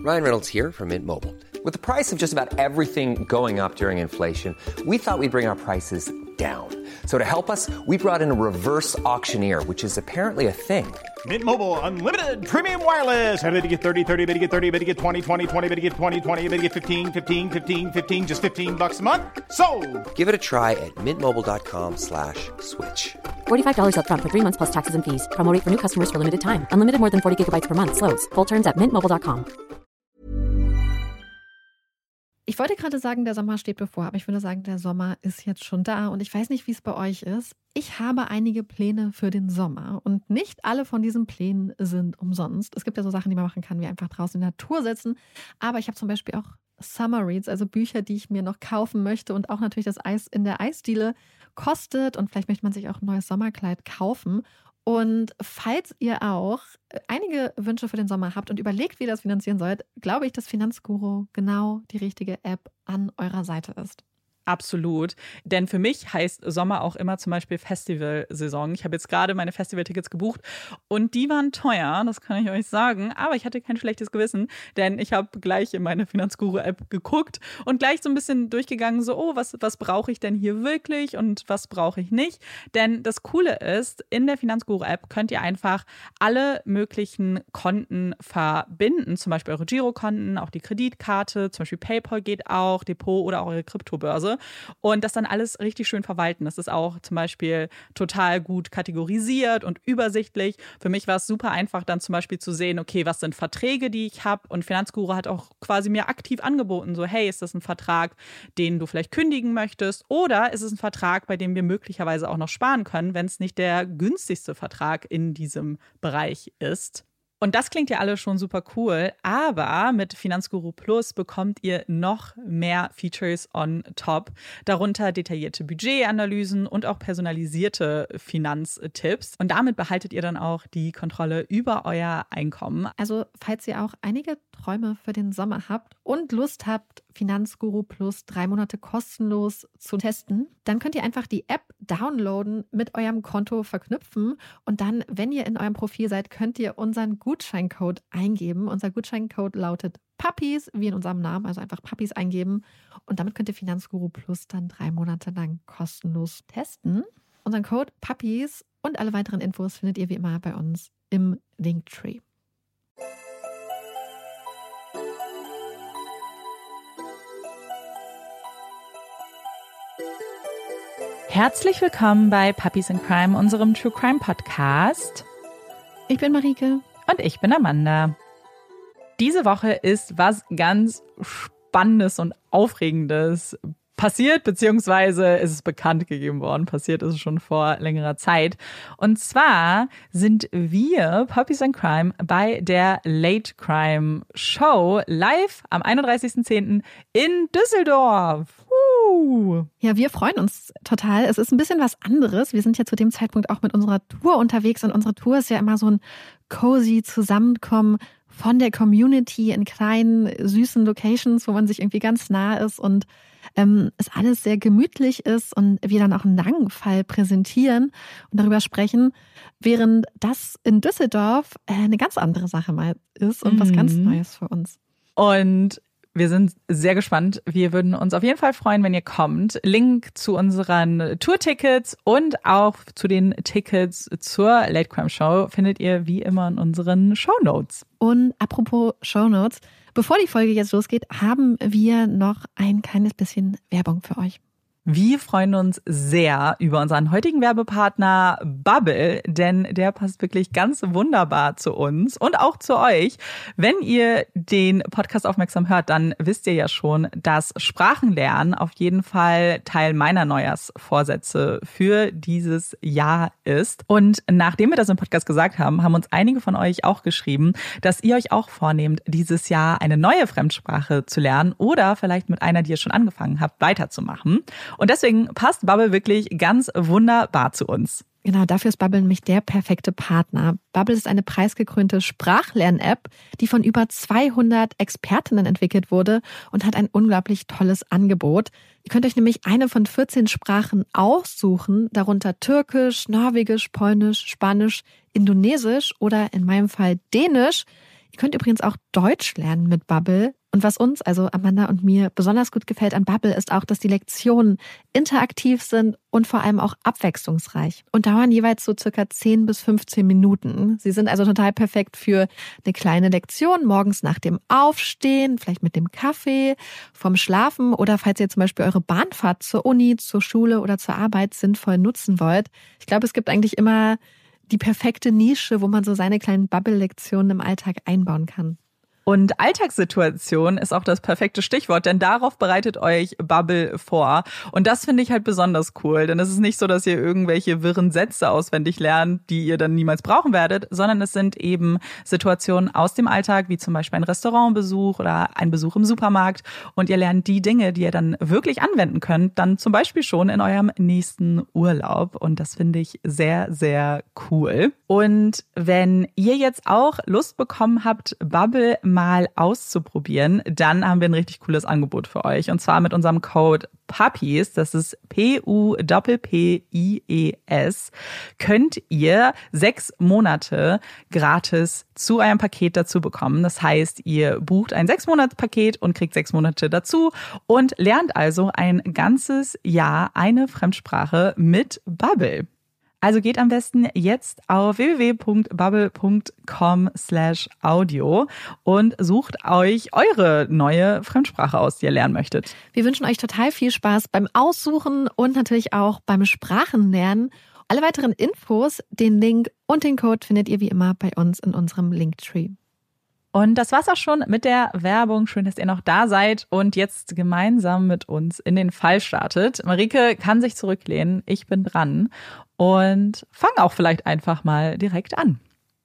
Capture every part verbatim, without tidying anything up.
Ryan Reynolds here from Mint Mobile. With the price of just about everything going up during inflation, we thought we'd bring our prices down. So to help us, we brought in a reverse auctioneer, which is apparently a thing. Mint Mobile Unlimited Premium Wireless. How to get thirty, thirty, how to get thirty, how to get twenty, twenty, twenty, how to get twenty, twenty, how to get fifteen, fifteen, fifteen, fifteen, just fifteen bucks a month? Sold! Give it a try at mintmobile.com slash switch. forty-five dollars up front for three months plus taxes and fees. Promo rate for new customers for limited time. Unlimited more than forty gigabytes per month. Slows full terms at mint mobile dot com. Ich wollte gerade sagen, der Sommer steht bevor, aber ich würde sagen, der Sommer ist jetzt schon da und ich weiß nicht, wie es bei euch ist. Ich habe einige Pläne für den Sommer und nicht alle von diesen Plänen sind umsonst. Es gibt ja so Sachen, die man machen kann, wie einfach draußen in der Natur sitzen, aber ich habe zum Beispiel auch Summer Reads, also Bücher, die ich mir noch kaufen möchte und auch natürlich das Eis in der Eisdiele kostet und vielleicht möchte man sich auch ein neues Sommerkleid kaufen. Und falls ihr auch einige Wünsche für den Sommer habt und überlegt, wie ihr das finanzieren sollt, glaube ich, dass Finanzguru genau die richtige App an eurer Seite ist. Absolut, denn für mich heißt Sommer auch immer zum Beispiel Festivalsaison. Ich habe jetzt gerade meine Festivaltickets gebucht und die waren teuer, das kann ich euch sagen, aber ich hatte kein schlechtes Gewissen, denn ich habe gleich in meine Finanzguru-App geguckt und gleich so ein bisschen durchgegangen, so, oh, was, was brauche ich denn hier wirklich und was brauche ich nicht? Denn das Coole ist, in der Finanzguru-App könnt ihr einfach alle möglichen Konten verbinden, zum Beispiel eure Girokonten, auch die Kreditkarte, zum Beispiel PayPal geht auch, Depot oder auch eure Kryptobörse. Und das dann alles richtig schön verwalten. Das ist auch zum Beispiel total gut kategorisiert und übersichtlich. Für mich war es super einfach, dann zum Beispiel zu sehen, okay, was sind Verträge, die ich habe? Und Finanzguru hat auch quasi mir aktiv angeboten, so, hey, ist das ein Vertrag, den du vielleicht kündigen möchtest? Oder ist es ein Vertrag, bei dem wir möglicherweise auch noch sparen können, wenn es nicht der günstigste Vertrag in diesem Bereich ist? Und das klingt ja alles schon super cool, aber mit Finanzguru Plus bekommt ihr noch mehr Features on top, darunter detaillierte Budgetanalysen und auch personalisierte Finanztipps. Und damit behaltet ihr dann auch die Kontrolle über euer Einkommen. Also falls ihr auch einige Träume für den Sommer habt und Lust habt, Finanzguru Plus drei Monate kostenlos zu testen, dann könnt ihr einfach die App downloaden, mit eurem Konto verknüpfen und dann, wenn ihr in eurem Profil seid, könnt ihr unseren Gutscheincode eingeben. Unser Gutscheincode lautet Puppies, wie in unserem Namen, also einfach Puppies eingeben und damit könnt ihr Finanzguru Plus dann drei Monate lang kostenlos testen. Unseren Code Puppies und alle weiteren Infos findet ihr wie immer bei uns im Linktree. Herzlich willkommen bei Puppies in Crime, unserem True Crime Podcast. Ich bin Marike. Und ich bin Amanda. Diese Woche ist was ganz Spannendes und Aufregendes passiert, beziehungsweise ist es bekannt gegeben worden. Passiert ist es schon vor längerer Zeit. Und zwar sind wir, Puppies in Crime, bei der Late Crime Show live am einunddreißigsten zehnten in Düsseldorf. Uh. Ja, wir freuen uns total. Es ist ein bisschen was anderes. Wir sind ja zu dem Zeitpunkt auch mit unserer Tour unterwegs und unsere Tour ist ja immer so ein cozy Zusammenkommen von der Community in kleinen, süßen Locations, wo man sich irgendwie ganz nah ist und ähm, es alles sehr gemütlich ist und wir dann auch einen langen Fall präsentieren und darüber sprechen, während das in Düsseldorf äh, eine ganz andere Sache mal ist und mhm. was ganz Neues für uns. Und wir sind sehr gespannt. Wir würden uns auf jeden Fall freuen, wenn ihr kommt. Link zu unseren Tour-Tickets und auch zu den Tickets zur Late Crime Show findet ihr wie immer in unseren Shownotes. Und apropos Shownotes, bevor die Folge jetzt losgeht, haben wir noch ein kleines bisschen Werbung für euch. Wir freuen uns sehr über unseren heutigen Werbepartner Babbel, denn der passt wirklich ganz wunderbar zu uns und auch zu euch. Wenn ihr den Podcast aufmerksam hört, dann wisst ihr ja schon, dass Sprachenlernen auf jeden Fall Teil meiner Neujahrsvorsätze für dieses Jahr ist. Und nachdem wir das im Podcast gesagt haben, haben uns einige von euch auch geschrieben, dass ihr euch auch vornehmt, dieses Jahr eine neue Fremdsprache zu lernen oder vielleicht mit einer, die ihr schon angefangen habt, weiterzumachen. Und deswegen passt Babbel wirklich ganz wunderbar zu uns. Genau, dafür ist Babbel nämlich der perfekte Partner. Babbel ist eine preisgekrönte Sprachlern-App, die von über zweihundert Expertinnen entwickelt wurde und hat ein unglaublich tolles Angebot. Ihr könnt euch nämlich eine von vierzehn Sprachen aussuchen, darunter Türkisch, Norwegisch, Polnisch, Spanisch, Indonesisch oder in meinem Fall Dänisch. Ihr könnt übrigens auch Deutsch lernen mit Bubble. Und was uns, also Amanda und mir, besonders gut gefällt an Bubble, ist auch, dass die Lektionen interaktiv sind und vor allem auch abwechslungsreich und dauern jeweils so circa zehn bis fünfzehn Minuten. Sie sind also total perfekt für eine kleine Lektion morgens nach dem Aufstehen, vielleicht mit dem Kaffee, vom Schlafen oder falls ihr zum Beispiel eure Bahnfahrt zur Uni, zur Schule oder zur Arbeit sinnvoll nutzen wollt. Ich glaube, es gibt eigentlich immer die perfekte Nische, wo man so seine kleinen Bubble-Lektionen im Alltag einbauen kann. Und Alltagssituation ist auch das perfekte Stichwort, denn darauf bereitet euch Bubble vor. Und das finde ich halt besonders cool, denn es ist nicht so, dass ihr irgendwelche wirren Sätze auswendig lernt, die ihr dann niemals brauchen werdet, sondern es sind eben Situationen aus dem Alltag, wie zum Beispiel ein Restaurantbesuch oder ein Besuch im Supermarkt. Und ihr lernt die Dinge, die ihr dann wirklich anwenden könnt, dann zum Beispiel schon in eurem nächsten Urlaub. Und das finde ich sehr, sehr cool. Und wenn ihr jetzt auch Lust bekommen habt, Bubble mal auszuprobieren, dann haben wir ein richtig cooles Angebot für euch. Und zwar mit unserem Code Puppies, das ist P U P P I E S, könnt ihr sechs Monate gratis zu eurem Paket dazu bekommen. Das heißt, ihr bucht ein Sechs-Monats-Paket und kriegt sechs Monate dazu und lernt also ein ganzes Jahr eine Fremdsprache mit Bubble. Also geht am besten jetzt auf w w w punkt bubble punkt com slash audio und sucht euch eure neue Fremdsprache aus, die ihr lernen möchtet. Wir wünschen euch total viel Spaß beim Aussuchen und natürlich auch beim Sprachenlernen. Alle weiteren Infos, den Link und den Code findet ihr wie immer bei uns in unserem Linktree. Und das war's auch schon mit der Werbung. Schön, dass ihr noch da seid und jetzt gemeinsam mit uns in den Fall startet. Marike kann sich zurücklehnen, ich bin dran und fang auch vielleicht einfach mal direkt an.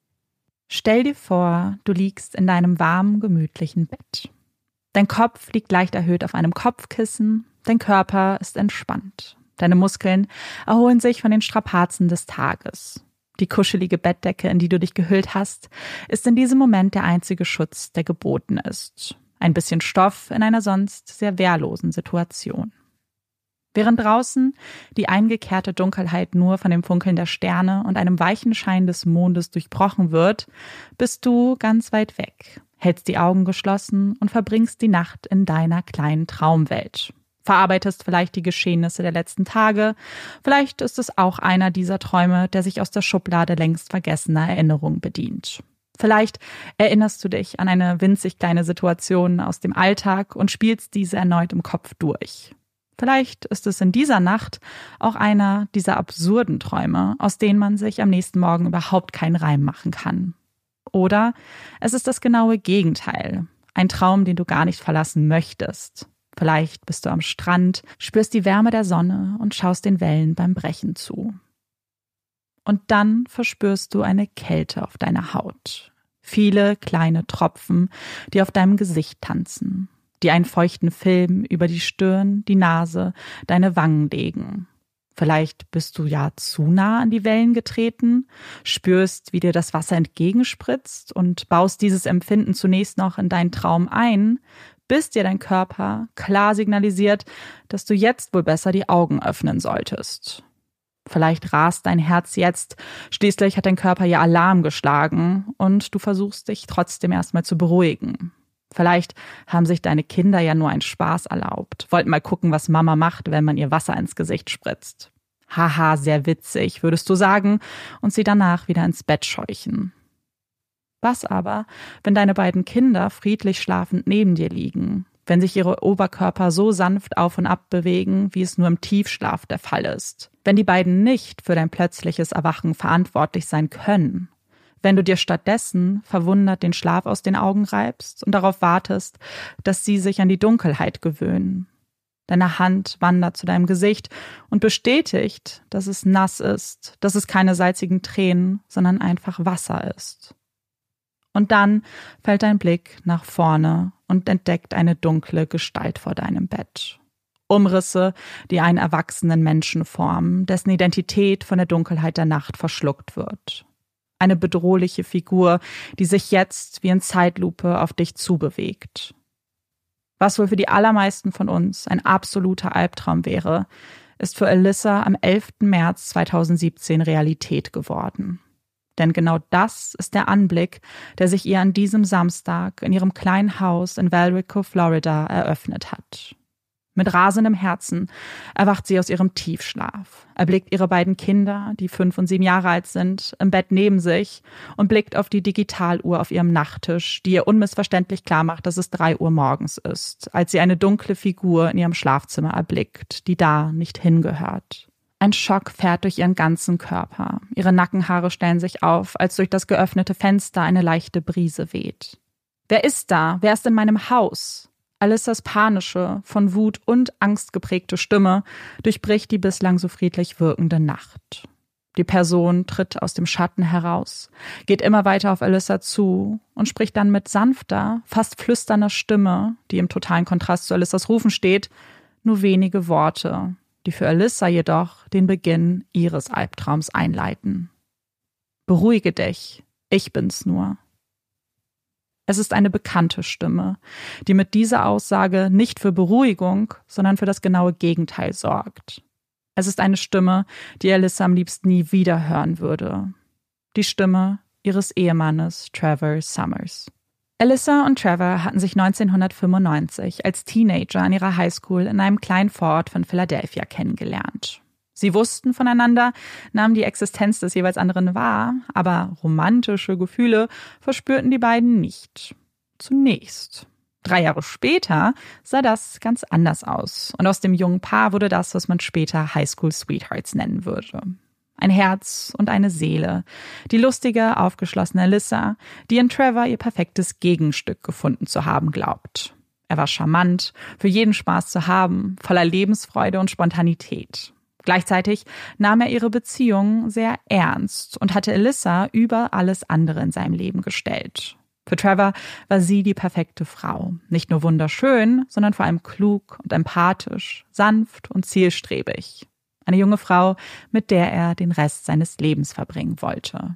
Stell dir vor, du liegst in deinem warmen, gemütlichen Bett. Dein Kopf liegt leicht erhöht auf einem Kopfkissen, dein Körper ist entspannt. Deine Muskeln erholen sich von den Strapazen des Tages. Die kuschelige Bettdecke, in die du dich gehüllt hast, ist in diesem Moment der einzige Schutz, der geboten ist. Ein bisschen Stoff in einer sonst sehr wehrlosen Situation. Während draußen die eingekehrte Dunkelheit nur von dem Funkeln der Sterne und einem weichen Schein des Mondes durchbrochen wird, bist du ganz weit weg, hältst die Augen geschlossen und verbringst die Nacht in deiner kleinen Traumwelt. Verarbeitest vielleicht die Geschehnisse der letzten Tage. Vielleicht ist es auch einer dieser Träume, der sich aus der Schublade längst vergessener Erinnerungen bedient. Vielleicht erinnerst du dich an eine winzig kleine Situation aus dem Alltag und spielst diese erneut im Kopf durch. Vielleicht ist es in dieser Nacht auch einer dieser absurden Träume, aus denen man sich am nächsten Morgen überhaupt keinen Reim machen kann. Oder es ist das genaue Gegenteil, ein Traum, den du gar nicht verlassen möchtest. Vielleicht bist du am Strand, spürst die Wärme der Sonne und schaust den Wellen beim Brechen zu. Und dann verspürst du eine Kälte auf deiner Haut. Viele kleine Tropfen, die auf deinem Gesicht tanzen, die einen feuchten Film über die Stirn, die Nase, deine Wangen legen. Vielleicht bist du ja zu nah an die Wellen getreten, spürst, wie dir das Wasser entgegenspritzt und baust dieses Empfinden zunächst noch in deinen Traum ein, bis dir dein Körper klar signalisiert, dass du jetzt wohl besser die Augen öffnen solltest. Vielleicht rast dein Herz jetzt, schließlich hat dein Körper ja Alarm geschlagen und du versuchst dich trotzdem erstmal zu beruhigen. Vielleicht haben sich deine Kinder ja nur einen Spaß erlaubt, wollten mal gucken, was Mama macht, wenn man ihr Wasser ins Gesicht spritzt. Haha, sehr witzig, würdest du sagen, und sie danach wieder ins Bett scheuchen. Was aber, wenn deine beiden Kinder friedlich schlafend neben dir liegen, wenn sich ihre Oberkörper so sanft auf und ab bewegen, wie es nur im Tiefschlaf der Fall ist, wenn die beiden nicht für dein plötzliches Erwachen verantwortlich sein können, wenn du dir stattdessen verwundert den Schlaf aus den Augen reibst und darauf wartest, dass sie sich an die Dunkelheit gewöhnen. Deine Hand wandert zu deinem Gesicht und bestätigt, dass es nass ist, dass es keine salzigen Tränen, sondern einfach Wasser ist. Und dann fällt dein Blick nach vorne und entdeckt eine dunkle Gestalt vor deinem Bett. Umrisse, die einen erwachsenen Menschen formen, dessen Identität von der Dunkelheit der Nacht verschluckt wird. Eine bedrohliche Figur, die sich jetzt wie in Zeitlupe auf dich zubewegt. Was wohl für die allermeisten von uns ein absoluter Albtraum wäre, ist für Alyssa am elften März zweitausendsiebzehn Realität geworden. Denn genau das ist der Anblick, der sich ihr an diesem Samstag in ihrem kleinen Haus in Valrico, Florida, eröffnet hat. Mit rasendem Herzen erwacht sie aus ihrem Tiefschlaf, erblickt ihre beiden Kinder, die fünf und sieben Jahre alt sind, im Bett neben sich und blickt auf die Digitaluhr auf ihrem Nachttisch, die ihr unmissverständlich klarmacht, dass es drei Uhr morgens ist, als sie eine dunkle Figur in ihrem Schlafzimmer erblickt, die da nicht hingehört. Ein Schock fährt durch ihren ganzen Körper. Ihre Nackenhaare stellen sich auf, als durch das geöffnete Fenster eine leichte Brise weht. Wer ist da? Wer ist in meinem Haus? Alissas panische, von Wut und Angst geprägte Stimme durchbricht die bislang so friedlich wirkende Nacht. Die Person tritt aus dem Schatten heraus, geht immer weiter auf Alissa zu und spricht dann mit sanfter, fast flüsternder Stimme, die im totalen Kontrast zu Alissas Rufen steht, nur wenige Worte, die für Alissa jedoch den Beginn ihres Albtraums einleiten. Beruhige dich, ich bin's nur. Es ist eine bekannte Stimme, die mit dieser Aussage nicht für Beruhigung, sondern für das genaue Gegenteil sorgt. Es ist eine Stimme, die Alissa am liebsten nie wieder hören würde. Die Stimme ihres Ehemannes Trevor Summers. Alissa und Trevor hatten sich neunzehnhundertfünfundneunzig als Teenager an ihrer Highschool in einem kleinen Vorort von Philadelphia kennengelernt. Sie wussten voneinander, nahmen die Existenz des jeweils anderen wahr, aber romantische Gefühle verspürten die beiden nicht. Zunächst. Drei Jahre später sah das ganz anders aus. Und aus dem jungen Paar wurde das, was man später Highschool Sweethearts nennen würde. Ein Herz und eine Seele. Die lustige, aufgeschlossene Alissa, die in Trevor ihr perfektes Gegenstück gefunden zu haben glaubt. Er war charmant, für jeden Spaß zu haben, voller Lebensfreude und Spontanität. Gleichzeitig nahm er ihre Beziehung sehr ernst und hatte Alissa über alles andere in seinem Leben gestellt. Für Trevor war sie die perfekte Frau. Nicht nur wunderschön, sondern vor allem klug und empathisch, sanft und zielstrebig. Eine junge Frau, mit der er den Rest seines Lebens verbringen wollte.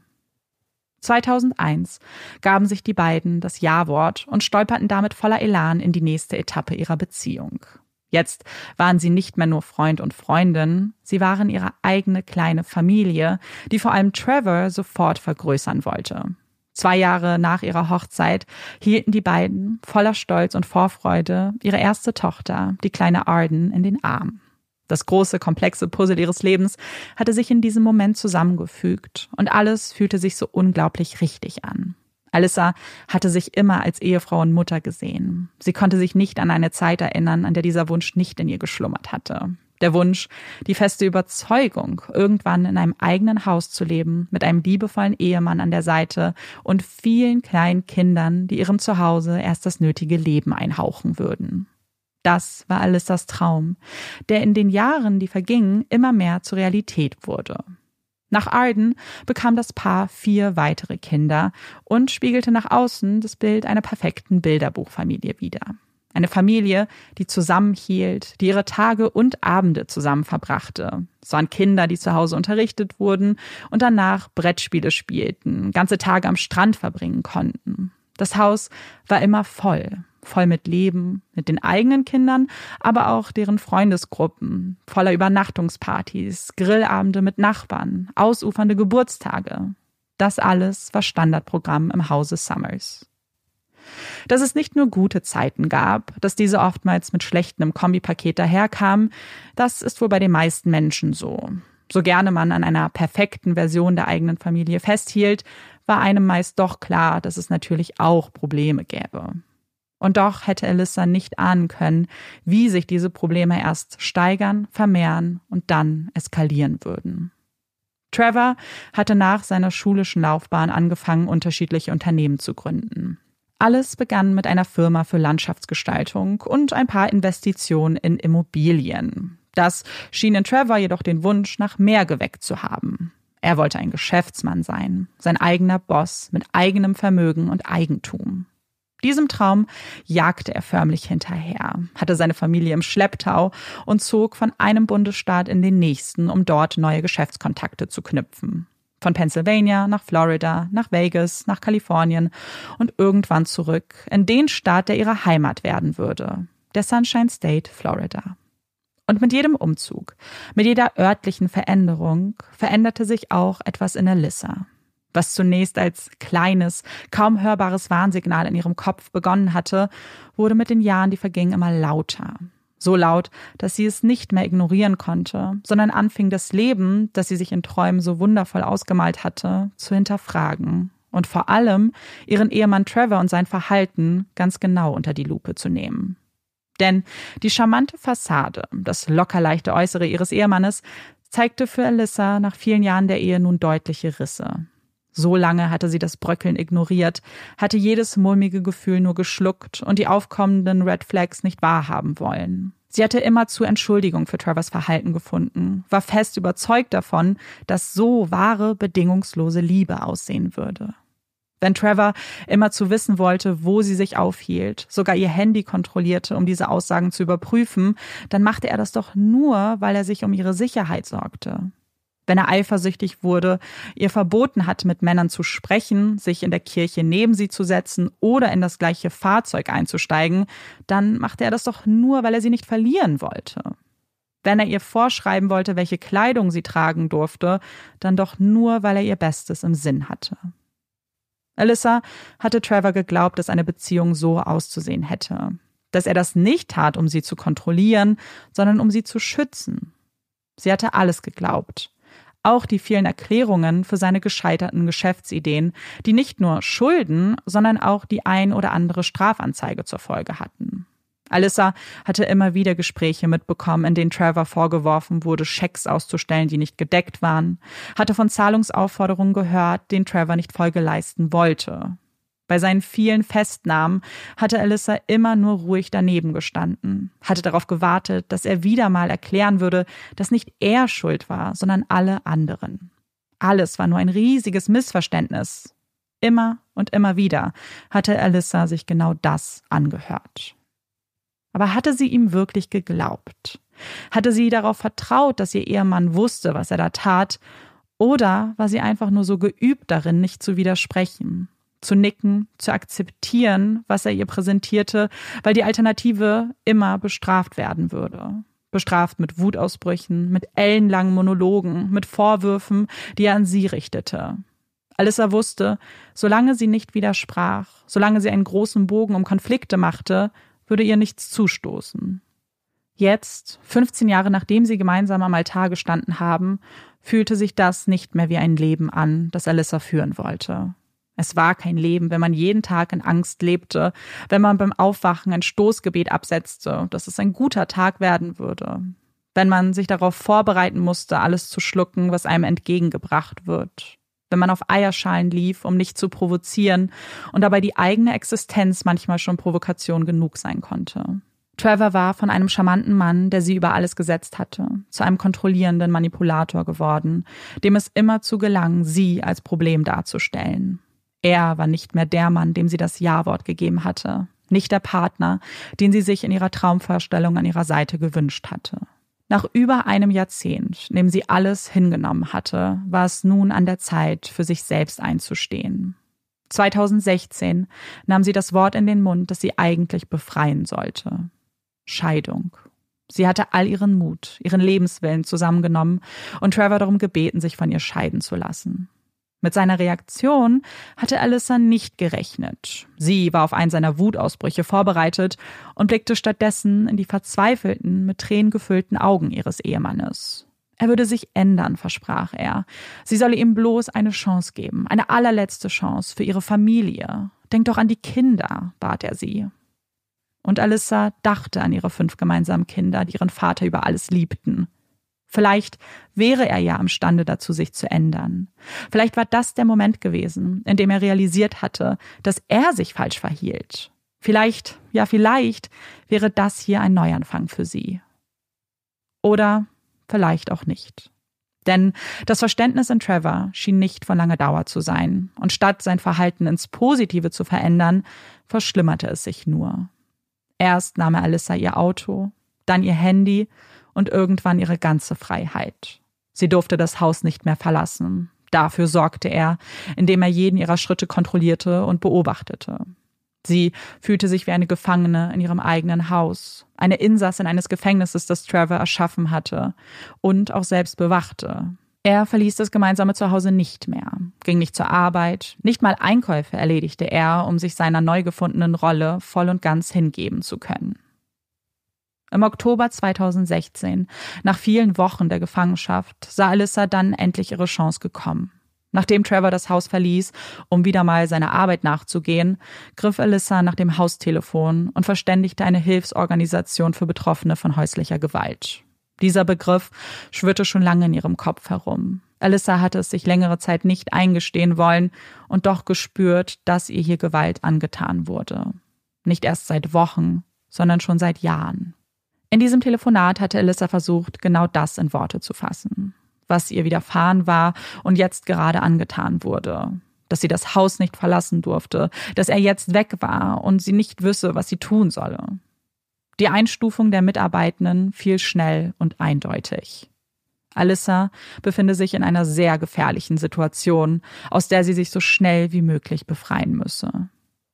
zweitausendeins gaben sich die beiden das Ja-Wort und stolperten damit voller Elan in die nächste Etappe ihrer Beziehung. Jetzt waren sie nicht mehr nur Freund und Freundin, sie waren ihre eigene kleine Familie, die vor allem Trevor sofort vergrößern wollte. Zwei Jahre nach ihrer Hochzeit hielten die beiden voller Stolz und Vorfreude ihre erste Tochter, die kleine Arden, in den Arm. Das große, komplexe Puzzle ihres Lebens hatte sich in diesem Moment zusammengefügt und alles fühlte sich so unglaublich richtig an. Alissa hatte sich immer als Ehefrau und Mutter gesehen. Sie konnte sich nicht an eine Zeit erinnern, an der dieser Wunsch nicht in ihr geschlummert hatte. Der Wunsch, die feste Überzeugung, irgendwann in einem eigenen Haus zu leben, mit einem liebevollen Ehemann an der Seite und vielen kleinen Kindern, die ihrem Zuhause erst das nötige Leben einhauchen würden. Das war Alissas Traum, der in den Jahren, die vergingen, immer mehr zur Realität wurde. Nach Arden bekam das Paar vier weitere Kinder und spiegelte nach außen das Bild einer perfekten Bilderbuchfamilie wider. Eine Familie, die zusammenhielt, die ihre Tage und Abende zusammen verbrachte. Es waren Kinder, die zu Hause unterrichtet wurden und danach Brettspiele spielten, ganze Tage am Strand verbringen konnten. Das Haus war immer voll. Voll mit Leben, mit den eigenen Kindern, aber auch deren Freundesgruppen, voller Übernachtungspartys, Grillabende mit Nachbarn, ausufernde Geburtstage. Das alles war Standardprogramm im Hause Summers. Dass es nicht nur gute Zeiten gab, dass diese oftmals mit schlechten im Kombipaket daherkamen, das ist wohl bei den meisten Menschen so. So gerne man an einer perfekten Version der eigenen Familie festhielt, war einem meist doch klar, dass es natürlich auch Probleme gäbe. Und doch hätte Alissa nicht ahnen können, wie sich diese Probleme erst steigern, vermehren und dann eskalieren würden. Trevor hatte nach seiner schulischen Laufbahn angefangen, unterschiedliche Unternehmen zu gründen. Alles begann mit einer Firma für Landschaftsgestaltung und ein paar Investitionen in Immobilien. Das schien in Trevor jedoch den Wunsch nach mehr geweckt zu haben. Er wollte ein Geschäftsmann sein, sein eigener Boss mit eigenem Vermögen und Eigentum. Diesem Traum jagte er förmlich hinterher, hatte seine Familie im Schlepptau und zog von einem Bundesstaat in den nächsten, um dort neue Geschäftskontakte zu knüpfen. Von Pennsylvania nach Florida, nach Vegas, nach Kalifornien und irgendwann zurück in den Staat, der ihre Heimat werden würde, der Sunshine State, Florida. Und mit jedem Umzug, mit jeder örtlichen Veränderung veränderte sich auch etwas in Alissa. Was zunächst als kleines, kaum hörbares Warnsignal in ihrem Kopf begonnen hatte, wurde mit den Jahren, die vergingen, immer lauter. So laut, dass sie es nicht mehr ignorieren konnte, sondern anfing, das Leben, das sie sich in Träumen so wundervoll ausgemalt hatte, zu hinterfragen und vor allem ihren Ehemann Trevor und sein Verhalten ganz genau unter die Lupe zu nehmen. Denn die charmante Fassade, das locker leichte Äußere ihres Ehemannes, zeigte für Alyssa nach vielen Jahren der Ehe nun deutliche Risse. So lange hatte sie das Bröckeln ignoriert, hatte jedes mulmige Gefühl nur geschluckt und die aufkommenden Red Flags nicht wahrhaben wollen. Sie hatte immerzu Entschuldigung für Trevors Verhalten gefunden, war fest überzeugt davon, dass so wahre, bedingungslose Liebe aussehen würde. Wenn Trevor immerzu wissen wollte, wo sie sich aufhielt, sogar ihr Handy kontrollierte, um diese Aussagen zu überprüfen, dann machte er das doch nur, weil er sich um ihre Sicherheit sorgte. Wenn er eifersüchtig wurde, ihr verboten hat, mit Männern zu sprechen, sich in der Kirche neben sie zu setzen oder in das gleiche Fahrzeug einzusteigen, dann machte er das doch nur, weil er sie nicht verlieren wollte. Wenn er ihr vorschreiben wollte, welche Kleidung sie tragen durfte, dann doch nur, weil er ihr Bestes im Sinn hatte. Alyssa hatte Trevor geglaubt, dass eine Beziehung so auszusehen hätte. Dass er das nicht tat, um sie zu kontrollieren, sondern um sie zu schützen. Sie hatte alles geglaubt. Auch die vielen Erklärungen für seine gescheiterten Geschäftsideen, die nicht nur Schulden, sondern auch die ein oder andere Strafanzeige zur Folge hatten. Alyssa hatte immer wieder Gespräche mitbekommen, in denen Trevor vorgeworfen wurde, Schecks auszustellen, die nicht gedeckt waren, hatte von Zahlungsaufforderungen gehört, denen Trevor nicht Folge leisten wollte. Bei seinen vielen Festnahmen hatte Alyssa immer nur ruhig daneben gestanden, hatte darauf gewartet, dass er wieder mal erklären würde, dass nicht er schuld war, sondern alle anderen. Alles war nur ein riesiges Missverständnis. Immer und immer wieder hatte Alyssa sich genau das angehört. Aber hatte sie ihm wirklich geglaubt? Hatte sie darauf vertraut, dass ihr Ehemann wusste, was er da tat? Oder war sie einfach nur so geübt darin, nicht zu widersprechen? Zu nicken, zu akzeptieren, was er ihr präsentierte, weil die Alternative immer bestraft werden würde. Bestraft mit Wutausbrüchen, mit ellenlangen Monologen, mit Vorwürfen, die er an sie richtete. Alyssa wusste, solange sie nicht widersprach, solange sie einen großen Bogen um Konflikte machte, würde ihr nichts zustoßen. Jetzt, fünfzehn Jahre nachdem sie gemeinsam am Altar gestanden haben, fühlte sich das nicht mehr wie ein Leben an, das Alyssa führen wollte. Es war kein Leben, wenn man jeden Tag in Angst lebte, wenn man beim Aufwachen ein Stoßgebet absetzte, dass es ein guter Tag werden würde. Wenn man sich darauf vorbereiten musste, alles zu schlucken, was einem entgegengebracht wird. Wenn man auf Eierschalen lief, um nicht zu provozieren und dabei die eigene Existenz manchmal schon Provokation genug sein konnte. Trevor war von einem charmanten Mann, der sie über alles gesetzt hatte, zu einem kontrollierenden Manipulator geworden, dem es immerzu gelang, sie als Problem darzustellen. Er war nicht mehr der Mann, dem sie das Ja-Wort gegeben hatte, nicht der Partner, den sie sich in ihrer Traumvorstellung an ihrer Seite gewünscht hatte. Nach über einem Jahrzehnt, in dem sie alles hingenommen hatte, war es nun an der Zeit, für sich selbst einzustehen. zweitausendsechzehn nahm sie das Wort in den Mund, das sie eigentlich befreien sollte. Scheidung. Sie hatte all ihren Mut, ihren Lebenswillen zusammengenommen und Trevor darum gebeten, sich von ihr scheiden zu lassen. Mit seiner Reaktion hatte Alyssa nicht gerechnet. Sie war auf einen seiner Wutausbrüche vorbereitet und blickte stattdessen in die verzweifelten, mit Tränen gefüllten Augen ihres Ehemannes. Er würde sich ändern, versprach er. Sie solle ihm bloß eine Chance geben, eine allerletzte Chance für ihre Familie. Denk doch an die Kinder, bat er sie. Und Alyssa dachte an ihre fünf gemeinsamen Kinder, die ihren Vater über alles liebten. Vielleicht wäre er ja imstande dazu, sich zu ändern. Vielleicht war das der Moment gewesen, in dem er realisiert hatte, dass er sich falsch verhielt. Vielleicht, ja vielleicht, wäre das hier ein Neuanfang für sie. Oder vielleicht auch nicht. Denn das Verständnis in Trevor schien nicht von langer Dauer zu sein. Und statt sein Verhalten ins Positive zu verändern, verschlimmerte es sich nur. Erst nahm er Alyssa ihr Auto, dann ihr Handy und irgendwann ihre ganze Freiheit. Sie durfte das Haus nicht mehr verlassen. Dafür sorgte er, indem er jeden ihrer Schritte kontrollierte und beobachtete. Sie fühlte sich wie eine Gefangene in ihrem eigenen Haus, eine Insassin eines Gefängnisses, das Trevor erschaffen hatte und auch selbst bewachte. Er verließ das gemeinsame Zuhause nicht mehr, ging nicht zur Arbeit, nicht mal Einkäufe erledigte er, um sich seiner neu gefundenen Rolle voll und ganz hingeben zu können. Im Oktober zweitausendsechzehn, nach vielen Wochen der Gefangenschaft, sah Alyssa dann endlich ihre Chance gekommen. Nachdem Trevor das Haus verließ, um wieder mal seiner Arbeit nachzugehen, griff Alyssa nach dem Haustelefon und verständigte eine Hilfsorganisation für Betroffene von häuslicher Gewalt. Dieser Begriff schwirrte schon lange in ihrem Kopf herum. Alyssa hatte es sich längere Zeit nicht eingestehen wollen und doch gespürt, dass ihr hier Gewalt angetan wurde. Nicht erst seit Wochen, sondern schon seit Jahren. In diesem Telefonat hatte Alyssa versucht, genau das in Worte zu fassen. Was ihr widerfahren war und jetzt gerade angetan wurde. Dass sie das Haus nicht verlassen durfte, dass er jetzt weg war und sie nicht wisse, was sie tun solle. Die Einstufung der Mitarbeitenden fiel schnell und eindeutig. Alyssa befinde sich in einer sehr gefährlichen Situation, aus der sie sich so schnell wie möglich befreien müsse.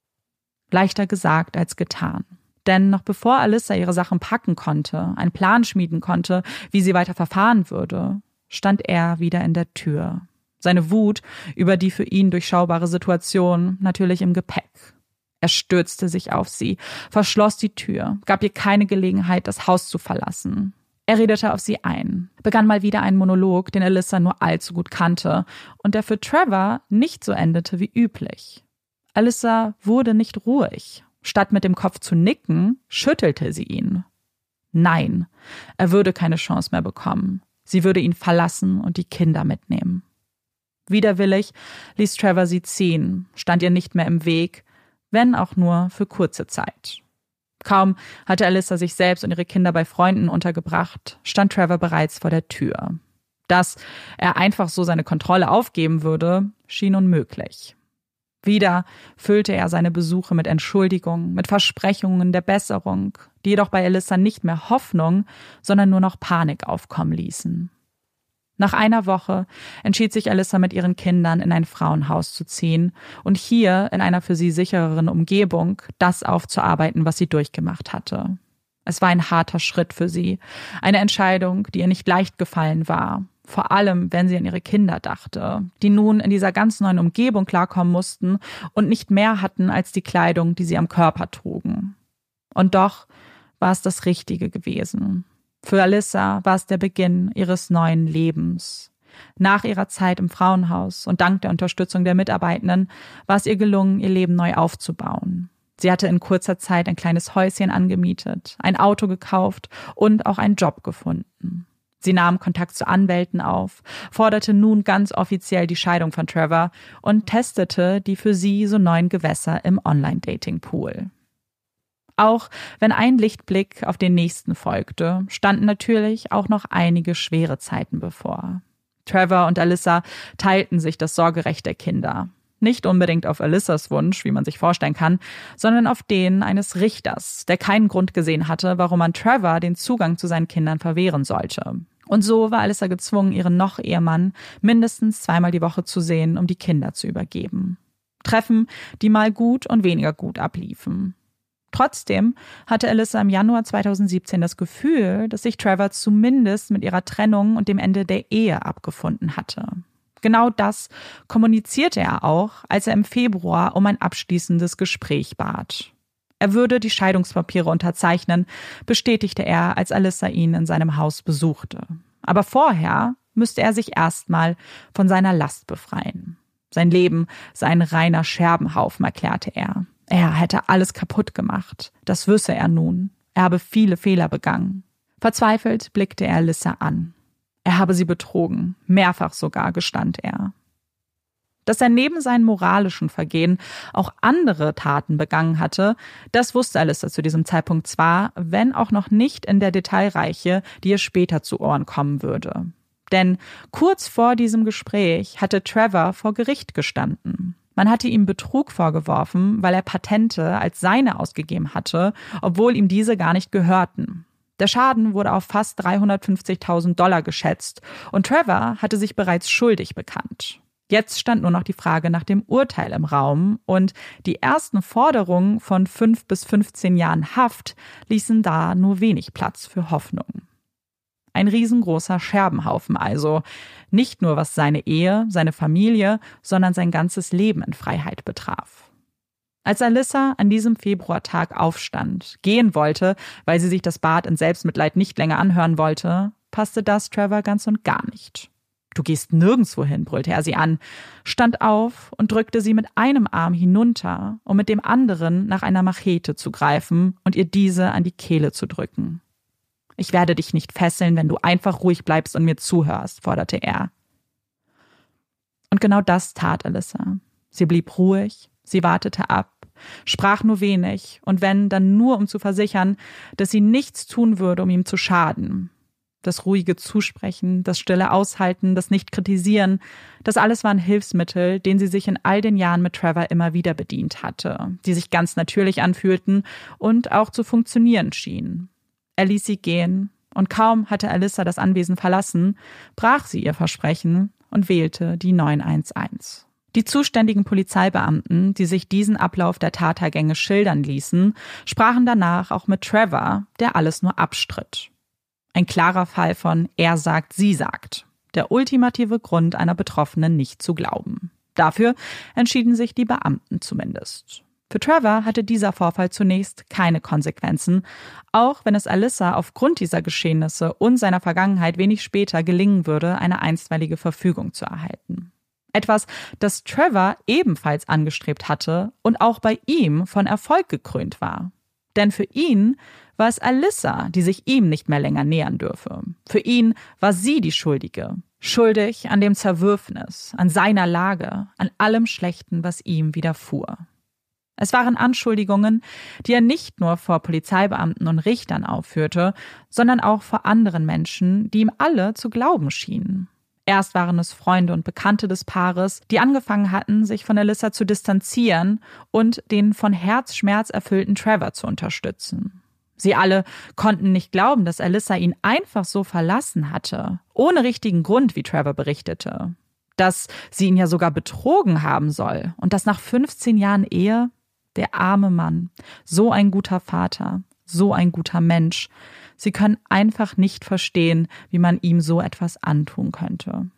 Leichter gesagt als getan. Denn noch bevor Alyssa ihre Sachen packen konnte, einen Plan schmieden konnte, wie sie weiter verfahren würde, stand er wieder in der Tür. Seine Wut über die für ihn durchschaubare Situation natürlich im Gepäck. Er stürzte sich auf sie, verschloss die Tür, gab ihr keine Gelegenheit, das Haus zu verlassen. Er redete auf sie ein, begann mal wieder einen Monolog, den Alyssa nur allzu gut kannte und der für Trevor nicht so endete wie üblich. Alyssa wurde nicht ruhig. Statt mit dem Kopf zu nicken, schüttelte sie ihn. Nein, er würde keine Chance mehr bekommen. Sie würde ihn verlassen und die Kinder mitnehmen. Widerwillig ließ Trevor sie ziehen, stand ihr nicht mehr im Weg, wenn auch nur für kurze Zeit. Kaum hatte Alyssa sich selbst und ihre Kinder bei Freunden untergebracht, stand Trevor bereits vor der Tür. Dass er einfach so seine Kontrolle aufgeben würde, schien unmöglich. Wieder füllte er seine Besuche mit Entschuldigungen, mit Versprechungen der Besserung, die jedoch bei Alyssa nicht mehr Hoffnung, sondern nur noch Panik aufkommen ließen. Nach einer Woche entschied sich Alyssa mit ihren Kindern in ein Frauenhaus zu ziehen und hier in einer für sie sichereren Umgebung das aufzuarbeiten, was sie durchgemacht hatte. Es war ein harter Schritt für sie, eine Entscheidung, die ihr nicht leicht gefallen war, vor allem wenn sie an ihre Kinder dachte, die nun in dieser ganz neuen Umgebung klarkommen mussten und nicht mehr hatten als die Kleidung, die sie am Körper trugen. Und doch war es das Richtige gewesen. Für Alyssa war es der Beginn ihres neuen Lebens. Nach ihrer Zeit im Frauenhaus und dank der Unterstützung der Mitarbeitenden war es ihr gelungen, ihr Leben neu aufzubauen. Sie hatte in kurzer Zeit ein kleines Häuschen angemietet, ein Auto gekauft und auch einen Job gefunden. Sie nahm Kontakt zu Anwälten auf, forderte nun ganz offiziell die Scheidung von Trevor und testete die für sie so neuen Gewässer im Online-Dating-Pool. Auch wenn ein Lichtblick auf den nächsten folgte, standen natürlich auch noch einige schwere Zeiten bevor. Trevor und Alyssa teilten sich das Sorgerecht der Kinder. Nicht unbedingt auf Alyssas Wunsch, wie man sich vorstellen kann, sondern auf den eines Richters, der keinen Grund gesehen hatte, warum man Trevor den Zugang zu seinen Kindern verwehren sollte. Und so war Alyssa gezwungen, ihren Noch-Ehemann mindestens zweimal die Woche zu sehen, um die Kinder zu übergeben. Treffen, die mal gut und weniger gut abliefen. Trotzdem hatte Alyssa im Januar zweitausendsiebzehn das Gefühl, dass sich Trevor zumindest mit ihrer Trennung und dem Ende der Ehe abgefunden hatte. Genau das kommunizierte er auch, als er im Februar um ein abschließendes Gespräch bat. Er würde die Scheidungspapiere unterzeichnen, bestätigte er, als Alyssa ihn in seinem Haus besuchte. Aber vorher müsste er sich erstmal von seiner Last befreien. Sein Leben sei ein reiner Scherbenhaufen, erklärte er. Er hätte alles kaputt gemacht. Das wisse er nun. Er habe viele Fehler begangen. Verzweifelt blickte er Alyssa an. Er habe sie betrogen, mehrfach sogar, gestand er. Dass er neben seinen moralischen Vergehen auch andere Taten begangen hatte, das wusste Alyssa zu diesem Zeitpunkt zwar, wenn auch noch nicht in der Detailreiche, die ihr später zu Ohren kommen würde. Denn kurz vor diesem Gespräch hatte Trevor vor Gericht gestanden. Man hatte ihm Betrug vorgeworfen, weil er Patente als seine ausgegeben hatte, obwohl ihm diese gar nicht gehörten. Der Schaden wurde auf fast dreihundertfünfzigtausend Dollar geschätzt und Trevor hatte sich bereits schuldig bekannt. Jetzt stand nur noch die Frage nach dem Urteil im Raum und die ersten Forderungen von fünf bis fünfzehn Jahren Haft ließen da nur wenig Platz für Hoffnung. Ein riesengroßer Scherbenhaufen also. Nicht nur was seine Ehe, seine Familie, sondern sein ganzes Leben in Freiheit betraf. Als Alyssa an diesem Februartag aufstand, gehen wollte, weil sie sich das Bad in Selbstmitleid nicht länger anhören wollte, passte das Trevor ganz und gar nicht. »Du gehst nirgendwo hin«, brüllte er sie an, stand auf und drückte sie mit einem Arm hinunter, um mit dem anderen nach einer Machete zu greifen und ihr diese an die Kehle zu drücken. »Ich werde dich nicht fesseln, wenn du einfach ruhig bleibst und mir zuhörst«, forderte er. Und genau das tat Alyssa. Sie blieb ruhig, sie wartete ab, sprach nur wenig und wenn, dann nur um zu versichern, dass sie nichts tun würde, um ihm zu schaden. Das ruhige Zusprechen, das stille Aushalten, das Nicht-Kritisieren, das alles waren Hilfsmittel, denen sie sich in all den Jahren mit Trevor immer wieder bedient hatte, die sich ganz natürlich anfühlten und auch zu funktionieren schienen. Er ließ sie gehen und kaum hatte Alyssa das Anwesen verlassen, brach sie ihr Versprechen und wählte die neun eins eins. Die zuständigen Polizeibeamten, die sich diesen Ablauf der Tathergänge schildern ließen, sprachen danach auch mit Trevor, der alles nur abstritt. Ein klarer Fall von er sagt, sie sagt. Der ultimative Grund einer Betroffenen nicht zu glauben. Dafür entschieden sich die Beamten zumindest. Für Trevor hatte dieser Vorfall zunächst keine Konsequenzen, auch wenn es Alyssa aufgrund dieser Geschehnisse und seiner Vergangenheit wenig später gelingen würde, eine einstweilige Verfügung zu erhalten. Etwas, das Trevor ebenfalls angestrebt hatte und auch bei ihm von Erfolg gekrönt war. Denn für ihn war es Alyssa, die sich ihm nicht mehr länger nähern dürfe. Für ihn war sie die Schuldige. Schuldig an dem Zerwürfnis, an seiner Lage, an allem Schlechten, was ihm widerfuhr. Es waren Anschuldigungen, die er nicht nur vor Polizeibeamten und Richtern aufführte, sondern auch vor anderen Menschen, die ihm alle zu glauben schienen. Erst waren es Freunde und Bekannte des Paares, die angefangen hatten, sich von Alyssa zu distanzieren und den von Herzschmerz erfüllten Trevor zu unterstützen. Sie alle konnten nicht glauben, dass Alyssa ihn einfach so verlassen hatte, ohne richtigen Grund, wie Trevor berichtete. Dass sie ihn ja sogar betrogen haben soll und dass nach fünfzehn Jahren Ehe, der arme Mann, so ein guter Vater, so ein guter Mensch, sie können einfach nicht verstehen, wie man ihm so etwas antun könnte.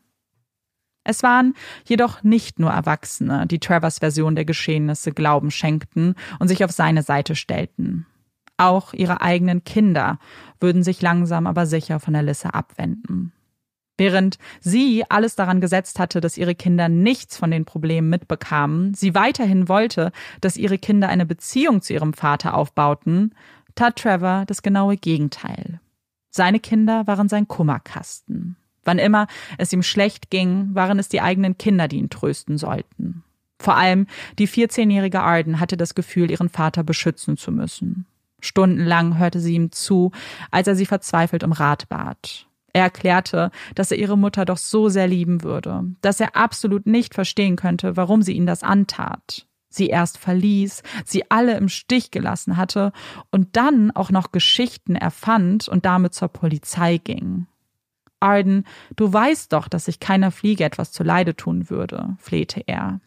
Es waren jedoch nicht nur Erwachsene, die Trevors Version der Geschehnisse Glauben schenkten und sich auf seine Seite stellten. Auch ihre eigenen Kinder würden sich langsam aber sicher von Alyssa abwenden. Während sie alles daran gesetzt hatte, dass ihre Kinder nichts von den Problemen mitbekamen, sie weiterhin wollte, dass ihre Kinder eine Beziehung zu ihrem Vater aufbauten, tat Trevor das genaue Gegenteil. Seine Kinder waren sein Kummerkasten. Wann immer es ihm schlecht ging, waren es die eigenen Kinder, die ihn trösten sollten. Vor allem die vierzehnjährige Arden hatte das Gefühl, ihren Vater beschützen zu müssen. Stundenlang hörte sie ihm zu, als er sie verzweifelt um Rat bat. Er erklärte, dass er ihre Mutter doch so sehr lieben würde, dass er absolut nicht verstehen könnte, warum sie ihn das antat. Sie erst verließ, sie alle im Stich gelassen hatte und dann auch noch Geschichten erfand und damit zur Polizei ging. »Arden, du weißt doch, dass ich keiner Fliege etwas zuleide tun würde«, flehte er.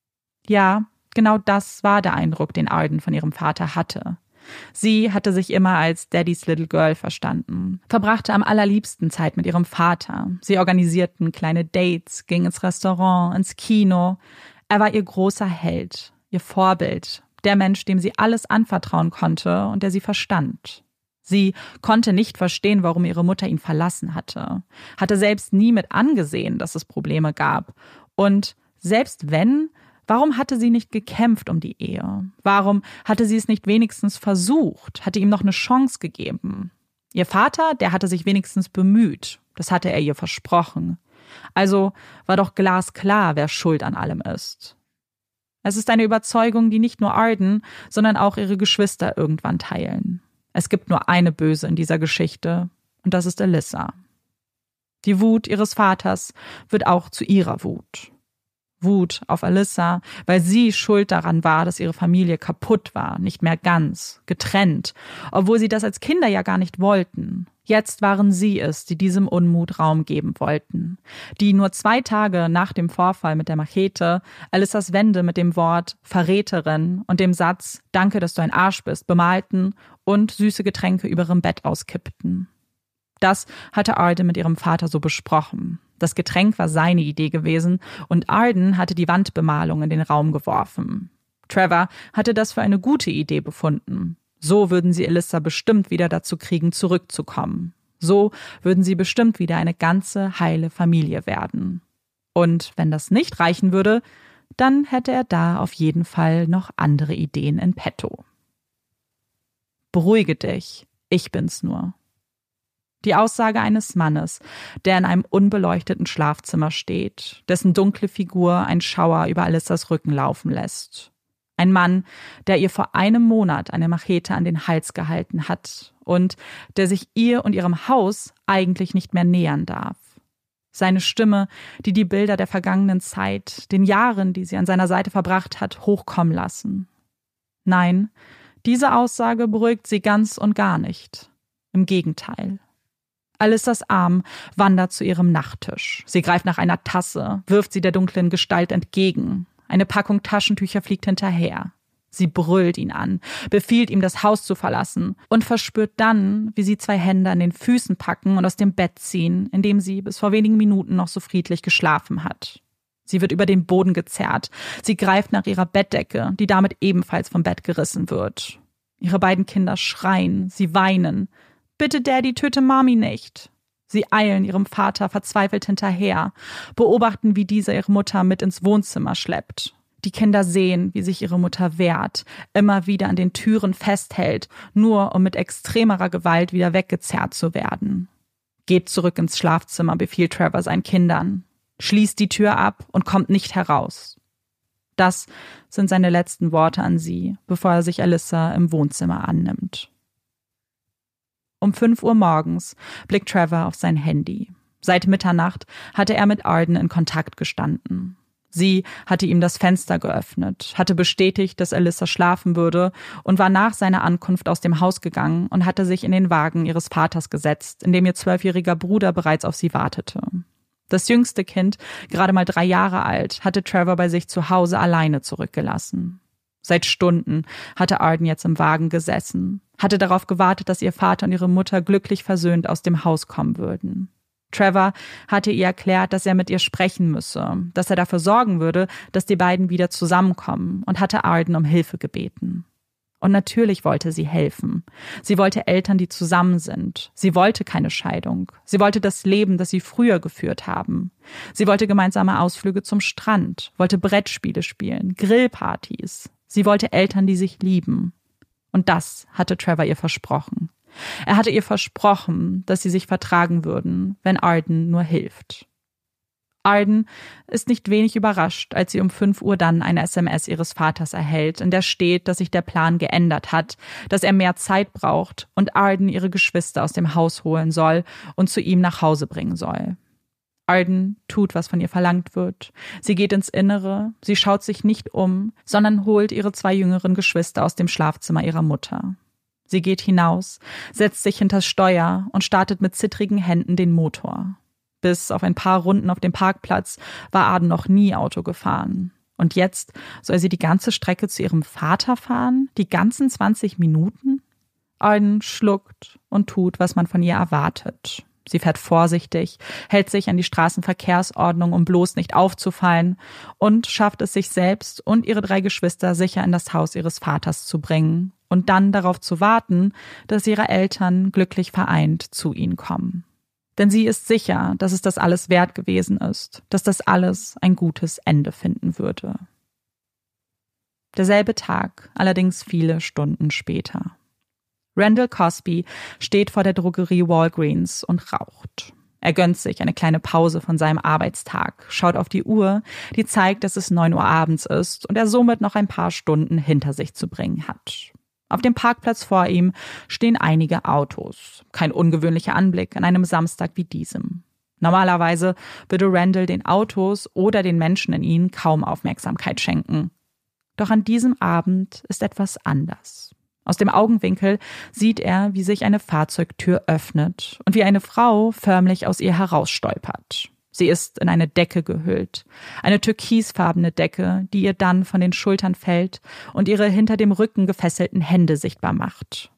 Ja, genau das war der Eindruck, den Arden von ihrem Vater hatte. Sie hatte sich immer als Daddys Little Girl verstanden, verbrachte am allerliebsten Zeit mit ihrem Vater. Sie organisierten kleine Dates, gingen ins Restaurant, ins Kino. Er war ihr großer Held, ihr Vorbild, der Mensch, dem sie alles anvertrauen konnte und der sie verstand. Sie konnte nicht verstehen, warum ihre Mutter ihn verlassen hatte, hatte selbst nie mit angesehen, dass es Probleme gab. Und selbst wenn, warum hatte sie nicht gekämpft um die Ehe? Warum hatte sie es nicht wenigstens versucht, hatte ihm noch eine Chance gegeben? Ihr Vater, der hatte sich wenigstens bemüht, das hatte er ihr versprochen. Also war doch glasklar, wer schuld an allem ist. Es ist eine Überzeugung, die nicht nur Arden, sondern auch ihre Geschwister irgendwann teilen. Es gibt nur eine Böse in dieser Geschichte und das ist Alyssa. Die Wut ihres Vaters wird auch zu ihrer Wut. Wut auf Alyssa, weil sie schuld daran war, dass ihre Familie kaputt war, nicht mehr ganz, getrennt, obwohl sie das als Kinder ja gar nicht wollten. Jetzt waren sie es, die diesem Unmut Raum geben wollten, die nur zwei Tage nach dem Vorfall mit der Machete Alyssas Wände mit dem Wort Verräterin und dem Satz »Danke, dass du ein Arsch bist« bemalten und süße Getränke über ihrem Bett auskippten. Das hatte Arden mit ihrem Vater so besprochen. Das Getränk war seine Idee gewesen und Arden hatte die Wandbemalung in den Raum geworfen. Trevor hatte das für eine gute Idee befunden. So würden sie Alyssa bestimmt wieder dazu kriegen, zurückzukommen. So würden sie bestimmt wieder eine ganze, heile Familie werden. Und wenn das nicht reichen würde, dann hätte er da auf jeden Fall noch andere Ideen in petto. Beruhige dich, ich bin's nur. Die Aussage eines Mannes, der in einem unbeleuchteten Schlafzimmer steht, dessen dunkle Figur einen Schauer über Alyssas Rücken laufen lässt. Ein Mann, der ihr vor einem Monat eine Machete an den Hals gehalten hat und der sich ihr und ihrem Haus eigentlich nicht mehr nähern darf. Seine Stimme, die die Bilder der vergangenen Zeit, den Jahren, die sie an seiner Seite verbracht hat, hochkommen lassen. Nein, diese Aussage beruhigt sie ganz und gar nicht. Im Gegenteil. Alyssas Arm wandert zu ihrem Nachttisch. Sie greift nach einer Tasse, wirft sie der dunklen Gestalt entgegen. Eine Packung Taschentücher fliegt hinterher. Sie brüllt ihn an, befiehlt ihm, das Haus zu verlassen und verspürt dann, wie sie zwei Hände an den Füßen packen und aus dem Bett ziehen, in dem sie bis vor wenigen Minuten noch so friedlich geschlafen hat. Sie wird über den Boden gezerrt. Sie greift nach ihrer Bettdecke, die damit ebenfalls vom Bett gerissen wird. Ihre beiden Kinder schreien, sie weinen. »Bitte, Daddy, töte Mami nicht!« Sie eilen ihrem Vater verzweifelt hinterher, beobachten, wie dieser ihre Mutter mit ins Wohnzimmer schleppt. Die Kinder sehen, wie sich ihre Mutter wehrt, immer wieder an den Türen festhält, nur um mit extremerer Gewalt wieder weggezerrt zu werden. Geht zurück ins Schlafzimmer, befiehlt Trevor seinen Kindern. Schließt die Tür ab und kommt nicht heraus. Das sind seine letzten Worte an sie, bevor er sich Alyssa im Wohnzimmer annimmt. Um fünf Uhr morgens blickt Trevor auf sein Handy. Seit Mitternacht hatte er mit Arden in Kontakt gestanden. Sie hatte ihm das Fenster geöffnet, hatte bestätigt, dass Alyssa schlafen würde und war nach seiner Ankunft aus dem Haus gegangen und hatte sich in den Wagen ihres Vaters gesetzt, in dem ihr zwölfjähriger Bruder bereits auf sie wartete. Das jüngste Kind, gerade mal drei Jahre alt, hatte Trevor bei sich zu Hause alleine zurückgelassen. Seit Stunden hatte Arden jetzt im Wagen gesessen, hatte darauf gewartet, dass ihr Vater und ihre Mutter glücklich versöhnt aus dem Haus kommen würden. Trevor hatte ihr erklärt, dass er mit ihr sprechen müsse, dass er dafür sorgen würde, dass die beiden wieder zusammenkommen und hatte Arden um Hilfe gebeten. Und natürlich wollte sie helfen. Sie wollte Eltern, die zusammen sind. Sie wollte keine Scheidung. Sie wollte das Leben, das sie früher geführt haben. Sie wollte gemeinsame Ausflüge zum Strand, wollte Brettspiele spielen, Grillpartys. Sie wollte Eltern, die sich lieben. Und das hatte Trevor ihr versprochen. Er hatte ihr versprochen, dass sie sich vertragen würden, wenn Arden nur hilft. Arden ist nicht wenig überrascht, als sie um fünf Uhr dann eine S M S ihres Vaters erhält, in der steht, dass sich der Plan geändert hat, dass er mehr Zeit braucht und Arden ihre Geschwister aus dem Haus holen soll und zu ihm nach Hause bringen soll. Arden tut, was von ihr verlangt wird. Sie geht ins Innere, sie schaut sich nicht um, sondern holt ihre zwei jüngeren Geschwister aus dem Schlafzimmer ihrer Mutter. Sie geht hinaus, setzt sich hinters Steuer und startet mit zittrigen Händen den Motor. Bis auf ein paar Runden auf dem Parkplatz war Arden noch nie Auto gefahren. Und jetzt soll sie die ganze Strecke zu ihrem Vater fahren? Die ganzen zwanzig Minuten? Arden schluckt und tut, was man von ihr erwartet. Sie fährt vorsichtig, hält sich an die Straßenverkehrsordnung, um bloß nicht aufzufallen, und schafft es sich selbst und ihre drei Geschwister sicher in das Haus ihres Vaters zu bringen und dann darauf zu warten, dass ihre Eltern glücklich vereint zu ihnen kommen. Denn sie ist sicher, dass es das alles wert gewesen ist, dass das alles ein gutes Ende finden würde. Derselbe Tag, allerdings viele Stunden später. Randall Cosby steht vor der Drogerie Walgreens und raucht. Er gönnt sich eine kleine Pause von seinem Arbeitstag, schaut auf die Uhr, die zeigt, dass es neun Uhr abends ist und er somit noch ein paar Stunden hinter sich zu bringen hat. Auf dem Parkplatz vor ihm stehen einige Autos. Kein ungewöhnlicher Anblick an einem Samstag wie diesem. Normalerweise würde Randall den Autos oder den Menschen in ihnen kaum Aufmerksamkeit schenken. Doch an diesem Abend ist etwas anders. Aus dem Augenwinkel sieht er, wie sich eine Fahrzeugtür öffnet und wie eine Frau förmlich aus ihr herausstolpert. Sie ist in eine Decke gehüllt, eine türkisfarbene Decke, die ihr dann von den Schultern fällt und ihre hinter dem Rücken gefesselten Hände sichtbar macht.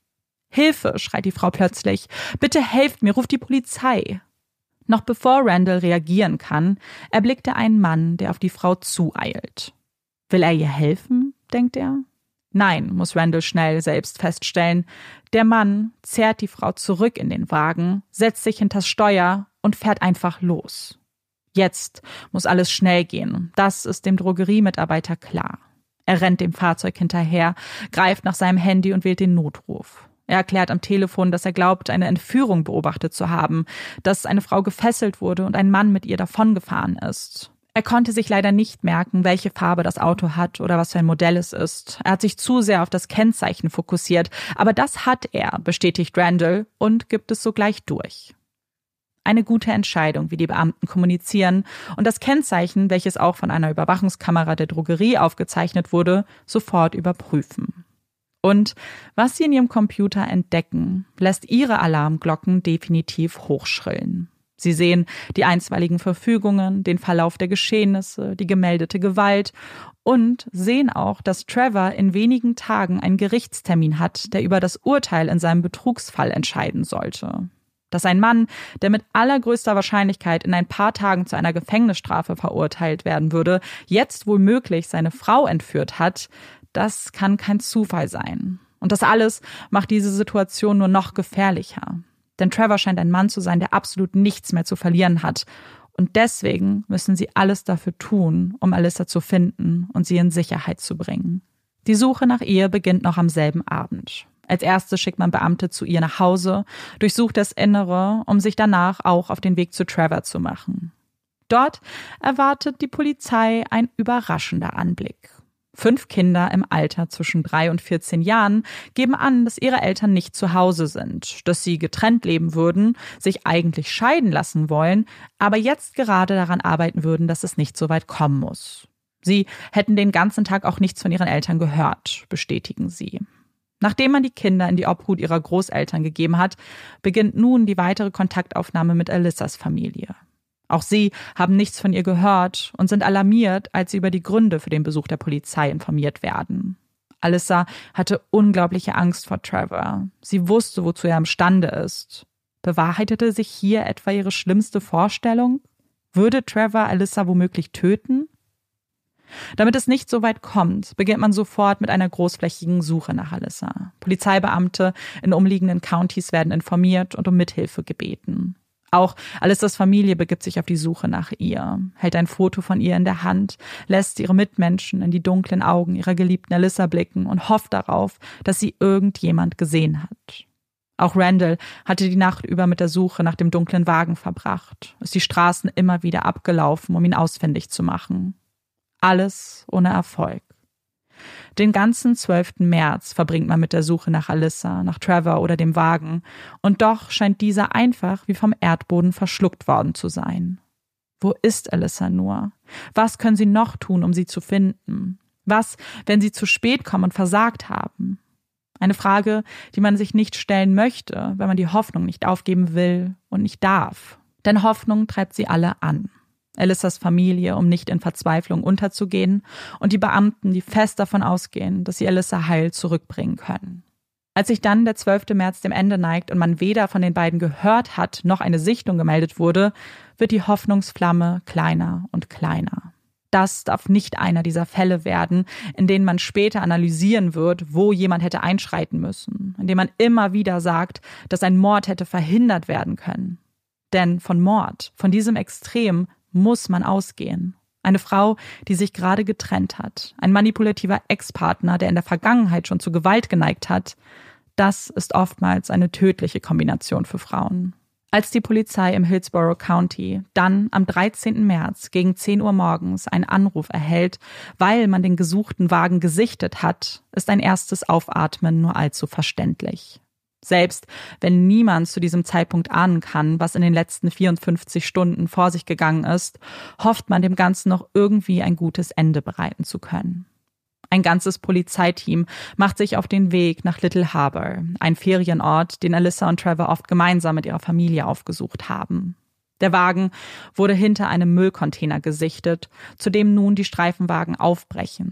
»Hilfe«, schreit die Frau plötzlich. »Bitte helft mir, ruft die Polizei.« Noch bevor Randall reagieren kann, erblickt er einen Mann, der auf die Frau zueilt. Will er ihr helfen, denkt er? Nein, muss Randall schnell selbst feststellen. Der Mann zerrt die Frau zurück in den Wagen, setzt sich hinters Steuer und fährt einfach los. Jetzt muss alles schnell gehen. Das ist dem Drogeriemitarbeiter klar. Er rennt dem Fahrzeug hinterher, greift nach seinem Handy und wählt den Notruf. Er erklärt am Telefon, dass er glaubt, eine Entführung beobachtet zu haben, dass eine Frau gefesselt wurde und ein Mann mit ihr davongefahren ist. Er konnte sich leider nicht merken, welche Farbe das Auto hat oder was für ein Modell es ist. Er hat sich zu sehr auf das Kennzeichen fokussiert, aber das hat er, bestätigt Randall und gibt es sogleich durch. Eine gute Entscheidung, wie die Beamten kommunizieren und das Kennzeichen, welches auch von einer Überwachungskamera der Drogerie aufgezeichnet wurde, sofort überprüfen. Und was sie in ihrem Computer entdecken, lässt ihre Alarmglocken definitiv hochschrillen. Sie sehen die einstweiligen Verfügungen, den Verlauf der Geschehnisse, die gemeldete Gewalt und sehen auch, dass Trevor in wenigen Tagen einen Gerichtstermin hat, der über das Urteil in seinem Betrugsfall entscheiden sollte. Dass ein Mann, der mit allergrößter Wahrscheinlichkeit in ein paar Tagen zu einer Gefängnisstrafe verurteilt werden würde, jetzt womöglich seine Frau entführt hat, das kann kein Zufall sein. Und das alles macht diese Situation nur noch gefährlicher. Denn Trevor scheint ein Mann zu sein, der absolut nichts mehr zu verlieren hat. Und deswegen müssen sie alles dafür tun, um Alyssa zu finden und sie in Sicherheit zu bringen. Die Suche nach ihr beginnt noch am selben Abend. Als erstes schickt man Beamte zu ihr nach Hause, durchsucht das Innere, um sich danach auch auf den Weg zu Trevor zu machen. Dort erwartet die Polizei ein überraschender Anblick. Fünf Kinder im Alter zwischen drei und vierzehn Jahren geben an, dass ihre Eltern nicht zu Hause sind, dass sie getrennt leben würden, sich eigentlich scheiden lassen wollen, aber jetzt gerade daran arbeiten würden, dass es nicht so weit kommen muss. Sie hätten den ganzen Tag auch nichts von ihren Eltern gehört, bestätigen sie. Nachdem man die Kinder in die Obhut ihrer Großeltern gegeben hat, beginnt nun die weitere Kontaktaufnahme mit Alyssas Familie. Auch sie haben nichts von ihr gehört und sind alarmiert, als sie über die Gründe für den Besuch der Polizei informiert werden. Alyssa hatte unglaubliche Angst vor Trevor. Sie wusste, wozu er imstande ist. Bewahrheitete sich hier etwa ihre schlimmste Vorstellung? Würde Trevor Alyssa womöglich töten? Damit es nicht so weit kommt, beginnt man sofort mit einer großflächigen Suche nach Alyssa. Polizeibeamte in umliegenden Countys werden informiert und um Mithilfe gebeten. Auch Alyssas Familie begibt sich auf die Suche nach ihr, hält ein Foto von ihr in der Hand, lässt ihre Mitmenschen in die dunklen Augen ihrer geliebten Alyssa blicken und hofft darauf, dass sie irgendjemand gesehen hat. Auch Randall hatte die Nacht über mit der Suche nach dem dunklen Wagen verbracht, ist die Straßen immer wieder abgelaufen, um ihn ausfindig zu machen. Alles ohne Erfolg. Den ganzen zwölften März verbringt man mit der Suche nach Alyssa, nach Trevor oder dem Wagen, und doch scheint dieser einfach wie vom Erdboden verschluckt worden zu sein. Wo ist Alyssa nur? Was können sie noch tun, um sie zu finden? Was, wenn sie zu spät kommen und versagt haben? Eine Frage, die man sich nicht stellen möchte, wenn man die Hoffnung nicht aufgeben will und nicht darf. Denn Hoffnung treibt sie alle an. Alyssas Familie, um nicht in Verzweiflung unterzugehen, und die Beamten, die fest davon ausgehen, dass sie Alyssa heil zurückbringen können. Als sich dann der zwölfte März dem Ende neigt und man weder von den beiden gehört hat, noch eine Sichtung gemeldet wurde, wird die Hoffnungsflamme kleiner und kleiner. Das darf nicht einer dieser Fälle werden, in denen man später analysieren wird, wo jemand hätte einschreiten müssen, in dem man immer wieder sagt, dass ein Mord hätte verhindert werden können. Denn von Mord, von diesem Extrem, muss man ausgehen. Eine Frau, die sich gerade getrennt hat, ein manipulativer Ex-Partner, der in der Vergangenheit schon zu Gewalt geneigt hat, das ist oftmals eine tödliche Kombination für Frauen. Als die Polizei im Hillsborough County dann am dreizehnten März gegen zehn Uhr morgens einen Anruf erhält, weil man den gesuchten Wagen gesichtet hat, ist ein erstes Aufatmen nur allzu verständlich. Selbst wenn niemand zu diesem Zeitpunkt ahnen kann, was in den letzten vierundfünfzig Stunden vor sich gegangen ist, hofft man dem Ganzen noch irgendwie ein gutes Ende bereiten zu können. Ein ganzes Polizeiteam macht sich auf den Weg nach Little Harbor, ein Ferienort, den Alyssa und Trevor oft gemeinsam mit ihrer Familie aufgesucht haben. Der Wagen wurde hinter einem Müllcontainer gesichtet, zu dem nun die Streifenwagen aufbrechen.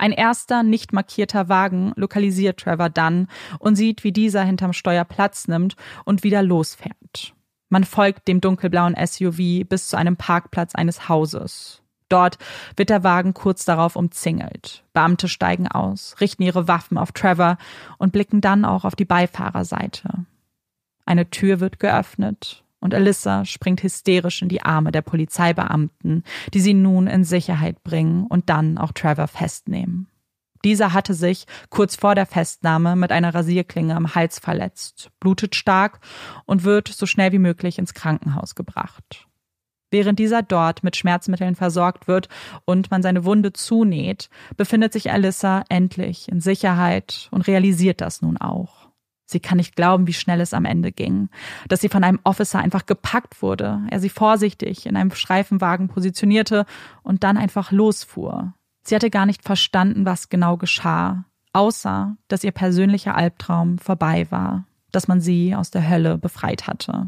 Ein erster, nicht markierter Wagen lokalisiert Trevor dann und sieht, wie dieser hinterm Steuer Platz nimmt und wieder losfährt. Man folgt dem dunkelblauen S U V bis zu einem Parkplatz eines Hauses. Dort wird der Wagen kurz darauf umzingelt. Beamte steigen aus, richten ihre Waffen auf Trevor und blicken dann auch auf die Beifahrerseite. Eine Tür wird geöffnet und Alyssa springt hysterisch in die Arme der Polizeibeamten, die sie nun in Sicherheit bringen und dann auch Trevor festnehmen. Dieser hatte sich kurz vor der Festnahme mit einer Rasierklinge am Hals verletzt, blutet stark und wird so schnell wie möglich ins Krankenhaus gebracht. Während dieser dort mit Schmerzmitteln versorgt wird und man seine Wunde zunäht, befindet sich Alyssa endlich in Sicherheit und realisiert das nun auch. Sie kann nicht glauben, wie schnell es am Ende ging, dass sie von einem Officer einfach gepackt wurde, er sie vorsichtig in einem Streifenwagen positionierte und dann einfach losfuhr. Sie hatte gar nicht verstanden, was genau geschah, außer dass ihr persönlicher Albtraum vorbei war, dass man sie aus der Hölle befreit hatte.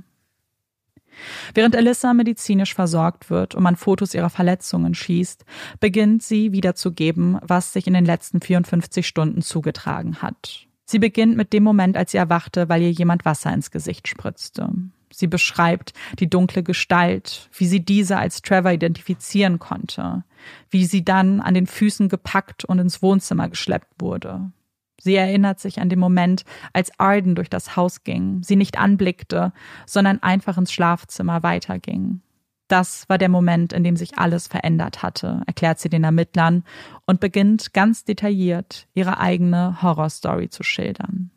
Während Alyssa medizinisch versorgt wird und man Fotos ihrer Verletzungen schießt, beginnt sie wiederzugeben, was sich in den letzten vierundfünfzig Stunden zugetragen hat. Sie beginnt mit dem Moment, als sie erwachte, weil ihr jemand Wasser ins Gesicht spritzte. Sie beschreibt die dunkle Gestalt, wie sie diese als Trevor identifizieren konnte, wie sie dann an den Füßen gepackt und ins Wohnzimmer geschleppt wurde. Sie erinnert sich an den Moment, als Arden durch das Haus ging, sie nicht anblickte, sondern einfach ins Schlafzimmer weiterging. Das war der Moment, in dem sich alles verändert hatte, erklärt sie den Ermittlern und beginnt ganz detailliert, ihre eigene Horrorstory zu schildern.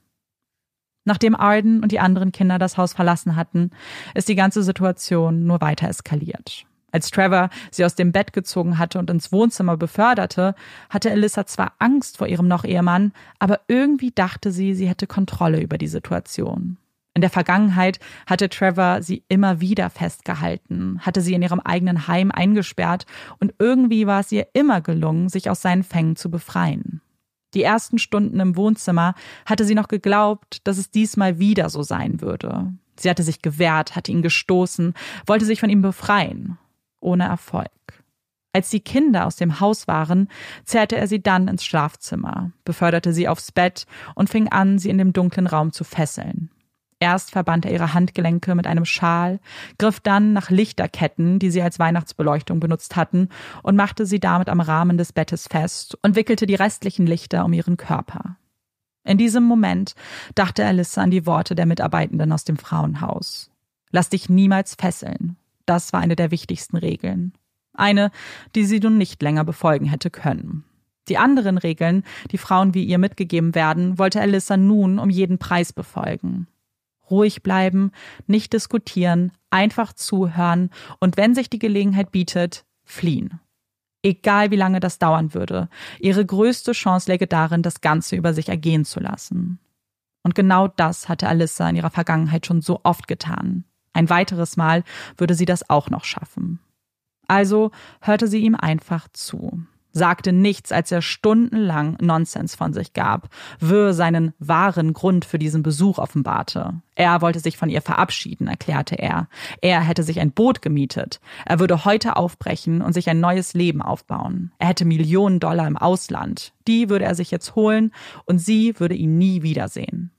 Nachdem Arden und die anderen Kinder das Haus verlassen hatten, ist die ganze Situation nur weiter eskaliert. Als Trevor sie aus dem Bett gezogen hatte und ins Wohnzimmer beförderte, hatte Alyssa zwar Angst vor ihrem Noch-Ehemann, aber irgendwie dachte sie, sie hätte Kontrolle über die Situation. In der Vergangenheit hatte Trevor sie immer wieder festgehalten, hatte sie in ihrem eigenen Heim eingesperrt und irgendwie war es ihr immer gelungen, sich aus seinen Fängen zu befreien. Die ersten Stunden im Wohnzimmer hatte sie noch geglaubt, dass es diesmal wieder so sein würde. Sie hatte sich gewehrt, hatte ihn gestoßen, wollte sich von ihm befreien. Ohne Erfolg. Als die Kinder aus dem Haus waren, zerrte er sie dann ins Schlafzimmer, beförderte sie aufs Bett und fing an, sie in dem dunklen Raum zu fesseln. Erst verband er ihre Handgelenke mit einem Schal, griff dann nach Lichterketten, die sie als Weihnachtsbeleuchtung benutzt hatten, und machte sie damit am Rahmen des Bettes fest und wickelte die restlichen Lichter um ihren Körper. In diesem Moment dachte Alyssa an die Worte der Mitarbeitenden aus dem Frauenhaus. Lass dich niemals fesseln. Das war eine der wichtigsten Regeln. Eine, die sie nun nicht länger befolgen hätte können. Die anderen Regeln, die Frauen wie ihr mitgegeben werden, wollte Alyssa nun um jeden Preis befolgen. Ruhig bleiben, nicht diskutieren, einfach zuhören und wenn sich die Gelegenheit bietet, fliehen. Egal wie lange das dauern würde, ihre größte Chance läge darin, das Ganze über sich ergehen zu lassen. Und genau das hatte Alyssa in ihrer Vergangenheit schon so oft getan. Ein weiteres Mal würde sie das auch noch schaffen. Also hörte sie ihm einfach zu, sagte nichts, als er stundenlang Nonsens von sich gab, Wö seinen wahren Grund für diesen Besuch offenbarte. Er wollte sich von ihr verabschieden, erklärte er. Er hätte sich ein Boot gemietet. Er würde heute aufbrechen und sich ein neues Leben aufbauen. Er hätte Millionen Dollar im Ausland. Die würde er sich jetzt holen und sie würde ihn nie wiedersehen.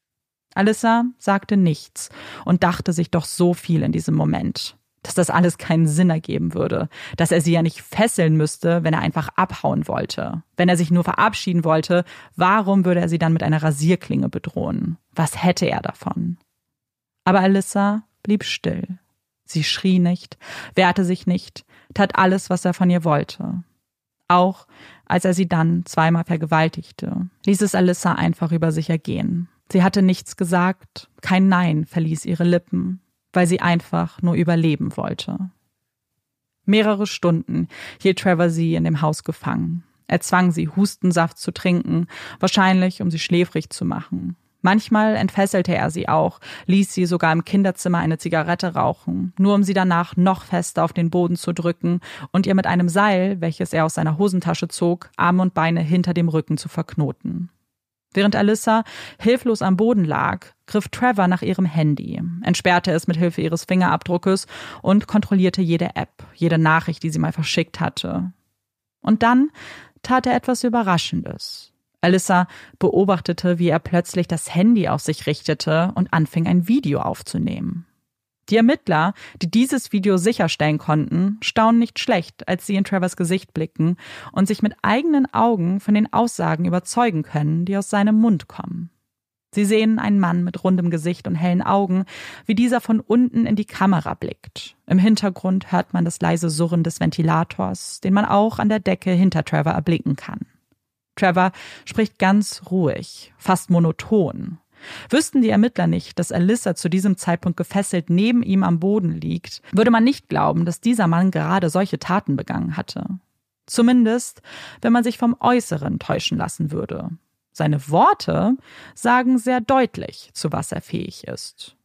Alyssa sagte nichts und dachte sich doch so viel in diesem Moment, dass das alles keinen Sinn ergeben würde, dass er sie ja nicht fesseln müsste, wenn er einfach abhauen wollte. Wenn er sich nur verabschieden wollte, warum würde er sie dann mit einer Rasierklinge bedrohen? Was hätte er davon? Aber Alyssa blieb still. Sie schrie nicht, wehrte sich nicht, tat alles, was er von ihr wollte. Auch als er sie dann zweimal vergewaltigte, ließ es Alyssa einfach über sich ergehen. Sie hatte nichts gesagt, kein Nein verließ ihre Lippen, weil sie einfach nur überleben wollte. Mehrere Stunden hielt Trevor sie in dem Haus gefangen. Er zwang sie, Hustensaft zu trinken, wahrscheinlich um sie schläfrig zu machen. Manchmal entfesselte er sie auch, ließ sie sogar im Kinderzimmer eine Zigarette rauchen, nur um sie danach noch fester auf den Boden zu drücken und ihr mit einem Seil, welches er aus seiner Hosentasche zog, Arme und Beine hinter dem Rücken zu verknoten. Während Alyssa hilflos am Boden lag, griff Trevor nach ihrem Handy, entsperrte es mit Hilfe ihres Fingerabdruckes und kontrollierte jede App, jede Nachricht, die sie mal verschickt hatte. Und dann tat er etwas Überraschendes. Alyssa beobachtete, wie er plötzlich das Handy auf sich richtete und anfing, ein Video aufzunehmen. Die Ermittler, die dieses Video sicherstellen konnten, staunen nicht schlecht, als sie in Trevors Gesicht blicken und sich mit eigenen Augen von den Aussagen überzeugen können, die aus seinem Mund kommen. Sie sehen einen Mann mit rundem Gesicht und hellen Augen, wie dieser von unten in die Kamera blickt. Im Hintergrund hört man das leise Surren des Ventilators, den man auch an der Decke hinter Trevor erblicken kann. Trevor spricht ganz ruhig, fast monoton. Wüssten die Ermittler nicht, dass Alyssa zu diesem Zeitpunkt gefesselt neben ihm am Boden liegt, würde man nicht glauben, dass dieser Mann gerade solche Taten begangen hatte. Zumindest, wenn man sich vom Äußeren täuschen lassen würde. Seine Worte sagen sehr deutlich, zu was er fähig ist.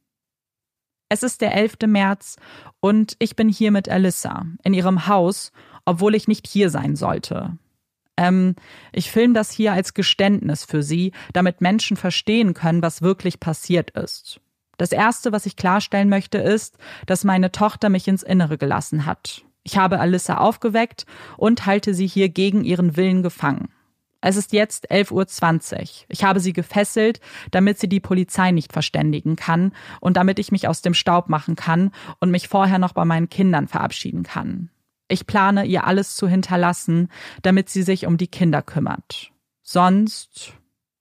Es ist der elfte März und ich bin hier mit Alyssa in ihrem Haus, obwohl ich nicht hier sein sollte. Ähm, ich filme das hier als Geständnis für sie, damit Menschen verstehen können, was wirklich passiert ist. Das Erste, was ich klarstellen möchte, ist, dass meine Tochter mich ins Innere gelassen hat. Ich habe Alyssa aufgeweckt und halte sie hier gegen ihren Willen gefangen. Es ist jetzt elf Uhr zwanzig. Ich habe sie gefesselt, damit sie die Polizei nicht verständigen kann und damit ich mich aus dem Staub machen kann und mich vorher noch bei meinen Kindern verabschieden kann. Ich plane, ihr alles zu hinterlassen, damit sie sich um die Kinder kümmert. Sonst...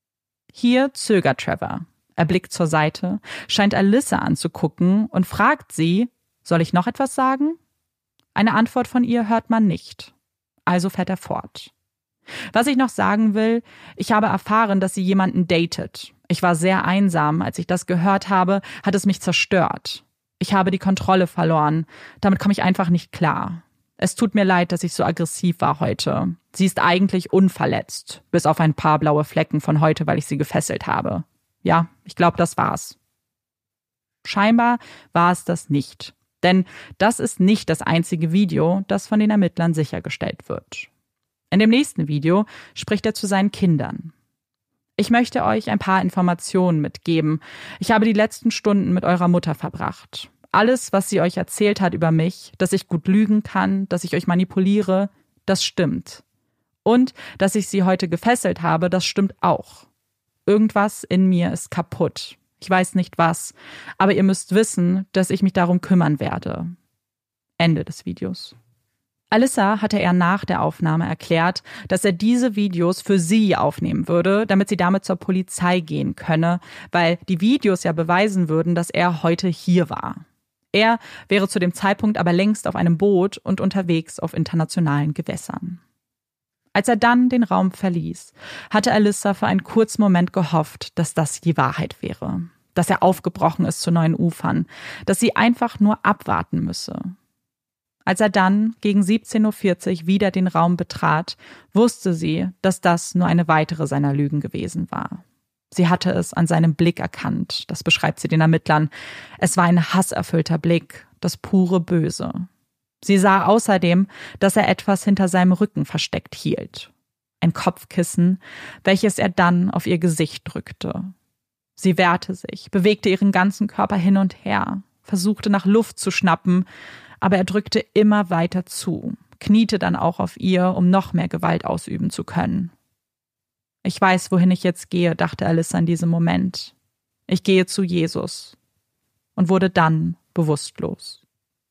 Hier zögert Trevor. Er blickt zur Seite, scheint Alyssa anzugucken und fragt sie, soll ich noch etwas sagen? Eine Antwort von ihr hört man nicht. Also fährt er fort. Was ich noch sagen will, ich habe erfahren, dass sie jemanden datet. Ich war sehr einsam. Als ich das gehört habe, hat es mich zerstört. Ich habe die Kontrolle verloren. Damit komme ich einfach nicht klar. Es tut mir leid, dass ich so aggressiv war heute. Sie ist eigentlich unverletzt, bis auf ein paar blaue Flecken von heute, weil ich sie gefesselt habe. Ja, ich glaube, das war's. Scheinbar war es das nicht. Denn das ist nicht das einzige Video, das von den Ermittlern sichergestellt wird. In dem nächsten Video spricht er zu seinen Kindern. Ich möchte euch ein paar Informationen mitgeben. Ich habe die letzten Stunden mit eurer Mutter verbracht. Alles, was sie euch erzählt hat über mich, dass ich gut lügen kann, dass ich euch manipuliere, das stimmt. Und dass ich sie heute gefesselt habe, das stimmt auch. Irgendwas in mir ist kaputt. Ich weiß nicht was, aber ihr müsst wissen, dass ich mich darum kümmern werde. Ende des Videos. Alyssa hatte er nach der Aufnahme erklärt, dass er diese Videos für sie aufnehmen würde, damit sie damit zur Polizei gehen könne, weil die Videos ja beweisen würden, dass er heute hier war. Er wäre zu dem Zeitpunkt aber längst auf einem Boot und unterwegs auf internationalen Gewässern. Als er dann den Raum verließ, hatte Alyssa für einen kurzen Moment gehofft, dass das die Wahrheit wäre, dass er aufgebrochen ist zu neuen Ufern, dass sie einfach nur abwarten müsse. Als er dann gegen siebzehn Uhr vierzig wieder den Raum betrat, wusste sie, dass das nur eine weitere seiner Lügen gewesen war. Sie hatte es an seinem Blick erkannt, das beschreibt sie den Ermittlern. Es war ein hasserfüllter Blick, das pure Böse. Sie sah außerdem, dass er etwas hinter seinem Rücken versteckt hielt. Ein Kopfkissen, welches er dann auf ihr Gesicht drückte. Sie wehrte sich, bewegte ihren ganzen Körper hin und her, versuchte nach Luft zu schnappen, aber er drückte immer weiter zu, kniete dann auch auf ihr, um noch mehr Gewalt ausüben zu können. Ich weiß, wohin ich jetzt gehe, dachte Alyssa in diesem Moment. Ich gehe zu Jesus und wurde dann bewusstlos.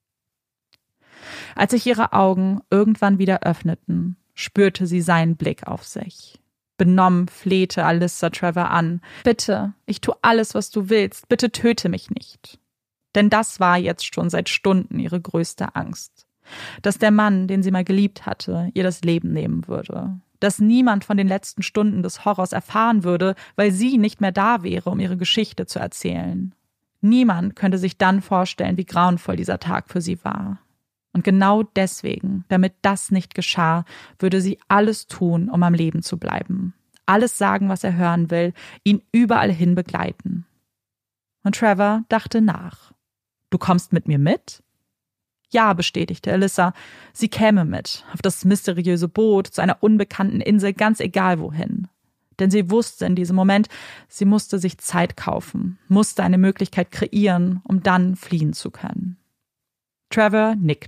Als sich ihre Augen irgendwann wieder öffneten, spürte sie seinen Blick auf sich. Benommen flehte Alyssa Trevor an. Bitte, ich tue alles, was du willst, bitte töte mich nicht. Denn das war jetzt schon seit Stunden ihre größte Angst. Dass der Mann, den sie mal geliebt hatte, ihr das Leben nehmen würde. Dass niemand von den letzten Stunden des Horrors erfahren würde, weil sie nicht mehr da wäre, um ihre Geschichte zu erzählen. Niemand könnte sich dann vorstellen, wie grauenvoll dieser Tag für sie war. Und genau deswegen, damit das nicht geschah, würde sie alles tun, um am Leben zu bleiben. Alles sagen, was er hören will, ihn überall hin begleiten. Und Trevor dachte nach. Du kommst mit mir mit? Ja, bestätigte Alyssa. Sie käme mit, auf das mysteriöse Boot, zu einer unbekannten Insel, ganz egal wohin. Denn sie wusste in diesem Moment, sie musste sich Zeit kaufen, musste eine Möglichkeit kreieren, um dann fliehen zu können. Trevor nickte.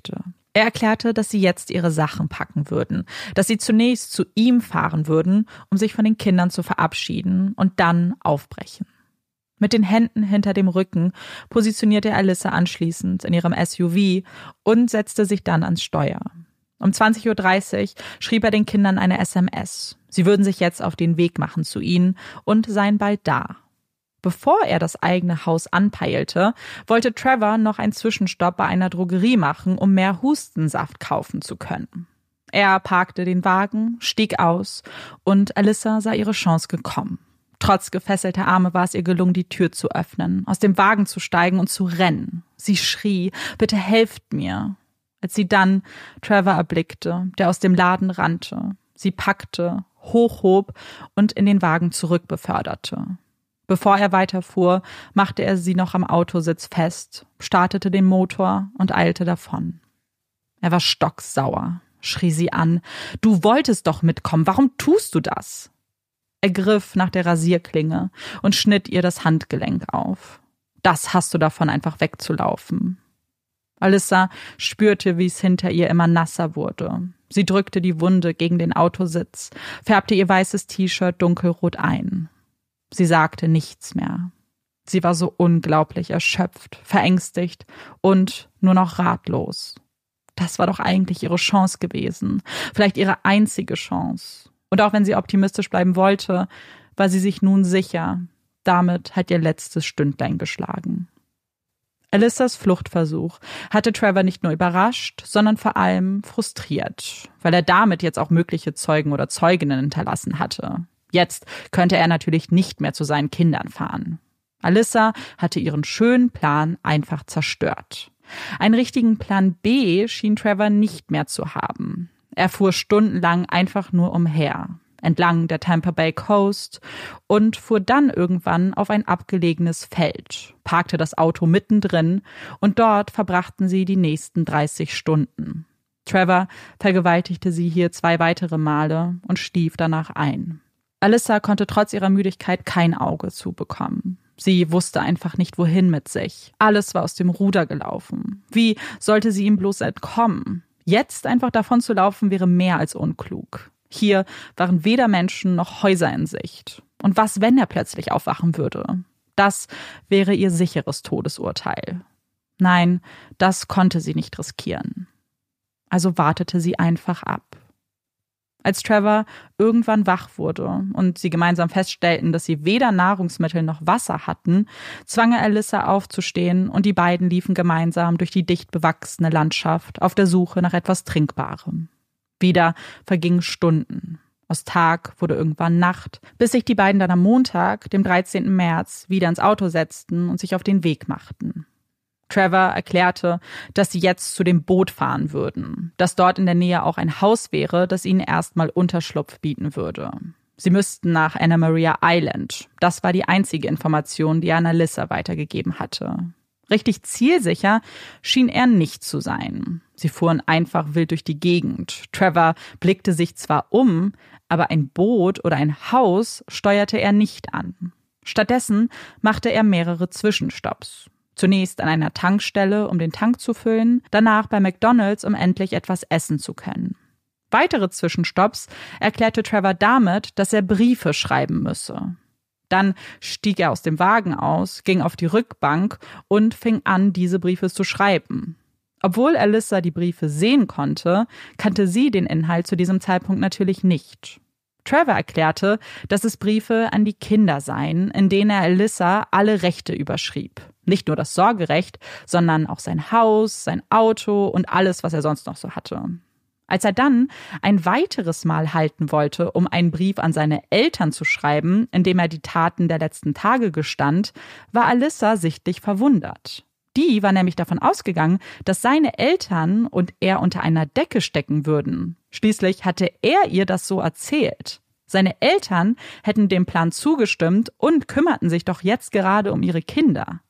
Er erklärte, dass sie jetzt ihre Sachen packen würden, dass sie zunächst zu ihm fahren würden, um sich von den Kindern zu verabschieden und dann aufbrechen. Mit den Händen hinter dem Rücken positionierte Alyssa anschließend in ihrem S U V und setzte sich dann ans Steuer. Um zwanzig Uhr dreißig schrieb er den Kindern eine S M S. Sie würden sich jetzt auf den Weg machen zu ihnen und seien bald da. Bevor er das eigene Haus anpeilte, wollte Trevor noch einen Zwischenstopp bei einer Drogerie machen, um mehr Hustensaft kaufen zu können. Er parkte den Wagen, stieg aus und Alyssa sah ihre Chance gekommen. Trotz gefesselter Arme war es ihr gelungen, die Tür zu öffnen, aus dem Wagen zu steigen und zu rennen. Sie schrie, bitte helft mir. Als sie dann Trevor erblickte, der aus dem Laden rannte, sie packte, hochhob und in den Wagen zurückbeförderte. Bevor er weiterfuhr, machte er sie noch am Autositz fest, startete den Motor und eilte davon. Er war stocksauer, schrie sie an. Du wolltest doch mitkommen, warum tust du das? Er griff nach der Rasierklinge und schnitt ihr das Handgelenk auf. Das hast du davon, einfach wegzulaufen. Alyssa spürte, wie es hinter ihr immer nasser wurde. Sie drückte die Wunde gegen den Autositz, färbte ihr weißes T-Shirt dunkelrot ein. Sie sagte nichts mehr. Sie war so unglaublich erschöpft, verängstigt und nur noch ratlos. Das war doch eigentlich ihre Chance gewesen, vielleicht ihre einzige Chance. Und auch wenn sie optimistisch bleiben wollte, war sie sich nun sicher, damit hat ihr letztes Stündlein geschlagen. Alyssas Fluchtversuch hatte Trevor nicht nur überrascht, sondern vor allem frustriert, weil er damit jetzt auch mögliche Zeugen oder Zeuginnen hinterlassen hatte. Jetzt könnte er natürlich nicht mehr zu seinen Kindern fahren. Alyssa hatte ihren schönen Plan einfach zerstört. Einen richtigen Plan B schien Trevor nicht mehr zu haben. Er fuhr stundenlang einfach nur umher, entlang der Tampa Bay Coast und fuhr dann irgendwann auf ein abgelegenes Feld, parkte das Auto mittendrin und dort verbrachten sie die nächsten dreißig Stunden. Trevor vergewaltigte sie hier zwei weitere Male und schlief danach ein. Alyssa konnte trotz ihrer Müdigkeit kein Auge zubekommen. Sie wusste einfach nicht, wohin mit sich. Alles war aus dem Ruder gelaufen. Wie sollte sie ihm bloß entkommen? Jetzt einfach davon zu laufen, wäre mehr als unklug. Hier waren weder Menschen noch Häuser in Sicht. Und was, wenn er plötzlich aufwachen würde? Das wäre ihr sicheres Todesurteil. Nein, das konnte sie nicht riskieren. Also wartete sie einfach ab. Als Trevor irgendwann wach wurde und sie gemeinsam feststellten, dass sie weder Nahrungsmittel noch Wasser hatten, zwang er Alyssa aufzustehen und die beiden liefen gemeinsam durch die dicht bewachsene Landschaft auf der Suche nach etwas Trinkbarem. Wieder vergingen Stunden. Aus Tag wurde irgendwann Nacht, bis sich die beiden dann am Montag, dem dreizehnten März, wieder ins Auto setzten und sich auf den Weg machten. Trevor erklärte, dass sie jetzt zu dem Boot fahren würden, dass dort in der Nähe auch ein Haus wäre, das ihnen erstmal Unterschlupf bieten würde. Sie müssten nach Anna Maria Island. Das war die einzige Information, die er an Alyssa weitergegeben hatte. Richtig zielsicher schien er nicht zu sein. Sie fuhren einfach wild durch die Gegend. Trevor blickte sich zwar um, aber ein Boot oder ein Haus steuerte er nicht an. Stattdessen machte er mehrere Zwischenstopps. Zunächst an einer Tankstelle, um den Tank zu füllen, danach bei McDonald's, um endlich etwas essen zu können. Weitere Zwischenstopps erklärte Trevor damit, dass er Briefe schreiben müsse. Dann stieg er aus dem Wagen aus, ging auf die Rückbank und fing an, diese Briefe zu schreiben. Obwohl Alyssa die Briefe sehen konnte, kannte sie den Inhalt zu diesem Zeitpunkt natürlich nicht. Trevor erklärte, dass es Briefe an die Kinder seien, in denen er Alyssa alle Rechte überschrieb. Nicht nur das Sorgerecht, sondern auch sein Haus, sein Auto und alles, was er sonst noch so hatte. Als er dann ein weiteres Mal halten wollte, um einen Brief an seine Eltern zu schreiben, in dem er die Taten der letzten Tage gestand, war Alyssa sichtlich verwundert. Die war nämlich davon ausgegangen, dass seine Eltern und er unter einer Decke stecken würden. Schließlich hatte er ihr das so erzählt. Seine Eltern hätten dem Plan zugestimmt und kümmerten sich doch jetzt gerade um ihre Kinder.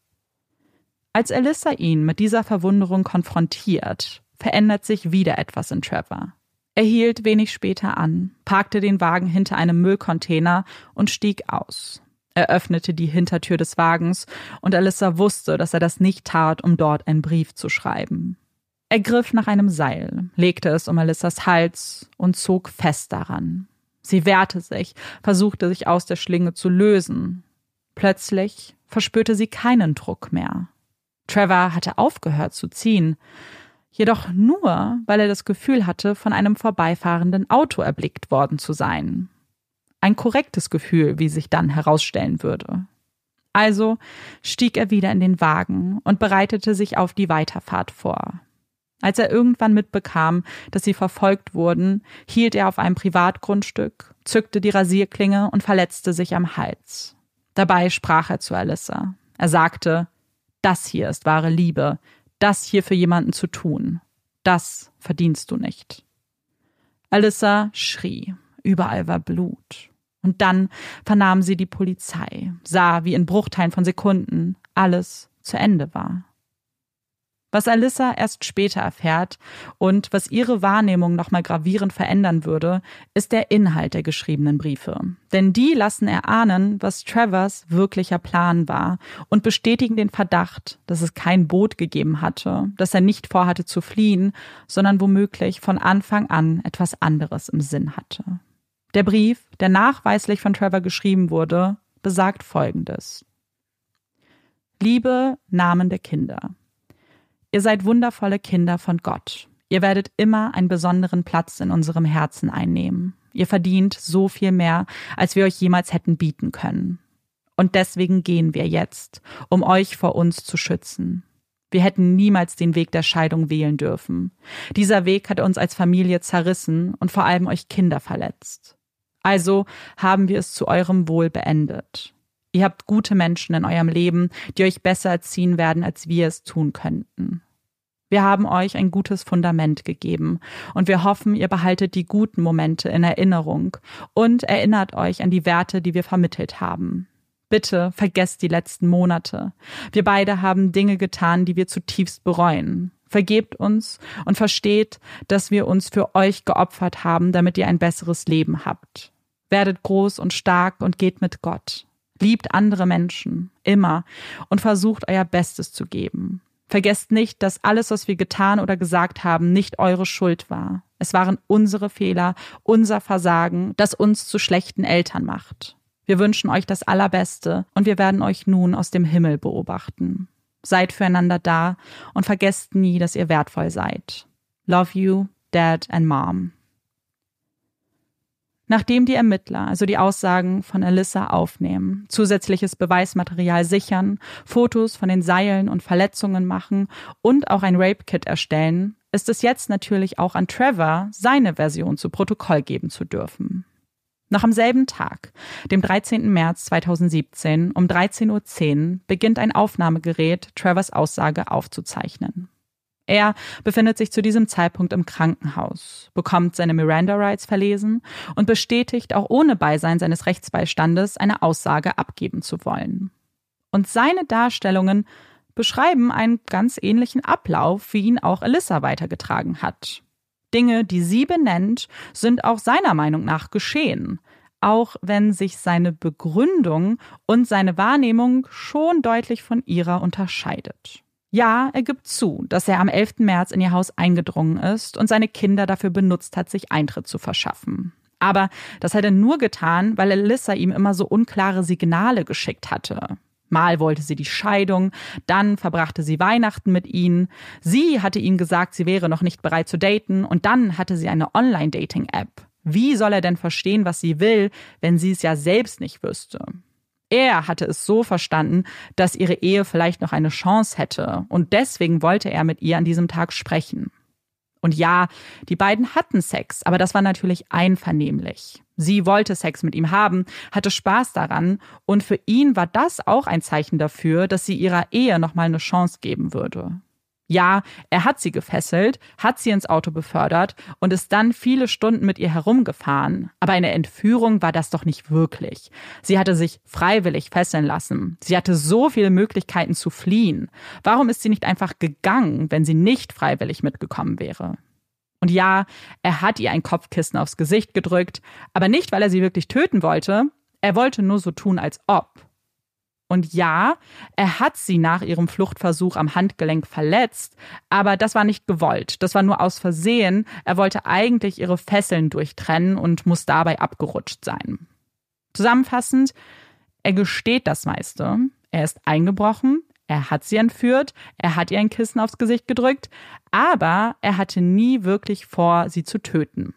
Als Alyssa ihn mit dieser Verwunderung konfrontiert, verändert sich wieder etwas in Trevor. Er hielt wenig später an, parkte den Wagen hinter einem Müllcontainer und stieg aus. Er öffnete die Hintertür des Wagens und Alyssa wusste, dass er das nicht tat, um dort einen Brief zu schreiben. Er griff nach einem Seil, legte es um Alissas Hals und zog fest daran. Sie wehrte sich, versuchte sich aus der Schlinge zu lösen. Plötzlich verspürte sie keinen Druck mehr. Trevor hatte aufgehört zu ziehen, jedoch nur, weil er das Gefühl hatte, von einem vorbeifahrenden Auto erblickt worden zu sein. Ein korrektes Gefühl, wie sich dann herausstellen würde. Also stieg er wieder in den Wagen und bereitete sich auf die Weiterfahrt vor. Als er irgendwann mitbekam, dass sie verfolgt wurden, hielt er auf einem Privatgrundstück, zückte die Rasierklinge und verletzte sich am Hals. Dabei sprach er zu Alyssa. Er sagte: Das hier ist wahre Liebe, das hier für jemanden zu tun. Das verdienst du nicht. Alyssa schrie, überall war Blut. Und dann vernahm sie die Polizei, sah, wie in Bruchteilen von Sekunden alles zu Ende war. Was Alyssa erst später erfährt und was ihre Wahrnehmung nochmal gravierend verändern würde, ist der Inhalt der geschriebenen Briefe. Denn die lassen erahnen, was Trevors wirklicher Plan war und bestätigen den Verdacht, dass es kein Boot gegeben hatte, dass er nicht vorhatte zu fliehen, sondern womöglich von Anfang an etwas anderes im Sinn hatte. Der Brief, der nachweislich von Trevor geschrieben wurde, besagt Folgendes: Liebe Namen der Kinder. Ihr seid wundervolle Kinder von Gott. Ihr werdet immer einen besonderen Platz in unserem Herzen einnehmen. Ihr verdient so viel mehr, als wir euch jemals hätten bieten können. Und deswegen gehen wir jetzt, um euch vor uns zu schützen. Wir hätten niemals den Weg der Scheidung wählen dürfen. Dieser Weg hat uns als Familie zerrissen und vor allem euch Kinder verletzt. Also haben wir es zu eurem Wohl beendet. Ihr habt gute Menschen in eurem Leben, die euch besser erziehen werden, als wir es tun könnten. Wir haben euch ein gutes Fundament gegeben und wir hoffen, ihr behaltet die guten Momente in Erinnerung und erinnert euch an die Werte, die wir vermittelt haben. Bitte vergesst die letzten Monate. Wir beide haben Dinge getan, die wir zutiefst bereuen. Vergebt uns und versteht, dass wir uns für euch geopfert haben, damit ihr ein besseres Leben habt. Werdet groß und stark und geht mit Gott. Liebt andere Menschen, immer, und versucht euer Bestes zu geben. Vergesst nicht, dass alles, was wir getan oder gesagt haben, nicht eure Schuld war. Es waren unsere Fehler, unser Versagen, das uns zu schlechten Eltern macht. Wir wünschen euch das Allerbeste und wir werden euch nun aus dem Himmel beobachten. Seid füreinander da und vergesst nie, dass ihr wertvoll seid. Love you, Dad and Mom. Nachdem die Ermittler also die Aussagen von Alyssa aufnehmen, zusätzliches Beweismaterial sichern, Fotos von den Seilen und Verletzungen machen und auch ein Rape-Kit erstellen, ist es jetzt natürlich auch an Trevor, seine Version zu Protokoll geben zu dürfen. Noch am selben Tag, dem dreizehnten März zweitausendsiebzehn um dreizehn Uhr zehn, beginnt ein Aufnahmegerät, Trevors Aussage aufzuzeichnen. Er befindet sich zu diesem Zeitpunkt im Krankenhaus, bekommt seine Miranda-Rights verlesen und bestätigt auch ohne Beisein seines Rechtsbeistandes eine Aussage abgeben zu wollen. Und seine Darstellungen beschreiben einen ganz ähnlichen Ablauf, wie ihn auch Alyssa weitergetragen hat. Dinge, die sie benennt, sind auch seiner Meinung nach geschehen, auch wenn sich seine Begründung und seine Wahrnehmung schon deutlich von ihrer unterscheidet. Ja, er gibt zu, dass er am elften März in ihr Haus eingedrungen ist und seine Kinder dafür benutzt hat, sich Eintritt zu verschaffen. Aber das hat er nur getan, weil Alyssa ihm immer so unklare Signale geschickt hatte. Mal wollte sie die Scheidung, dann verbrachte sie Weihnachten mit ihnen. Sie hatte ihm gesagt, sie wäre noch nicht bereit zu daten und dann hatte sie eine Online-Dating-App. Wie soll er denn verstehen, was sie will, wenn sie es ja selbst nicht wüsste? Er hatte es so verstanden, dass ihre Ehe vielleicht noch eine Chance hätte und deswegen wollte er mit ihr an diesem Tag sprechen. Und ja, die beiden hatten Sex, aber das war natürlich einvernehmlich. Sie wollte Sex mit ihm haben, hatte Spaß daran und für ihn war das auch ein Zeichen dafür, dass sie ihrer Ehe nochmal eine Chance geben würde. Ja, er hat sie gefesselt, hat sie ins Auto befördert und ist dann viele Stunden mit ihr herumgefahren. Aber eine Entführung war das doch nicht wirklich. Sie hatte sich freiwillig fesseln lassen. Sie hatte so viele Möglichkeiten zu fliehen. Warum ist sie nicht einfach gegangen, wenn sie nicht freiwillig mitgekommen wäre? Und ja, er hat ihr ein Kopfkissen aufs Gesicht gedrückt, aber nicht, weil er sie wirklich töten wollte. Er wollte nur so tun, als ob. Und ja, er hat sie nach ihrem Fluchtversuch am Handgelenk verletzt, aber das war nicht gewollt. Das war nur aus Versehen. Er wollte eigentlich ihre Fesseln durchtrennen und muss dabei abgerutscht sein. Zusammenfassend, er gesteht das meiste. Er ist eingebrochen, er hat sie entführt, er hat ihr ein Kissen aufs Gesicht gedrückt, aber er hatte nie wirklich vor, sie zu töten.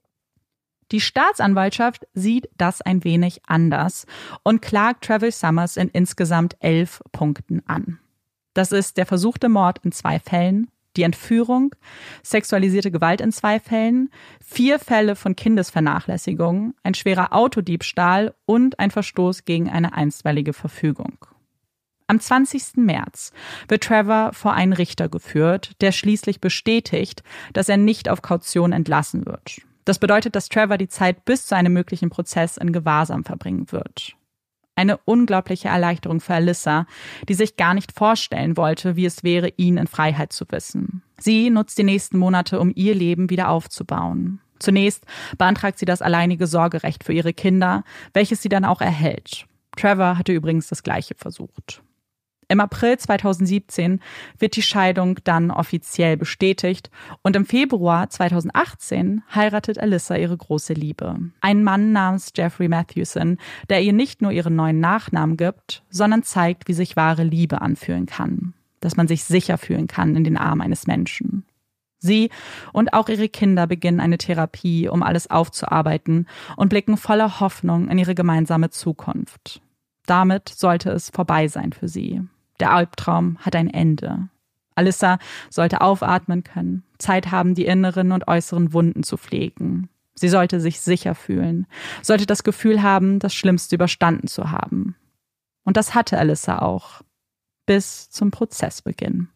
Die Staatsanwaltschaft sieht das ein wenig anders und klagt Trevor Summers in insgesamt elf Punkten an. Das ist der versuchte Mord in zwei Fällen, die Entführung, sexualisierte Gewalt in zwei Fällen, vier Fälle von Kindesvernachlässigung, ein schwerer Autodiebstahl und ein Verstoß gegen eine einstweilige Verfügung. Am zwanzigsten März wird Trevor vor einen Richter geführt, der schließlich bestätigt, dass er nicht auf Kaution entlassen wird. Das bedeutet, dass Trevor die Zeit bis zu einem möglichen Prozess in Gewahrsam verbringen wird. Eine unglaubliche Erleichterung für Alyssa, die sich gar nicht vorstellen wollte, wie es wäre, ihn in Freiheit zu wissen. Sie nutzt die nächsten Monate, um ihr Leben wieder aufzubauen. Zunächst beantragt sie das alleinige Sorgerecht für ihre Kinder, welches sie dann auch erhält. Trevor hatte übrigens das Gleiche versucht. Im April zweitausendsiebzehn wird die Scheidung dann offiziell bestätigt und im Februar zweitausendachtzehn heiratet Alyssa ihre große Liebe. Einen Mann namens Jeffrey Matthewson, der ihr nicht nur ihren neuen Nachnamen gibt, sondern zeigt, wie sich wahre Liebe anfühlen kann. Dass man sich sicher fühlen kann in den Armen eines Menschen. Sie und auch ihre Kinder beginnen eine Therapie, um alles aufzuarbeiten und blicken voller Hoffnung in ihre gemeinsame Zukunft. Damit sollte es vorbei sein für sie. Der Albtraum hat ein Ende. Alyssa sollte aufatmen können, Zeit haben, die inneren und äußeren Wunden zu pflegen. Sie sollte sich sicher fühlen, sollte das Gefühl haben, das Schlimmste überstanden zu haben. Und das hatte Alyssa auch, bis zum Prozessbeginn.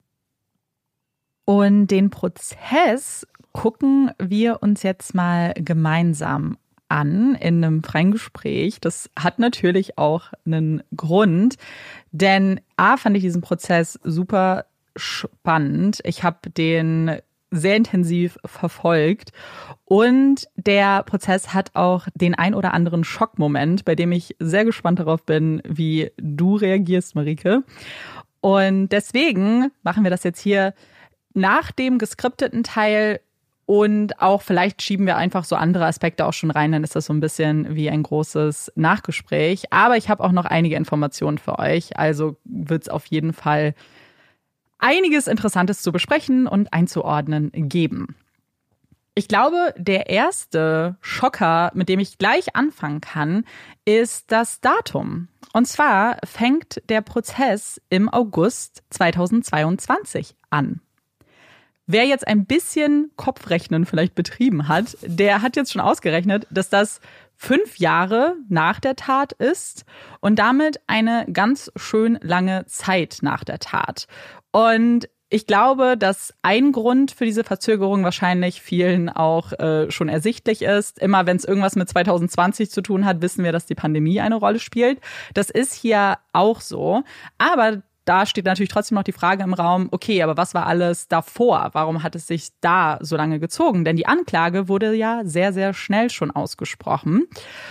Und den Prozess gucken wir uns jetzt mal gemeinsam an in einem freien Gespräch. Das hat natürlich auch einen Grund, denn A, fand ich diesen Prozess super spannend. Ich habe den sehr intensiv verfolgt und der Prozess hat auch den ein oder anderen Schockmoment, bei dem ich sehr gespannt darauf bin, wie du reagierst, Marike. Und deswegen machen wir das jetzt hier nach dem geskripteten Teil. Und auch vielleicht schieben wir einfach so andere Aspekte auch schon rein, dann ist das so ein bisschen wie ein großes Nachgespräch. Aber ich habe auch noch einige Informationen für euch, also wird es auf jeden Fall einiges Interessantes zu besprechen und einzuordnen geben. Ich glaube, der erste Schocker, mit dem ich gleich anfangen kann, ist das Datum. Und zwar fängt der Prozess im August zweitausendzweiundzwanzig an. Wer jetzt ein bisschen Kopfrechnen vielleicht betrieben hat, der hat jetzt schon ausgerechnet, dass das fünf Jahre nach der Tat ist und damit eine ganz schön lange Zeit nach der Tat. Und ich glaube, dass ein Grund für diese Verzögerung wahrscheinlich vielen auch äh, schon ersichtlich ist. Immer wenn es irgendwas mit zweitausendzwanzig zu tun hat, wissen wir, dass die Pandemie eine Rolle spielt. Das ist hier auch so. Aber da steht natürlich trotzdem noch die Frage im Raum, okay, aber was war alles davor? Warum hat es sich da so lange gezogen? Denn die Anklage wurde ja sehr, sehr schnell schon ausgesprochen.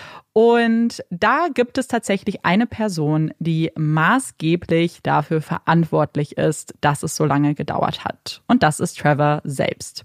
Und da gibt es tatsächlich eine Person, die maßgeblich dafür verantwortlich ist, dass es so lange gedauert hat. Und das ist Trevor selbst.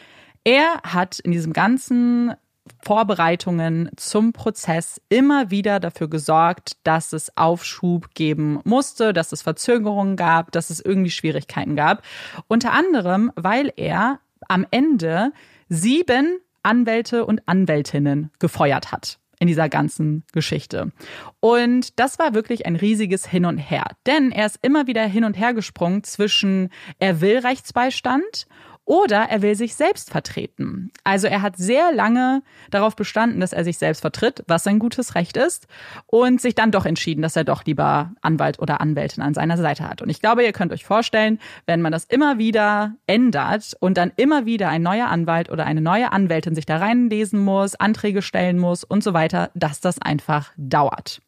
Er hat in diesem ganzen Vorbereitungen zum Prozess immer wieder dafür gesorgt, dass es Aufschub geben musste, dass es Verzögerungen gab, dass es irgendwie Schwierigkeiten gab. Unter anderem, weil er am Ende sieben Anwälte und Anwältinnen gefeuert hat in dieser ganzen Geschichte. Und das war wirklich ein riesiges Hin und Her. Denn er ist immer wieder hin und her gesprungen zwischen, er will Rechtsbeistand oder er will sich selbst vertreten. Also er hat sehr lange darauf bestanden, dass er sich selbst vertritt, was sein gutes Recht ist, und sich dann doch entschieden, dass er doch lieber Anwalt oder Anwältin an seiner Seite hat. Und ich glaube, ihr könnt euch vorstellen, wenn man das immer wieder ändert und dann immer wieder ein neuer Anwalt oder eine neue Anwältin sich da reinlesen muss, Anträge stellen muss und so weiter, dass das einfach dauert.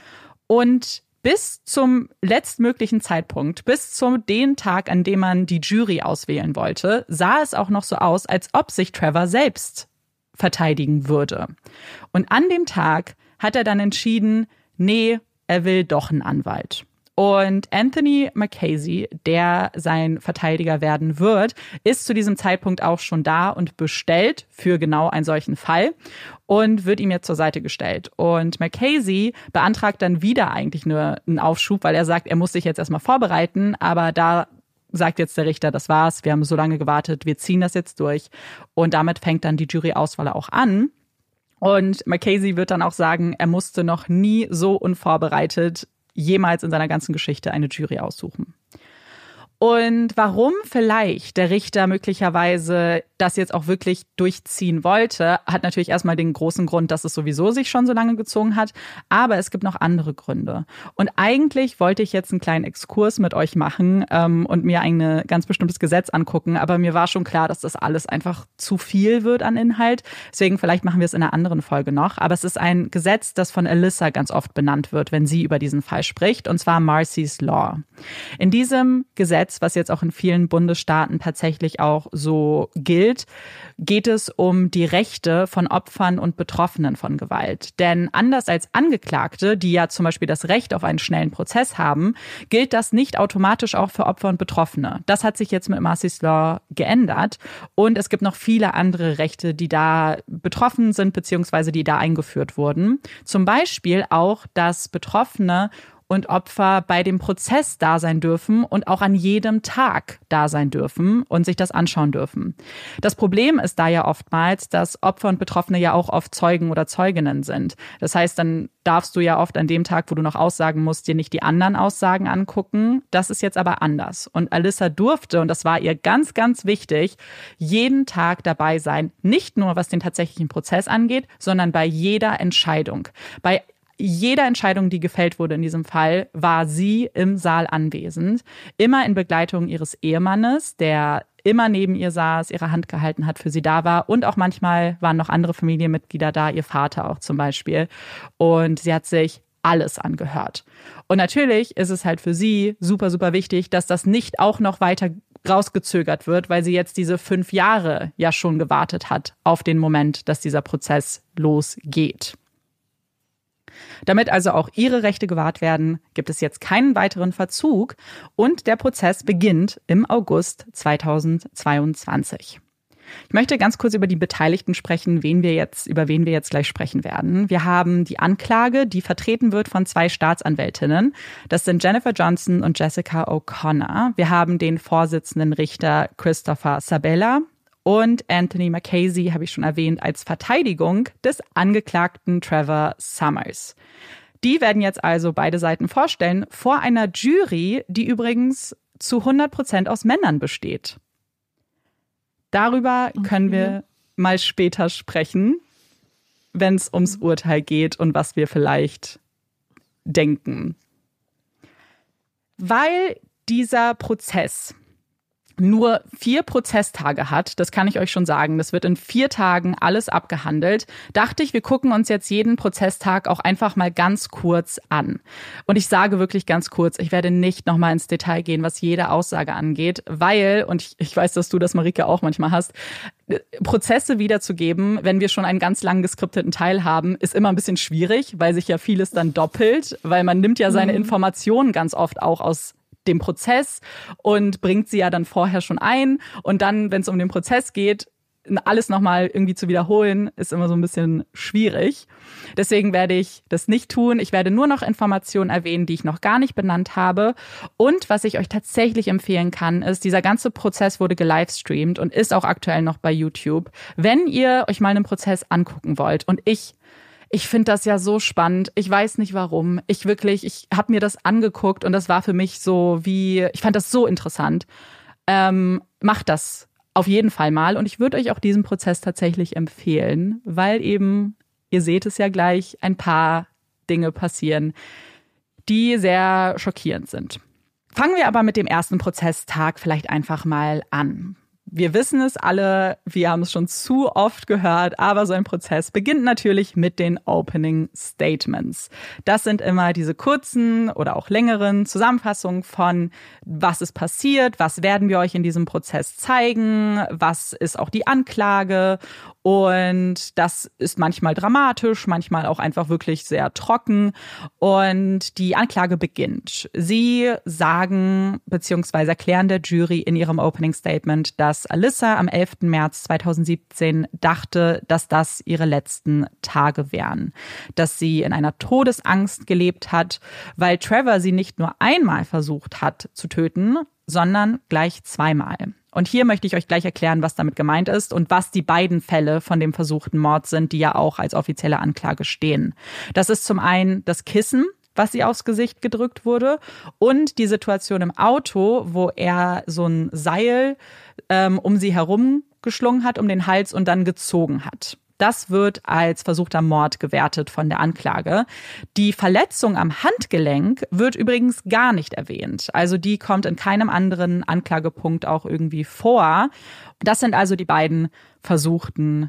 Und bis zum letztmöglichen Zeitpunkt, bis zu dem Tag, an dem man die Jury auswählen wollte, sah es auch noch so aus, als ob sich Trevor selbst verteidigen würde. Und an dem Tag hat er dann entschieden, nee, er will doch einen Anwalt. Und Anthony Mackenzie, der sein Verteidiger werden wird, ist zu diesem Zeitpunkt auch schon da und bestellt für genau einen solchen Fall und wird ihm jetzt zur Seite gestellt. Und Mackenzie beantragt dann wieder eigentlich nur einen Aufschub, weil er sagt, er muss sich jetzt erstmal vorbereiten, aber da sagt jetzt der Richter, das war's, wir haben so lange gewartet, wir ziehen das jetzt durch. Und damit fängt dann die Juryauswahl auch an. Und Mackenzie wird dann auch sagen, er musste noch nie so unvorbereitet jemals in seiner ganzen Geschichte eine Jury aussuchen. Und warum vielleicht der Richter möglicherweise das jetzt auch wirklich durchziehen wollte, hat natürlich erstmal den großen Grund, dass es sowieso sich schon so lange gezogen hat. Aber es gibt noch andere Gründe. Und eigentlich wollte ich jetzt einen kleinen Exkurs mit euch machen ähm, und mir ein ganz bestimmtes Gesetz angucken. Aber mir war schon klar, dass das alles einfach zu viel wird an Inhalt. Deswegen vielleicht machen wir es in einer anderen Folge noch. Aber es ist ein Gesetz, das von Alyssa ganz oft benannt wird, wenn sie über diesen Fall spricht. Und zwar Marsy's Law. In diesem Gesetz, was jetzt auch in vielen Bundesstaaten tatsächlich auch so gilt, geht es um die Rechte von Opfern und Betroffenen von Gewalt. Denn anders als Angeklagte, die ja zum Beispiel das Recht auf einen schnellen Prozess haben, gilt das nicht automatisch auch für Opfer und Betroffene. Das hat sich jetzt mit Marsy's Law geändert und es gibt noch viele andere Rechte, die da betroffen sind bzw. die da eingeführt wurden. Zum Beispiel auch, dass Betroffene und Opfer bei dem Prozess da sein dürfen und auch an jedem Tag da sein dürfen und sich das anschauen dürfen. Das Problem ist da ja oftmals, dass Opfer und Betroffene ja auch oft Zeugen oder Zeuginnen sind. Das heißt, dann darfst du ja oft an dem Tag, wo du noch aussagen musst, dir nicht die anderen Aussagen angucken. Das ist jetzt aber anders. Und Alyssa durfte, und das war ihr ganz, ganz wichtig, jeden Tag dabei sein. Nicht nur, was den tatsächlichen Prozess angeht, sondern bei jeder Entscheidung. Bei jeder Entscheidung, die gefällt wurde in diesem Fall, war sie im Saal anwesend. Immer in Begleitung ihres Ehemannes, der immer neben ihr saß, ihre Hand gehalten hat, für sie da war. Und auch manchmal waren noch andere Familienmitglieder da, ihr Vater auch zum Beispiel. Und sie hat sich alles angehört. Und natürlich ist es halt für sie super, super wichtig, dass das nicht auch noch weiter rausgezögert wird, weil sie jetzt diese fünf Jahre ja schon gewartet hat auf den Moment, dass dieser Prozess losgeht. Damit also auch ihre Rechte gewahrt werden, gibt es jetzt keinen weiteren Verzug und der Prozess beginnt im August zweitausendzweiundzwanzig. Ich möchte ganz kurz über die Beteiligten sprechen, wen wir jetzt, über wen wir jetzt gleich sprechen werden. Wir haben die Anklage, die vertreten wird von zwei Staatsanwältinnen. Das sind Jennifer Johnson und Jessica O'Connor. Wir haben den Vorsitzenden Richter Christopher Sabella. Und Anthony Mackenzie, habe ich schon erwähnt, als Verteidigung des Angeklagten Trevor Summers. Die werden jetzt also beide Seiten vorstellen vor einer Jury, die übrigens zu hundert Prozent aus Männern besteht. Darüber okay. können wir mal später sprechen, wenn es ums Urteil geht und was wir vielleicht denken. Weil dieser Prozess nur vier Prozesstage hat, das kann ich euch schon sagen, das wird in vier Tagen alles abgehandelt, dachte ich, wir gucken uns jetzt jeden Prozesstag auch einfach mal ganz kurz an. Und ich sage wirklich ganz kurz, ich werde nicht nochmal ins Detail gehen, was jede Aussage angeht, weil, und ich, ich weiß, dass du das, Marike, auch manchmal hast, Prozesse wiederzugeben, wenn wir schon einen ganz lang geskripteten Teil haben, ist immer ein bisschen schwierig, weil sich ja vieles dann doppelt, weil man nimmt ja seine Informationen ganz oft auch aus dem Prozess und bringt sie ja dann vorher schon ein. Und dann, wenn es um den Prozess geht, alles nochmal irgendwie zu wiederholen, ist immer so ein bisschen schwierig. Deswegen werde ich das nicht tun. Ich werde nur noch Informationen erwähnen, die ich noch gar nicht benannt habe. Und was ich euch tatsächlich empfehlen kann, ist, dieser ganze Prozess wurde gelivestreamt und ist auch aktuell noch bei YouTube. Wenn ihr euch mal einen Prozess angucken wollt und ich Ich finde das ja so spannend. Ich weiß nicht warum. Ich wirklich, ich habe mir das angeguckt und das war für mich so wie, ich fand das so interessant. Ähm, macht das auf jeden Fall mal. Und ich würde euch auch diesen Prozess tatsächlich empfehlen, weil eben, ihr seht es ja gleich, ein paar Dinge passieren, die sehr schockierend sind. Fangen wir aber mit dem ersten Prozesstag vielleicht einfach mal an. Wir wissen es alle, wir haben es schon zu oft gehört, aber so ein Prozess beginnt natürlich mit den Opening Statements. Das sind immer diese kurzen oder auch längeren Zusammenfassungen von, was ist passiert, was werden wir euch in diesem Prozess zeigen, was ist auch die Anklage. Und das ist manchmal dramatisch, manchmal auch einfach wirklich sehr trocken. Und die Anklage beginnt. Sie sagen bzw. erklären der Jury in ihrem Opening Statement, dass Alyssa am elften März zweitausendsiebzehn dachte, dass das ihre letzten Tage wären. Dass sie in einer Todesangst gelebt hat, weil Trevor sie nicht nur einmal versucht hat zu töten, sondern gleich zweimal. Und hier möchte ich euch gleich erklären, was damit gemeint ist und was die beiden Fälle von dem versuchten Mord sind, die ja auch als offizielle Anklage stehen. Das ist zum einen das Kissen, was sie aufs Gesicht gedrückt wurde, und die Situation im Auto, wo er so ein Seil ähm, um sie herum geschlungen hat, um den Hals und dann gezogen hat. Das wird als versuchter Mord gewertet von der Anklage. Die Verletzung am Handgelenk wird übrigens gar nicht erwähnt. Also die kommt in keinem anderen Anklagepunkt auch irgendwie vor. Das sind also die beiden versuchten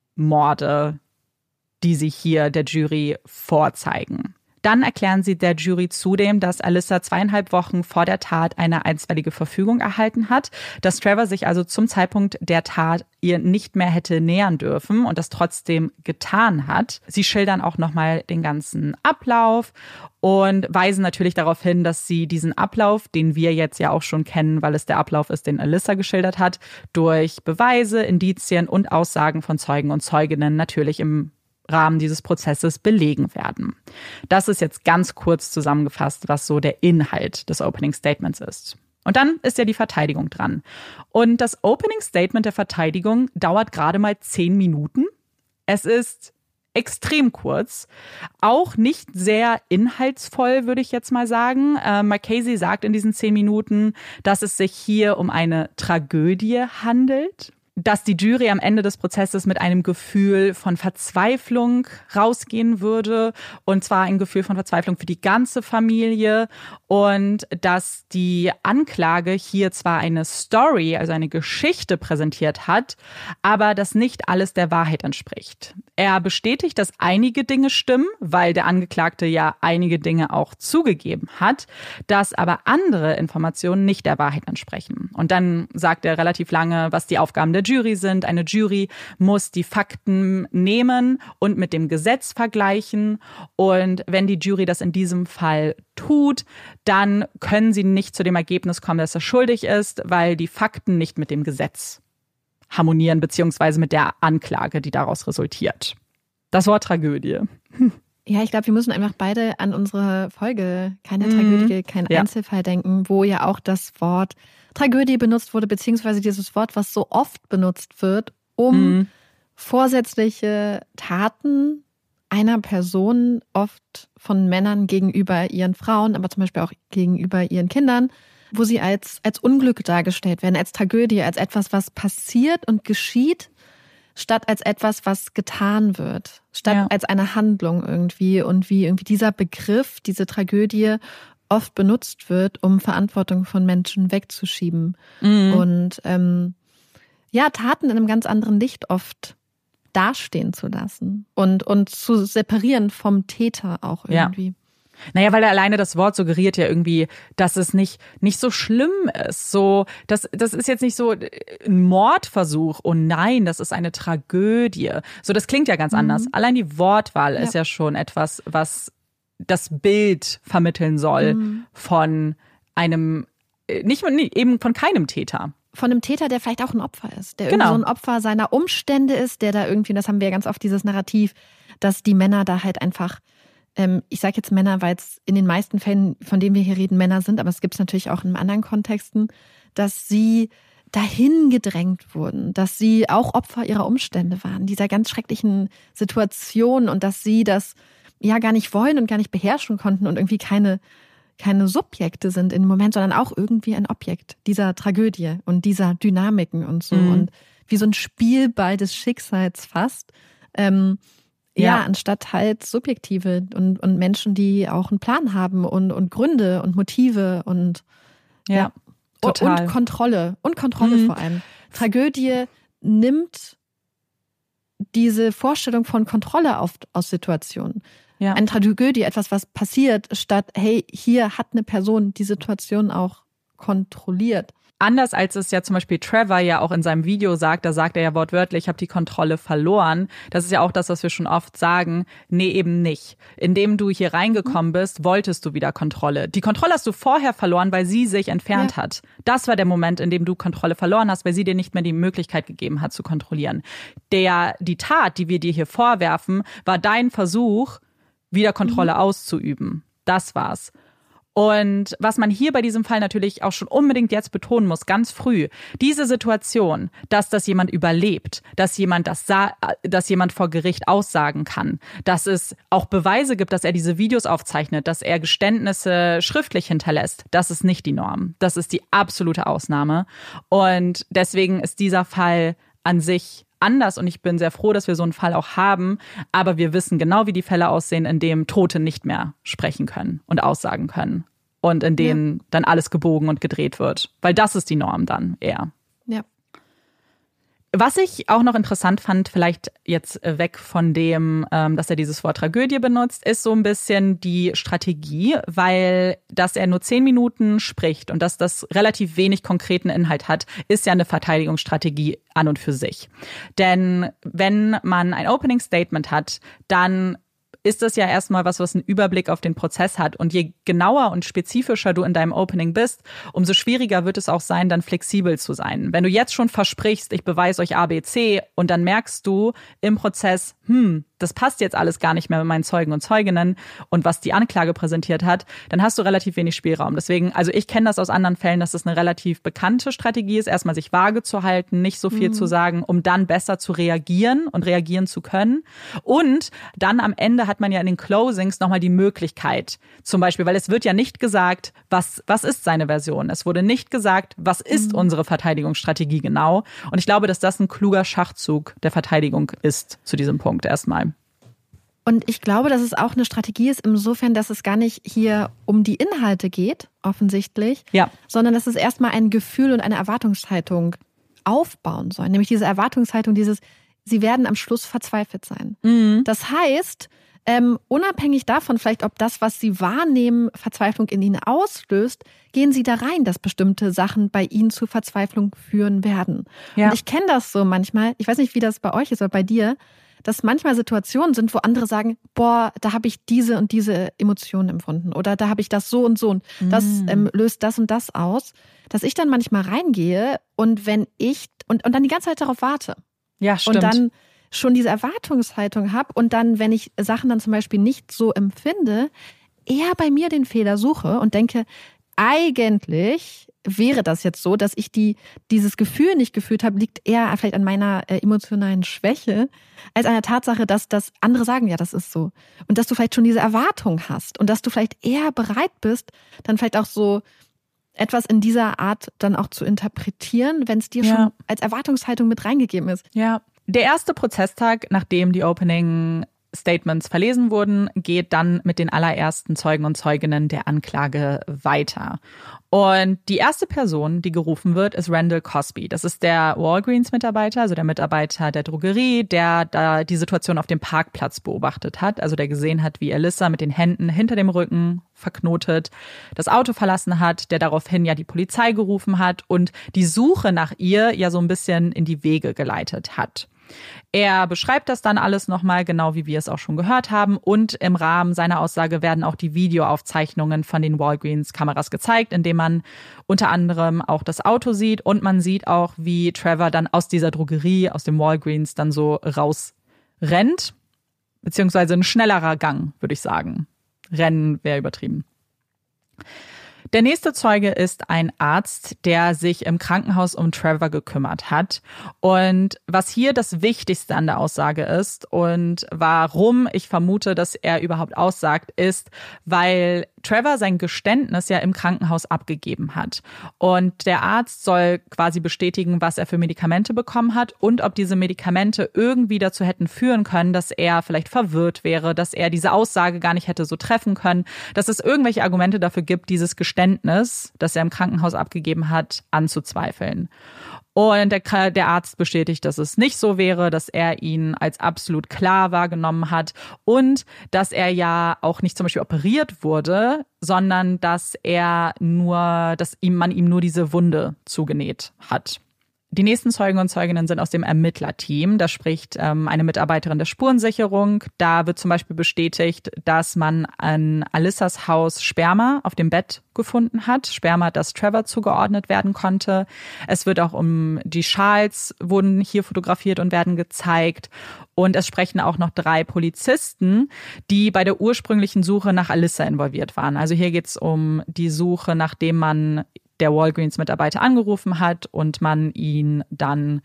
Morde, die sich hier der Jury vorzeigen. Dann erklären sie der Jury zudem, dass Alyssa zweieinhalb Wochen vor der Tat eine einstweilige Verfügung erhalten hat, dass Trevor sich also zum Zeitpunkt der Tat ihr nicht mehr hätte nähern dürfen und das trotzdem getan hat. Sie schildern auch nochmal den ganzen Ablauf und weisen natürlich darauf hin, dass sie diesen Ablauf, den wir jetzt ja auch schon kennen, weil es der Ablauf ist, den Alyssa geschildert hat, durch Beweise, Indizien und Aussagen von Zeugen und Zeuginnen natürlich im Rahmen dieses Prozesses belegen werden. Das ist jetzt ganz kurz zusammengefasst, was so der Inhalt des Opening Statements ist. Und dann ist ja die Verteidigung dran. Und das Opening Statement der Verteidigung dauert gerade mal zehn Minuten. Es ist extrem kurz, auch nicht sehr inhaltsvoll, würde ich jetzt mal sagen. Äh, Marchese sagt in diesen zehn Minuten, dass es sich hier um eine Tragödie handelt, dass die Jury am Ende des Prozesses mit einem Gefühl von Verzweiflung rausgehen würde, und zwar ein Gefühl von Verzweiflung für die ganze Familie, und dass die Anklage hier zwar eine Story, also eine Geschichte präsentiert hat, aber dass nicht alles der Wahrheit entspricht. Er bestätigt, dass einige Dinge stimmen, weil der Angeklagte ja einige Dinge auch zugegeben hat, dass aber andere Informationen nicht der Wahrheit entsprechen. Und dann sagt er relativ lange, was die Aufgaben der Jury sind. Eine Jury muss die Fakten nehmen und mit dem Gesetz vergleichen. Und wenn die Jury das in diesem Fall tut, dann können sie nicht zu dem Ergebnis kommen, dass er schuldig ist, weil die Fakten nicht mit dem Gesetz harmonieren, beziehungsweise mit der Anklage, die daraus resultiert. Das Wort Tragödie. Ja, ich glaube, wir müssen einfach beide an unsere Folge Keine mhm. Tragödie, kein ja. Einzelfall denken, wo ja auch das Wort Tragödie benutzt wurde, beziehungsweise dieses Wort, was so oft benutzt wird, um mhm. vorsätzliche Taten einer Person, oft von Männern gegenüber ihren Frauen, aber zum Beispiel auch gegenüber ihren Kindern, wo sie als, als Unglück dargestellt werden, als Tragödie, als etwas, was passiert und geschieht, statt als etwas, was getan wird, statt ja. als eine Handlung irgendwie, und wie irgendwie dieser Begriff, diese Tragödie oft benutzt wird, um Verantwortung von Menschen wegzuschieben mhm. und ähm, ja, Taten in einem ganz anderen Licht oft dastehen zu lassen und, und zu separieren vom Täter auch irgendwie. Ja. Naja, weil alleine das Wort suggeriert ja irgendwie, dass es nicht, nicht so schlimm ist. So, das, das ist jetzt nicht so ein Mordversuch. Oh nein, das ist eine Tragödie. So, das klingt ja ganz mhm. anders. Allein die Wortwahl ja. ist ja schon etwas, was das Bild vermitteln soll mhm. von einem, nicht eben von keinem Täter. Von einem Täter, der vielleicht auch ein Opfer ist, der genau. irgendwie so ein Opfer seiner Umstände ist, der da irgendwie, das haben wir ja ganz oft, dieses Narrativ, dass die Männer da halt einfach, ähm, ich sage jetzt Männer, weil es in den meisten Fällen, von denen wir hier reden, Männer sind, aber es gibt es natürlich auch in anderen Kontexten, dass sie dahin gedrängt wurden, dass sie auch Opfer ihrer Umstände waren, dieser ganz schrecklichen Situation, und dass sie das ja gar nicht wollen und gar nicht beherrschen konnten und irgendwie keine keine Subjekte sind im Moment, sondern auch irgendwie ein Objekt dieser Tragödie und dieser Dynamiken und so. Mhm. Und wie so ein Spielball des Schicksals fast. Ähm, ja. ja, anstatt halt Subjektive und, und Menschen, die auch einen Plan haben und, und Gründe und Motive und ja, ja. total. Und Kontrolle. Und Kontrolle mhm. vor allem. Tragödie nimmt diese Vorstellung von Kontrolle auf, aus Situationen. Ja. Eine Tragödie, etwas, was passiert, statt, hey, hier hat eine Person die Situation auch kontrolliert. Anders als es ja zum Beispiel Trevor ja auch in seinem Video sagt, da sagt er ja wortwörtlich, ich habe die Kontrolle verloren. Das ist ja auch das, was wir schon oft sagen. Nee, eben nicht. Indem du hier reingekommen bist, wolltest du wieder Kontrolle. Die Kontrolle hast du vorher verloren, weil sie sich entfernt ja. hat. Das war der Moment, in dem du Kontrolle verloren hast, weil sie dir nicht mehr die Möglichkeit gegeben hat, zu kontrollieren. Der, die Tat, die wir dir hier vorwerfen, war dein Versuch, wieder Kontrolle mhm. auszuüben. Das war's. Und was man hier bei diesem Fall natürlich auch schon unbedingt jetzt betonen muss, ganz früh, diese Situation, dass das jemand überlebt, dass jemand das, dass jemand vor Gericht aussagen kann, dass es auch Beweise gibt, dass er diese Videos aufzeichnet, dass er Geständnisse schriftlich hinterlässt, das ist nicht die Norm. Das ist die absolute Ausnahme. Und deswegen ist dieser Fall an sich anders und ich bin sehr froh, dass wir so einen Fall auch haben, aber wir wissen genau, wie die Fälle aussehen, in denen Tote nicht mehr sprechen können und aussagen können und in denen ja. dann alles gebogen und gedreht wird, weil das ist die Norm dann eher. Ja. Was ich auch noch interessant fand, vielleicht jetzt weg von dem, dass er dieses Wort Tragödie benutzt, ist so ein bisschen die Strategie, weil dass er nur zehn Minuten spricht und dass das relativ wenig konkreten Inhalt hat, ist ja eine Verteidigungsstrategie an und für sich. Denn wenn man ein Opening Statement hat, dann ist das ja erstmal was, was einen Überblick auf den Prozess hat. Und je genauer und spezifischer du in deinem Opening bist, umso schwieriger wird es auch sein, dann flexibel zu sein. Wenn du jetzt schon versprichst, ich beweise euch A, B, C und dann merkst du im Prozess, hm, das passt jetzt alles gar nicht mehr mit meinen Zeugen und Zeuginnen und was die Anklage präsentiert hat, dann hast du relativ wenig Spielraum. Deswegen, also ich kenne das aus anderen Fällen, dass das eine relativ bekannte Strategie ist, erstmal sich vage zu halten, nicht so viel mhm. zu sagen, um dann besser zu reagieren und reagieren zu können. Und dann am Ende hat man ja in den Closings nochmal die Möglichkeit, zum Beispiel, weil es wird ja nicht gesagt, was, was ist seine Version. Es wurde nicht gesagt, was ist mhm. unsere Verteidigungsstrategie genau. Und ich glaube, dass das ein kluger Schachzug der Verteidigung ist zu diesem Punkt erstmal. Und ich glaube, dass es auch eine Strategie ist, insofern, dass es gar nicht hier um die Inhalte geht, offensichtlich, ja. sondern dass es erstmal ein Gefühl und eine Erwartungshaltung aufbauen soll. Nämlich diese Erwartungshaltung, dieses, sie werden am Schluss verzweifelt sein. Mhm. Das heißt, ähm, unabhängig davon, vielleicht ob das, was sie wahrnehmen, Verzweiflung in ihnen auslöst, gehen sie da rein, dass bestimmte Sachen bei ihnen zu Verzweiflung führen werden. Ja. Und ich kenne das so manchmal, ich weiß nicht, wie das bei euch ist, aber bei dir, dass manchmal Situationen sind, wo andere sagen, boah, da habe ich diese und diese Emotionen empfunden oder da habe ich das so und so und das mm. ähm, löst das und das aus, dass ich dann manchmal reingehe und wenn ich und, und dann die ganze Zeit darauf warte. Ja, stimmt. Und dann schon diese Erwartungshaltung habe und dann, wenn ich Sachen dann zum Beispiel nicht so empfinde, eher bei mir den Fehler suche und denke, eigentlich wäre das jetzt so, dass ich die dieses Gefühl nicht gefühlt habe, liegt eher vielleicht an meiner äh, emotionalen Schwäche, als an der Tatsache, dass, dass andere sagen, ja, das ist so. Und dass du vielleicht schon diese Erwartung hast und dass du vielleicht eher bereit bist, dann vielleicht auch so etwas in dieser Art dann auch zu interpretieren, wenn es dir ja. schon als Erwartungshaltung mit reingegeben ist. Ja, der erste Prozesstag, nachdem die Opening Statements verlesen wurden, geht dann mit den allerersten Zeugen und Zeuginnen der Anklage weiter. Und die erste Person, die gerufen wird, ist Randall Cosby. Das ist der Walgreens-Mitarbeiter, also der Mitarbeiter der Drogerie, der da die Situation auf dem Parkplatz beobachtet hat. Also der gesehen hat, wie Alyssa mit den Händen hinter dem Rücken verknotet das Auto verlassen hat, der daraufhin ja die Polizei gerufen hat und die Suche nach ihr ja so ein bisschen in die Wege geleitet hat. Er beschreibt das dann alles nochmal, genau wie wir es auch schon gehört haben. Und im Rahmen seiner Aussage werden auch die Videoaufzeichnungen von den Walgreens-Kameras gezeigt, indem man unter anderem auch das Auto sieht. Und man sieht auch, wie Trevor dann aus dieser Drogerie, aus dem Walgreens dann so rausrennt. Beziehungsweise ein schnellerer Gang, würde ich sagen. Rennen wäre übertrieben. Der nächste Zeuge ist ein Arzt, der sich im Krankenhaus um Trevor gekümmert hat. Und was hier das Wichtigste an der Aussage ist und warum ich vermute, dass er überhaupt aussagt, ist, weil Trevor sein Geständnis ja im Krankenhaus abgegeben hat. Und der Arzt soll quasi bestätigen, was er für Medikamente bekommen hat und ob diese Medikamente irgendwie dazu hätten führen können, dass er vielleicht verwirrt wäre, dass er diese Aussage gar nicht hätte so treffen können, dass es irgendwelche Argumente dafür gibt, dieses Geständnis, das er im Krankenhaus abgegeben hat, anzuzweifeln. Und der, der Arzt bestätigt, dass es nicht so wäre, dass er ihn als absolut klar wahrgenommen hat und dass er ja auch nicht zum Beispiel operiert wurde, sondern dass er nur, dass ihm, man ihm nur diese Wunde zugenäht hat. Die nächsten Zeugen und Zeuginnen sind aus dem Ermittlerteam. Da spricht ähm, eine Mitarbeiterin der Spurensicherung. Da wird zum Beispiel bestätigt, dass man an Alyssas Haus Sperma auf dem Bett gefunden hat. Sperma, das Trevor zugeordnet werden konnte. Es wird auch um die Schals wurden hier fotografiert und werden gezeigt. Und es sprechen auch noch drei Polizisten, die bei der ursprünglichen Suche nach Alyssa involviert waren. Also hier geht es um die Suche, nachdem man der Walgreens-Mitarbeiter angerufen hat und man ihn dann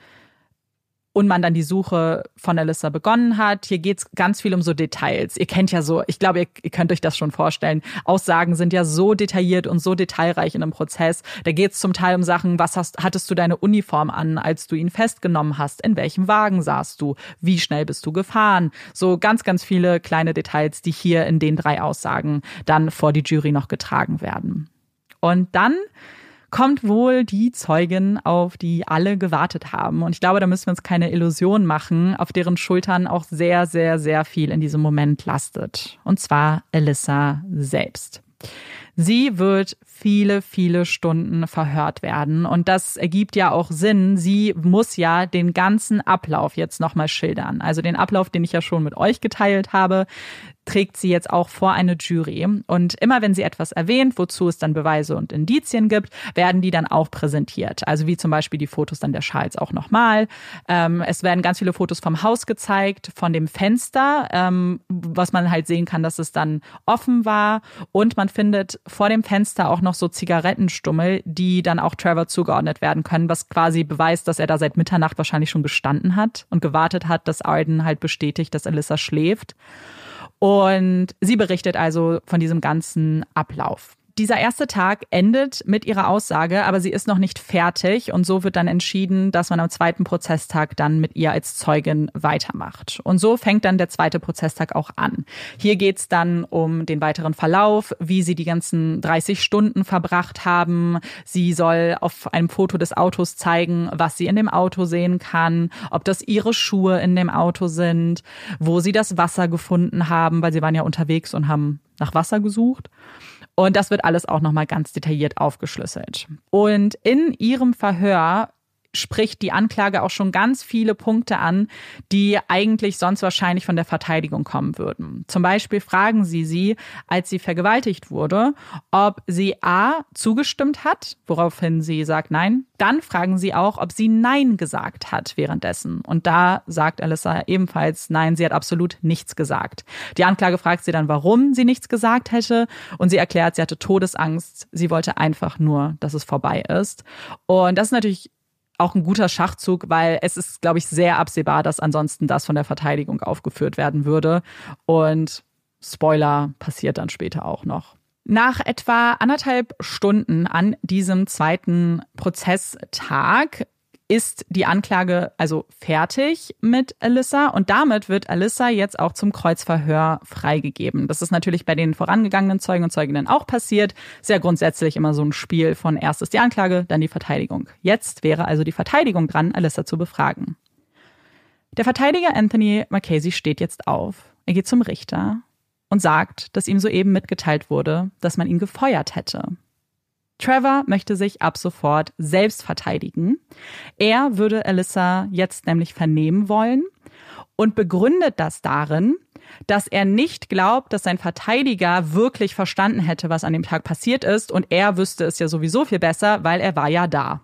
und man dann die Suche von Alyssa begonnen hat. Hier geht's ganz viel um so Details. Ihr kennt ja so, ich glaube, ihr, ihr könnt euch das schon vorstellen. Aussagen sind ja so detailliert und so detailreich in einem Prozess. Da geht's zum Teil um Sachen, was hast, hattest du deine Uniform an, als du ihn festgenommen hast? In welchem Wagen saßt du? Wie schnell bist du gefahren? So ganz, ganz viele kleine Details, die hier in den drei Aussagen dann vor die Jury noch getragen werden. Und dann kommt wohl die Zeugin, auf die alle gewartet haben. Und ich glaube, da müssen wir uns keine Illusion machen, auf deren Schultern auch sehr, sehr, sehr viel in diesem Moment lastet. Und zwar Alyssa selbst. Sie wird viele, viele Stunden verhört werden. Und das ergibt ja auch Sinn. Sie muss ja den ganzen Ablauf jetzt nochmal schildern. Also den Ablauf, den ich ja schon mit euch geteilt habe, trägt sie jetzt auch vor eine Jury. Und immer wenn sie etwas erwähnt, wozu es dann Beweise und Indizien gibt, werden die dann auch präsentiert. Also wie zum Beispiel die Fotos dann der Schals auch nochmal. Ähm, es werden ganz viele Fotos vom Haus gezeigt, von dem Fenster, ähm, was man halt sehen kann, dass es dann offen war. Und man findet vor dem Fenster auch noch so Zigarettenstummel, die dann auch Trevor zugeordnet werden können, was quasi beweist, dass er da seit Mitternacht wahrscheinlich schon gestanden hat und gewartet hat, dass Arden halt bestätigt, dass Alyssa schläft. Und sie berichtet also von diesem ganzen Ablauf. Dieser erste Tag endet mit ihrer Aussage, aber sie ist noch nicht fertig und so wird dann entschieden, dass man am zweiten Prozesstag dann mit ihr als Zeugin weitermacht. Und so fängt dann der zweite Prozesstag auch an. Hier geht's dann um den weiteren Verlauf, wie sie die ganzen dreißig Stunden verbracht haben. Sie soll auf einem Foto des Autos zeigen, was sie in dem Auto sehen kann, ob das ihre Schuhe in dem Auto sind, wo sie das Wasser gefunden haben, weil sie waren ja unterwegs und haben nach Wasser gesucht. Und das wird alles auch nochmal ganz detailliert aufgeschlüsselt. Und in ihrem Verhör spricht die Anklage auch schon ganz viele Punkte an, die eigentlich sonst wahrscheinlich von der Verteidigung kommen würden. Zum Beispiel fragen sie sie, als sie vergewaltigt wurde, ob sie A, zugestimmt hat, woraufhin sie sagt Nein. Dann fragen sie auch, ob sie Nein gesagt hat währenddessen. Und da sagt Alyssa ebenfalls Nein, sie hat absolut nichts gesagt. Die Anklage fragt sie dann, warum sie nichts gesagt hätte. Und sie erklärt, sie hatte Todesangst. Sie wollte einfach nur, dass es vorbei ist. Und das ist natürlich auch ein guter Schachzug, weil es ist, glaube ich, sehr absehbar, dass ansonsten das von der Verteidigung aufgeführt werden würde. Und Spoiler, passiert dann später auch noch. Nach etwa anderthalb Stunden an diesem zweiten Prozesstag ist die Anklage also fertig mit Alyssa und damit wird Alyssa jetzt auch zum Kreuzverhör freigegeben. Das ist natürlich bei den vorangegangenen Zeugen und Zeuginnen auch passiert. Sehr grundsätzlich immer so ein Spiel von erst ist die Anklage, dann die Verteidigung. Jetzt wäre also die Verteidigung dran, Alyssa zu befragen. Der Verteidiger Anthony Marchese steht jetzt auf. Er geht zum Richter und sagt, dass ihm soeben mitgeteilt wurde, dass man ihn gefeuert hätte. Trevor möchte sich ab sofort selbst verteidigen. Er würde Alyssa jetzt nämlich vernehmen wollen und begründet das darin, dass er nicht glaubt, dass sein Verteidiger wirklich verstanden hätte, was an dem Tag passiert ist und er wüsste es ja sowieso viel besser, weil er war ja da.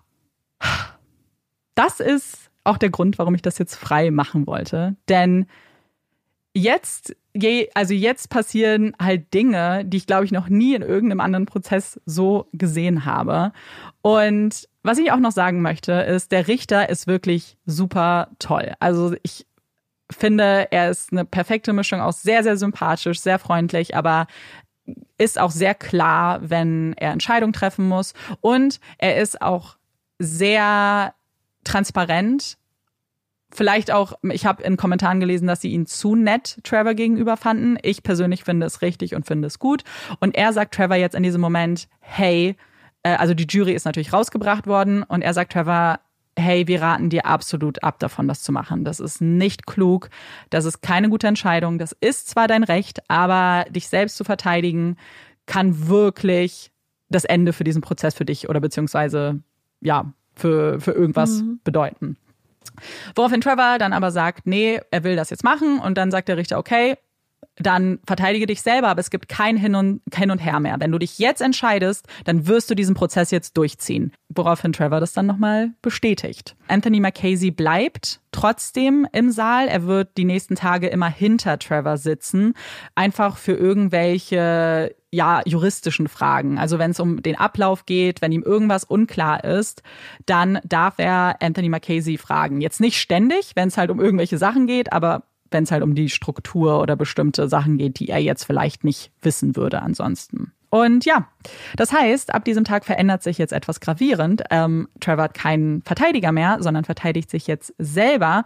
Das ist auch der Grund, warum ich das jetzt frei machen wollte, denn Jetzt, also jetzt passieren halt Dinge, die ich, glaube ich, noch nie in irgendeinem anderen Prozess so gesehen habe. Und was ich auch noch sagen möchte, ist, der Richter ist wirklich super toll. Also ich finde, er ist eine perfekte Mischung aus sehr, sehr sympathisch, sehr freundlich, aber ist auch sehr klar, wenn er Entscheidungen treffen muss. Und er ist auch sehr transparent. Vielleicht auch, ich habe in Kommentaren gelesen, dass sie ihn zu nett Trevor gegenüber fanden. Ich persönlich finde es richtig und finde es gut. Und er sagt Trevor jetzt in diesem Moment, hey, äh, also die Jury ist natürlich rausgebracht worden und er sagt Trevor, hey, wir raten dir absolut ab davon, das zu machen. Das ist nicht klug, das ist keine gute Entscheidung. Das ist zwar dein Recht, aber dich selbst zu verteidigen, kann wirklich das Ende für diesen Prozess für dich oder beziehungsweise ja, für, für irgendwas mhm. bedeuten. Woraufhin Trevor dann aber sagt, nee, er will das jetzt machen und dann sagt der Richter, okay, dann verteidige dich selber, aber es gibt kein Hin und, Hin und Her mehr. Wenn du dich jetzt entscheidest, dann wirst du diesen Prozess jetzt durchziehen. Woraufhin Trevor das dann nochmal bestätigt. Anthony Mackenzie bleibt trotzdem im Saal. Er wird die nächsten Tage immer hinter Trevor sitzen, einfach für irgendwelche ja, juristischen Fragen. Also wenn es um den Ablauf geht, wenn ihm irgendwas unklar ist, dann darf er Anthony Mackenzie fragen. Jetzt nicht ständig, wenn es halt um irgendwelche Sachen geht, aber wenn es halt um die Struktur oder bestimmte Sachen geht, die er jetzt vielleicht nicht wissen würde ansonsten. Und ja, das heißt, ab diesem Tag verändert sich jetzt etwas gravierend. Ähm, Trevor hat keinen Verteidiger mehr, sondern verteidigt sich jetzt selber.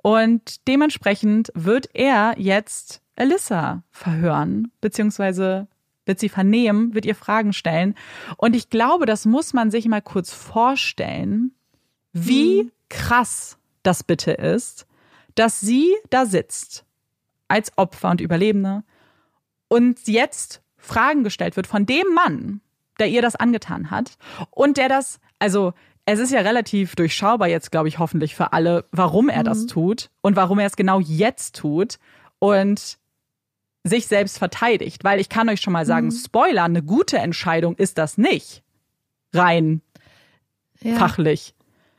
Und dementsprechend wird er jetzt Alyssa verhören, beziehungsweise wird sie vernehmen, wird ihr Fragen stellen. Und ich glaube, das muss man sich mal kurz vorstellen, wie krass das bitte ist, dass sie da sitzt als Opfer und Überlebende und jetzt Fragen gestellt wird von dem Mann, der ihr das angetan hat und der das, also es ist ja relativ durchschaubar jetzt, glaube ich, hoffentlich für alle, warum er mhm. das tut und warum er es genau jetzt tut und sich selbst verteidigt. Weil ich kann euch schon mal sagen, mhm. Spoiler, eine gute Entscheidung ist das nicht. Rein ja. fachlich.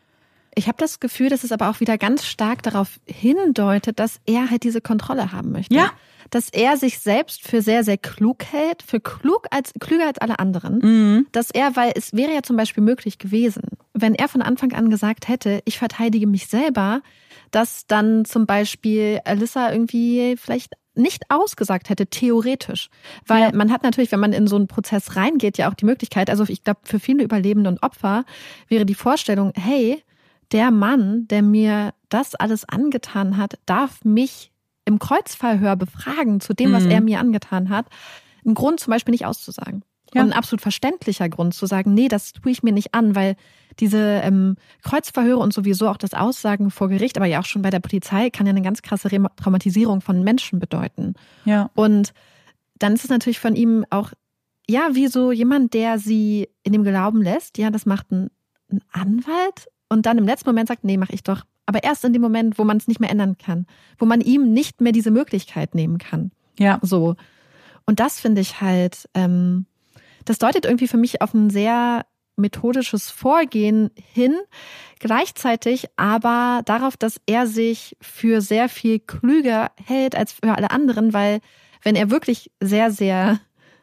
Ich habe das Gefühl, dass es aber auch wieder ganz stark darauf hindeutet, dass er halt diese Kontrolle haben möchte. Ja. Dass er sich selbst für sehr, sehr klug hält, für klug als klüger als alle anderen. Mhm. Dass er, weil es wäre ja zum Beispiel möglich gewesen, wenn er von Anfang an gesagt hätte, ich verteidige mich selber, dass dann zum Beispiel Alyssa irgendwie vielleicht nicht ausgesagt hätte, theoretisch. Weil ja. man hat natürlich, wenn man in so einen Prozess reingeht, ja auch die Möglichkeit, also ich glaube, für viele Überlebende und Opfer wäre die Vorstellung, hey, der Mann, der mir das alles angetan hat, darf mich im Kreuzverhör befragen zu dem, was mhm. er mir angetan hat. Ein Grund zum Beispiel nicht auszusagen. Ja. Und ein absolut verständlicher Grund zu sagen, nee, das tue ich mir nicht an, weil diese ähm, Kreuzverhöre und sowieso auch das Aussagen vor Gericht, aber ja auch schon bei der Polizei, kann ja eine ganz krasse Traumatisierung von Menschen bedeuten. Ja. Und dann ist es natürlich von ihm auch, ja, wie so jemand, der sie in dem Glauben lässt, ja, das macht ein, ein Anwalt und dann im letzten Moment sagt, nee, mach ich doch. Aber erst in dem Moment, wo man es nicht mehr ändern kann, wo man ihm nicht mehr diese Möglichkeit nehmen kann. Ja. So. Und das finde ich halt, ähm, das deutet irgendwie für mich auf ein sehr methodisches Vorgehen hin, gleichzeitig aber darauf, dass er sich für sehr viel klüger hält als für alle anderen, weil wenn er wirklich sehr, sehr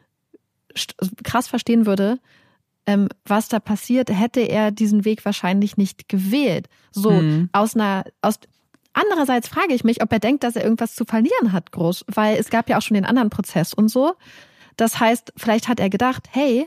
krass verstehen würde, ähm, was da passiert, hätte er diesen Weg wahrscheinlich nicht gewählt. So, mhm. aus einer, aus, andererseits frage ich mich, ob er denkt, dass er irgendwas zu verlieren hat, groß, weil es gab ja auch schon den anderen Prozess und so. Das heißt, vielleicht hat er gedacht, hey,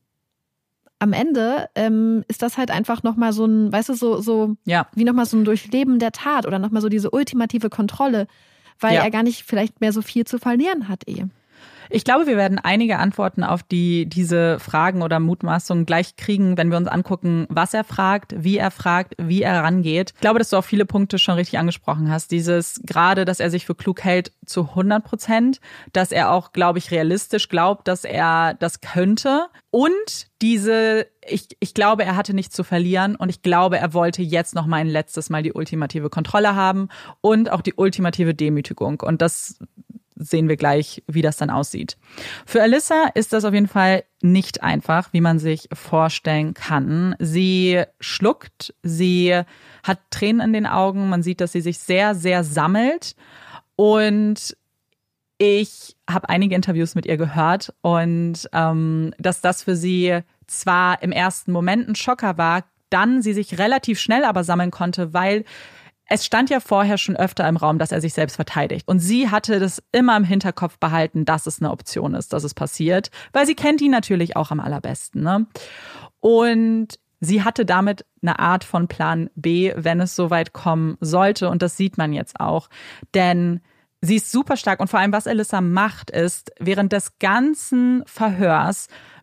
am Ende ähm, ist das halt einfach nochmal so ein, weißt du, so, so ja. wie nochmal so ein Durchleben der Tat oder nochmal so diese ultimative Kontrolle, weil ja. er gar nicht vielleicht mehr so viel zu verlieren hat eh. Ich glaube, wir werden einige Antworten auf die diese Fragen oder Mutmaßungen gleich kriegen, wenn wir uns angucken, was er fragt, wie er fragt, wie er rangeht. Ich glaube, dass du auch viele Punkte schon richtig angesprochen hast. Dieses gerade, dass er sich für klug hält zu hundert Prozent, dass er auch, glaube ich, realistisch glaubt, dass er das könnte. Und diese, ich, ich glaube, er hatte nichts zu verlieren und ich glaube, er wollte jetzt noch mal ein letztes Mal die ultimative Kontrolle haben und auch die ultimative Demütigung. Und das sehen wir gleich, wie das dann aussieht. Für Alyssa ist das auf jeden Fall nicht einfach, wie man sich vorstellen kann. Sie schluckt, sie hat Tränen in den Augen, man sieht, dass sie sich sehr, sehr sammelt und ich habe einige Interviews mit ihr gehört und ähm, dass das für sie zwar im ersten Moment ein Schocker war, dann sie sich relativ schnell aber sammeln konnte, weil es stand ja vorher schon öfter im Raum, dass er sich selbst verteidigt. Und sie hatte das immer im Hinterkopf behalten, dass es eine Option ist, dass es passiert. Weil sie kennt ihn natürlich auch am allerbesten. Ne? Und sie hatte damit eine Art von Plan B, wenn es soweit kommen sollte. Und das sieht man jetzt auch. Denn sie ist super stark. Und vor allem, was Alyssa macht, ist, während des ganzen Verhörs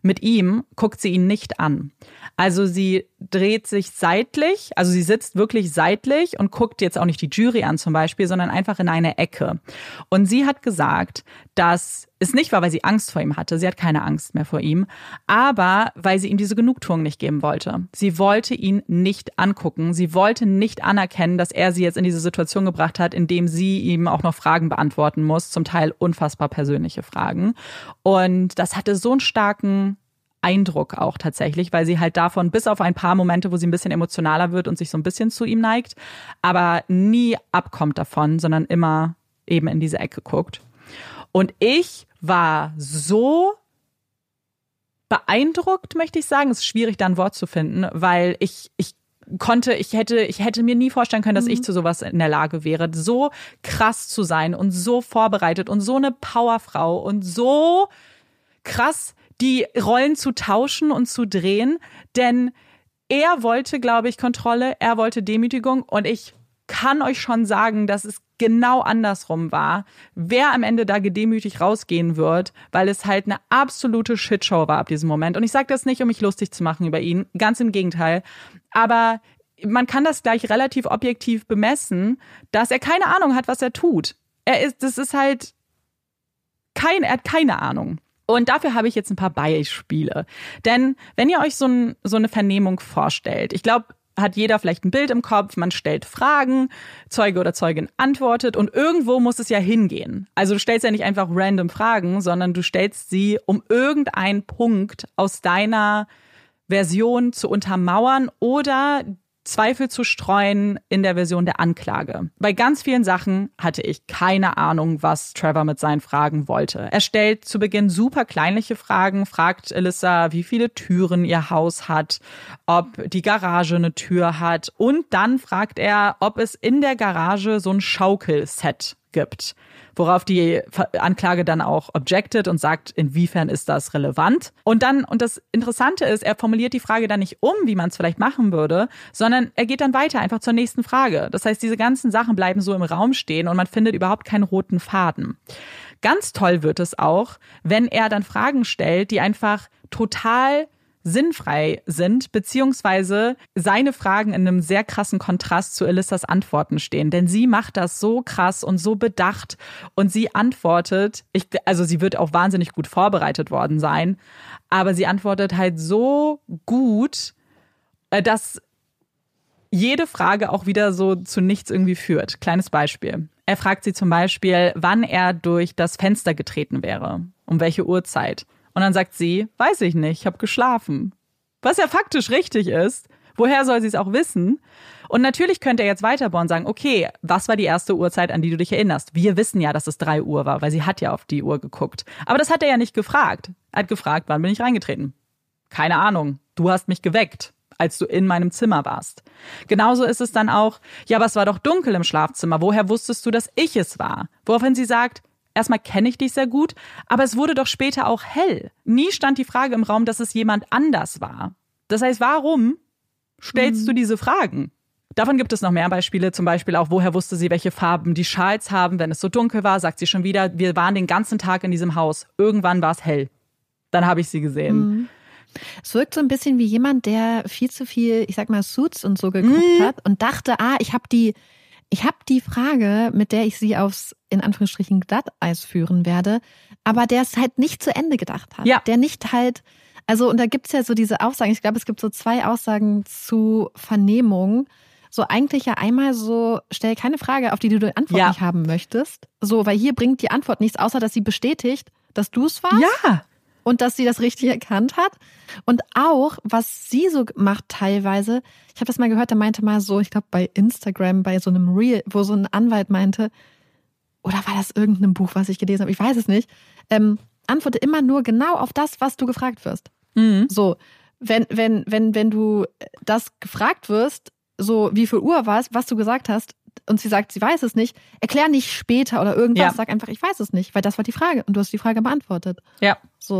mit ihm guckt sie ihn nicht an. Also sie dreht sich seitlich, also sie sitzt wirklich seitlich und guckt jetzt auch nicht die Jury an zum Beispiel, sondern einfach in eine Ecke. Und sie hat gesagt, dass es nicht war, weil sie Angst vor ihm hatte. Sie hat keine Angst mehr vor ihm, aber weil sie ihm diese Genugtuung nicht geben wollte. Sie wollte ihn nicht angucken. Sie wollte nicht anerkennen, dass er sie jetzt in diese Situation gebracht hat, indem sie ihm auch noch Fragen beantworten muss, zum Teil unfassbar persönliche Fragen. Und das hatte so einen starken Eindruck auch tatsächlich, weil sie halt davon bis auf ein paar Momente, wo sie ein bisschen emotionaler wird und sich so ein bisschen zu ihm neigt, aber nie abkommt davon, sondern immer eben in diese Ecke guckt. Und ich war so beeindruckt, möchte ich sagen. Es ist schwierig, da ein Wort zu finden, weil ich, ich konnte, ich hätte, ich hätte mir nie vorstellen können, dass ich zu sowas in der Lage wäre, so krass zu sein und so vorbereitet und so eine Powerfrau und so krass die Rollen zu tauschen und zu drehen, denn er wollte, glaube ich, Kontrolle, er wollte Demütigung und ich kann euch schon sagen, dass es genau andersrum war, wer am Ende da gedemütigt rausgehen wird, weil es halt eine absolute Shitshow war ab diesem Moment. Und ich sage das nicht, um mich lustig zu machen über ihn, ganz im Gegenteil, aber man kann das gleich relativ objektiv bemessen, dass er keine Ahnung hat, was er tut. Er ist, das ist halt kein, er hat keine Ahnung. Und dafür habe ich jetzt ein paar Beispiele. Denn wenn ihr euch so, ein, so eine Vernehmung vorstellt, ich glaube, hat jeder vielleicht ein Bild im Kopf, man stellt Fragen, Zeuge oder Zeugin antwortet und irgendwo muss es ja hingehen. Also du stellst ja nicht einfach random Fragen, sondern du stellst sie, um irgendeinen Punkt aus deiner Version zu untermauern oder Zweifel zu streuen in der Version der Anklage. Bei ganz vielen Sachen hatte ich keine Ahnung, was Trevor mit seinen Fragen wollte. Er stellt zu Beginn super kleinliche Fragen, fragt Alyssa, wie viele Türen ihr Haus hat, ob die Garage eine Tür hat und dann fragt er, ob es in der Garage so ein Schaukelset gibt. Worauf die Anklage dann auch objected und sagt, inwiefern ist das relevant. Und dann, und das Interessante ist, er formuliert die Frage dann nicht um, wie man es vielleicht machen würde, sondern er geht dann weiter, einfach zur nächsten Frage. Das heißt, diese ganzen Sachen bleiben so im Raum stehen und man findet überhaupt keinen roten Faden. Ganz toll wird es auch, wenn er dann Fragen stellt, die einfach total sinnfrei sind, beziehungsweise seine Fragen in einem sehr krassen Kontrast zu Alyssas Antworten stehen. Denn sie macht das so krass und so bedacht und sie antwortet, ich, also sie wird auch wahnsinnig gut vorbereitet worden sein, aber sie antwortet halt so gut, dass jede Frage auch wieder so zu nichts irgendwie führt. Kleines Beispiel. Er fragt sie zum Beispiel, wann er durch das Fenster getreten wäre, um welche Uhrzeit. Und dann sagt sie, weiß ich nicht, ich habe geschlafen. Was ja faktisch richtig ist. Woher soll sie es auch wissen? Und natürlich könnte er jetzt weiterbauen und sagen, okay, was war die erste Uhrzeit, an die du dich erinnerst? Wir wissen ja, dass es drei Uhr war, weil sie hat ja auf die Uhr geguckt. Aber das hat er ja nicht gefragt. Er hat gefragt, wann bin ich reingetreten? Keine Ahnung, du hast mich geweckt, als du in meinem Zimmer warst. Genauso ist es dann auch, ja, aber es war doch dunkel im Schlafzimmer. Woher wusstest du, dass ich es war? Woraufhin sie sagt, erstmal kenne ich dich sehr gut, aber es wurde doch später auch hell. Nie stand die Frage im Raum, dass es jemand anders war. Das heißt, warum stellst mhm. du diese Fragen? Davon gibt es noch mehr Beispiele, zum Beispiel auch, woher wusste sie, welche Farben die Schals haben, wenn es so dunkel war, sagt sie schon wieder, wir waren den ganzen Tag in diesem Haus. Irgendwann war es hell. Dann habe ich sie gesehen. Mhm. Es wirkt so ein bisschen wie jemand, der viel zu viel, ich sag mal, Suits und so geguckt mhm. hat und dachte, ah, ich habe die Ich habe die Frage, mit der ich sie aufs, in Anführungsstrichen, Glatteis führen werde, aber der es halt nicht zu Ende gedacht hat. Ja. Der nicht halt, also und da gibt's ja so diese Aussagen, ich glaube, es gibt so zwei Aussagen zu Vernehmung. So eigentlich ja einmal so, stell keine Frage, auf die du die Antwort ja. nicht haben möchtest. So, weil hier bringt die Antwort nichts, außer dass sie bestätigt, dass du es warst. Ja. Und dass sie das richtig erkannt hat. Und auch, was sie so macht teilweise, ich habe das mal gehört, der meinte mal so, ich glaube bei Instagram, bei so einem Reel, wo so ein Anwalt meinte, oder war das irgendein Buch, was ich gelesen habe, ich weiß es nicht, ähm, antworte immer nur genau auf das, was du gefragt wirst. Mhm. So, wenn, wenn, wenn, wenn du das gefragt wirst, so wie viel Uhr war es, was du gesagt hast, und sie sagt, sie weiß es nicht, erklär nicht später oder irgendwas, ja. sag einfach, ich weiß es nicht, weil das war die Frage und du hast die Frage beantwortet. Ja. So.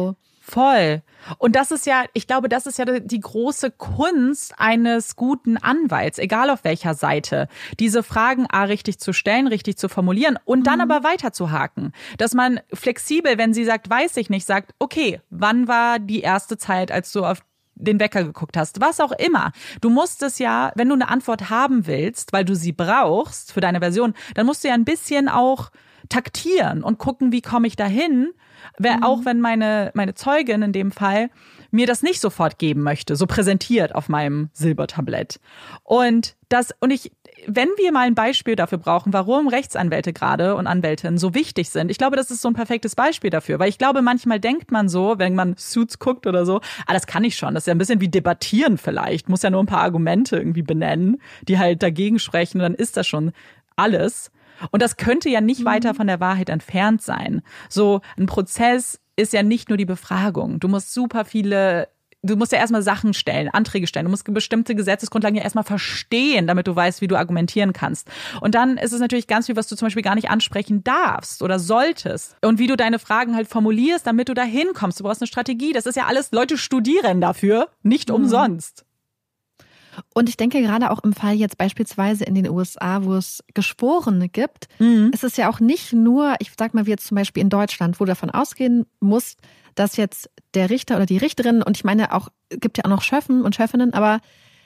Voll. Und das ist ja, ich glaube, das ist ja die große Kunst eines guten Anwalts, egal auf welcher Seite, diese Fragen A richtig zu stellen, richtig zu formulieren und dann mhm. aber weiterzuhaken. Dass man flexibel, wenn sie sagt, weiß ich nicht, sagt, okay, wann war die erste Zeit, als du auf den Wecker geguckt hast, was auch immer. Du musst es ja, wenn du eine Antwort haben willst, weil du sie brauchst für deine Version, dann musst du ja ein bisschen auch taktieren und gucken, wie komme ich dahin, mhm. auch wenn meine, meine Zeugin in dem Fall mir das nicht sofort geben möchte, so präsentiert auf meinem Silbertablett. Und das, und ich, wenn wir mal ein Beispiel dafür brauchen, warum Rechtsanwälte gerade und Anwältinnen so wichtig sind, ich glaube, das ist so ein perfektes Beispiel dafür, weil ich glaube, manchmal denkt man so, wenn man Suits guckt oder so, ah, das kann ich schon, das ist ja ein bisschen wie debattieren vielleicht, muss ja nur ein paar Argumente irgendwie benennen, die halt dagegen sprechen und dann ist das schon alles. Und das könnte ja nicht mhm. weiter von der Wahrheit entfernt sein. So ein Prozess ist ja nicht nur die Befragung. Du musst super viele, du musst ja erstmal Sachen stellen, Anträge stellen. Du musst bestimmte Gesetzesgrundlagen ja erstmal verstehen, damit du weißt, wie du argumentieren kannst. Und dann ist es natürlich ganz viel, was du zum Beispiel gar nicht ansprechen darfst oder solltest. Und wie du deine Fragen halt formulierst, damit du da hinkommst. Du brauchst eine Strategie. Das ist ja alles, Leute studieren dafür, nicht mhm. umsonst. Und ich denke, gerade auch im Fall jetzt beispielsweise in den U S A, wo es Geschworene gibt, mhm. ist es ja auch nicht nur, ich sag mal, wie jetzt zum Beispiel in Deutschland, wo du davon ausgehen musst, dass jetzt der Richter oder die Richterin, und ich meine auch, es gibt ja auch noch Schöffen und Schöffinnen, aber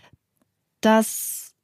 dass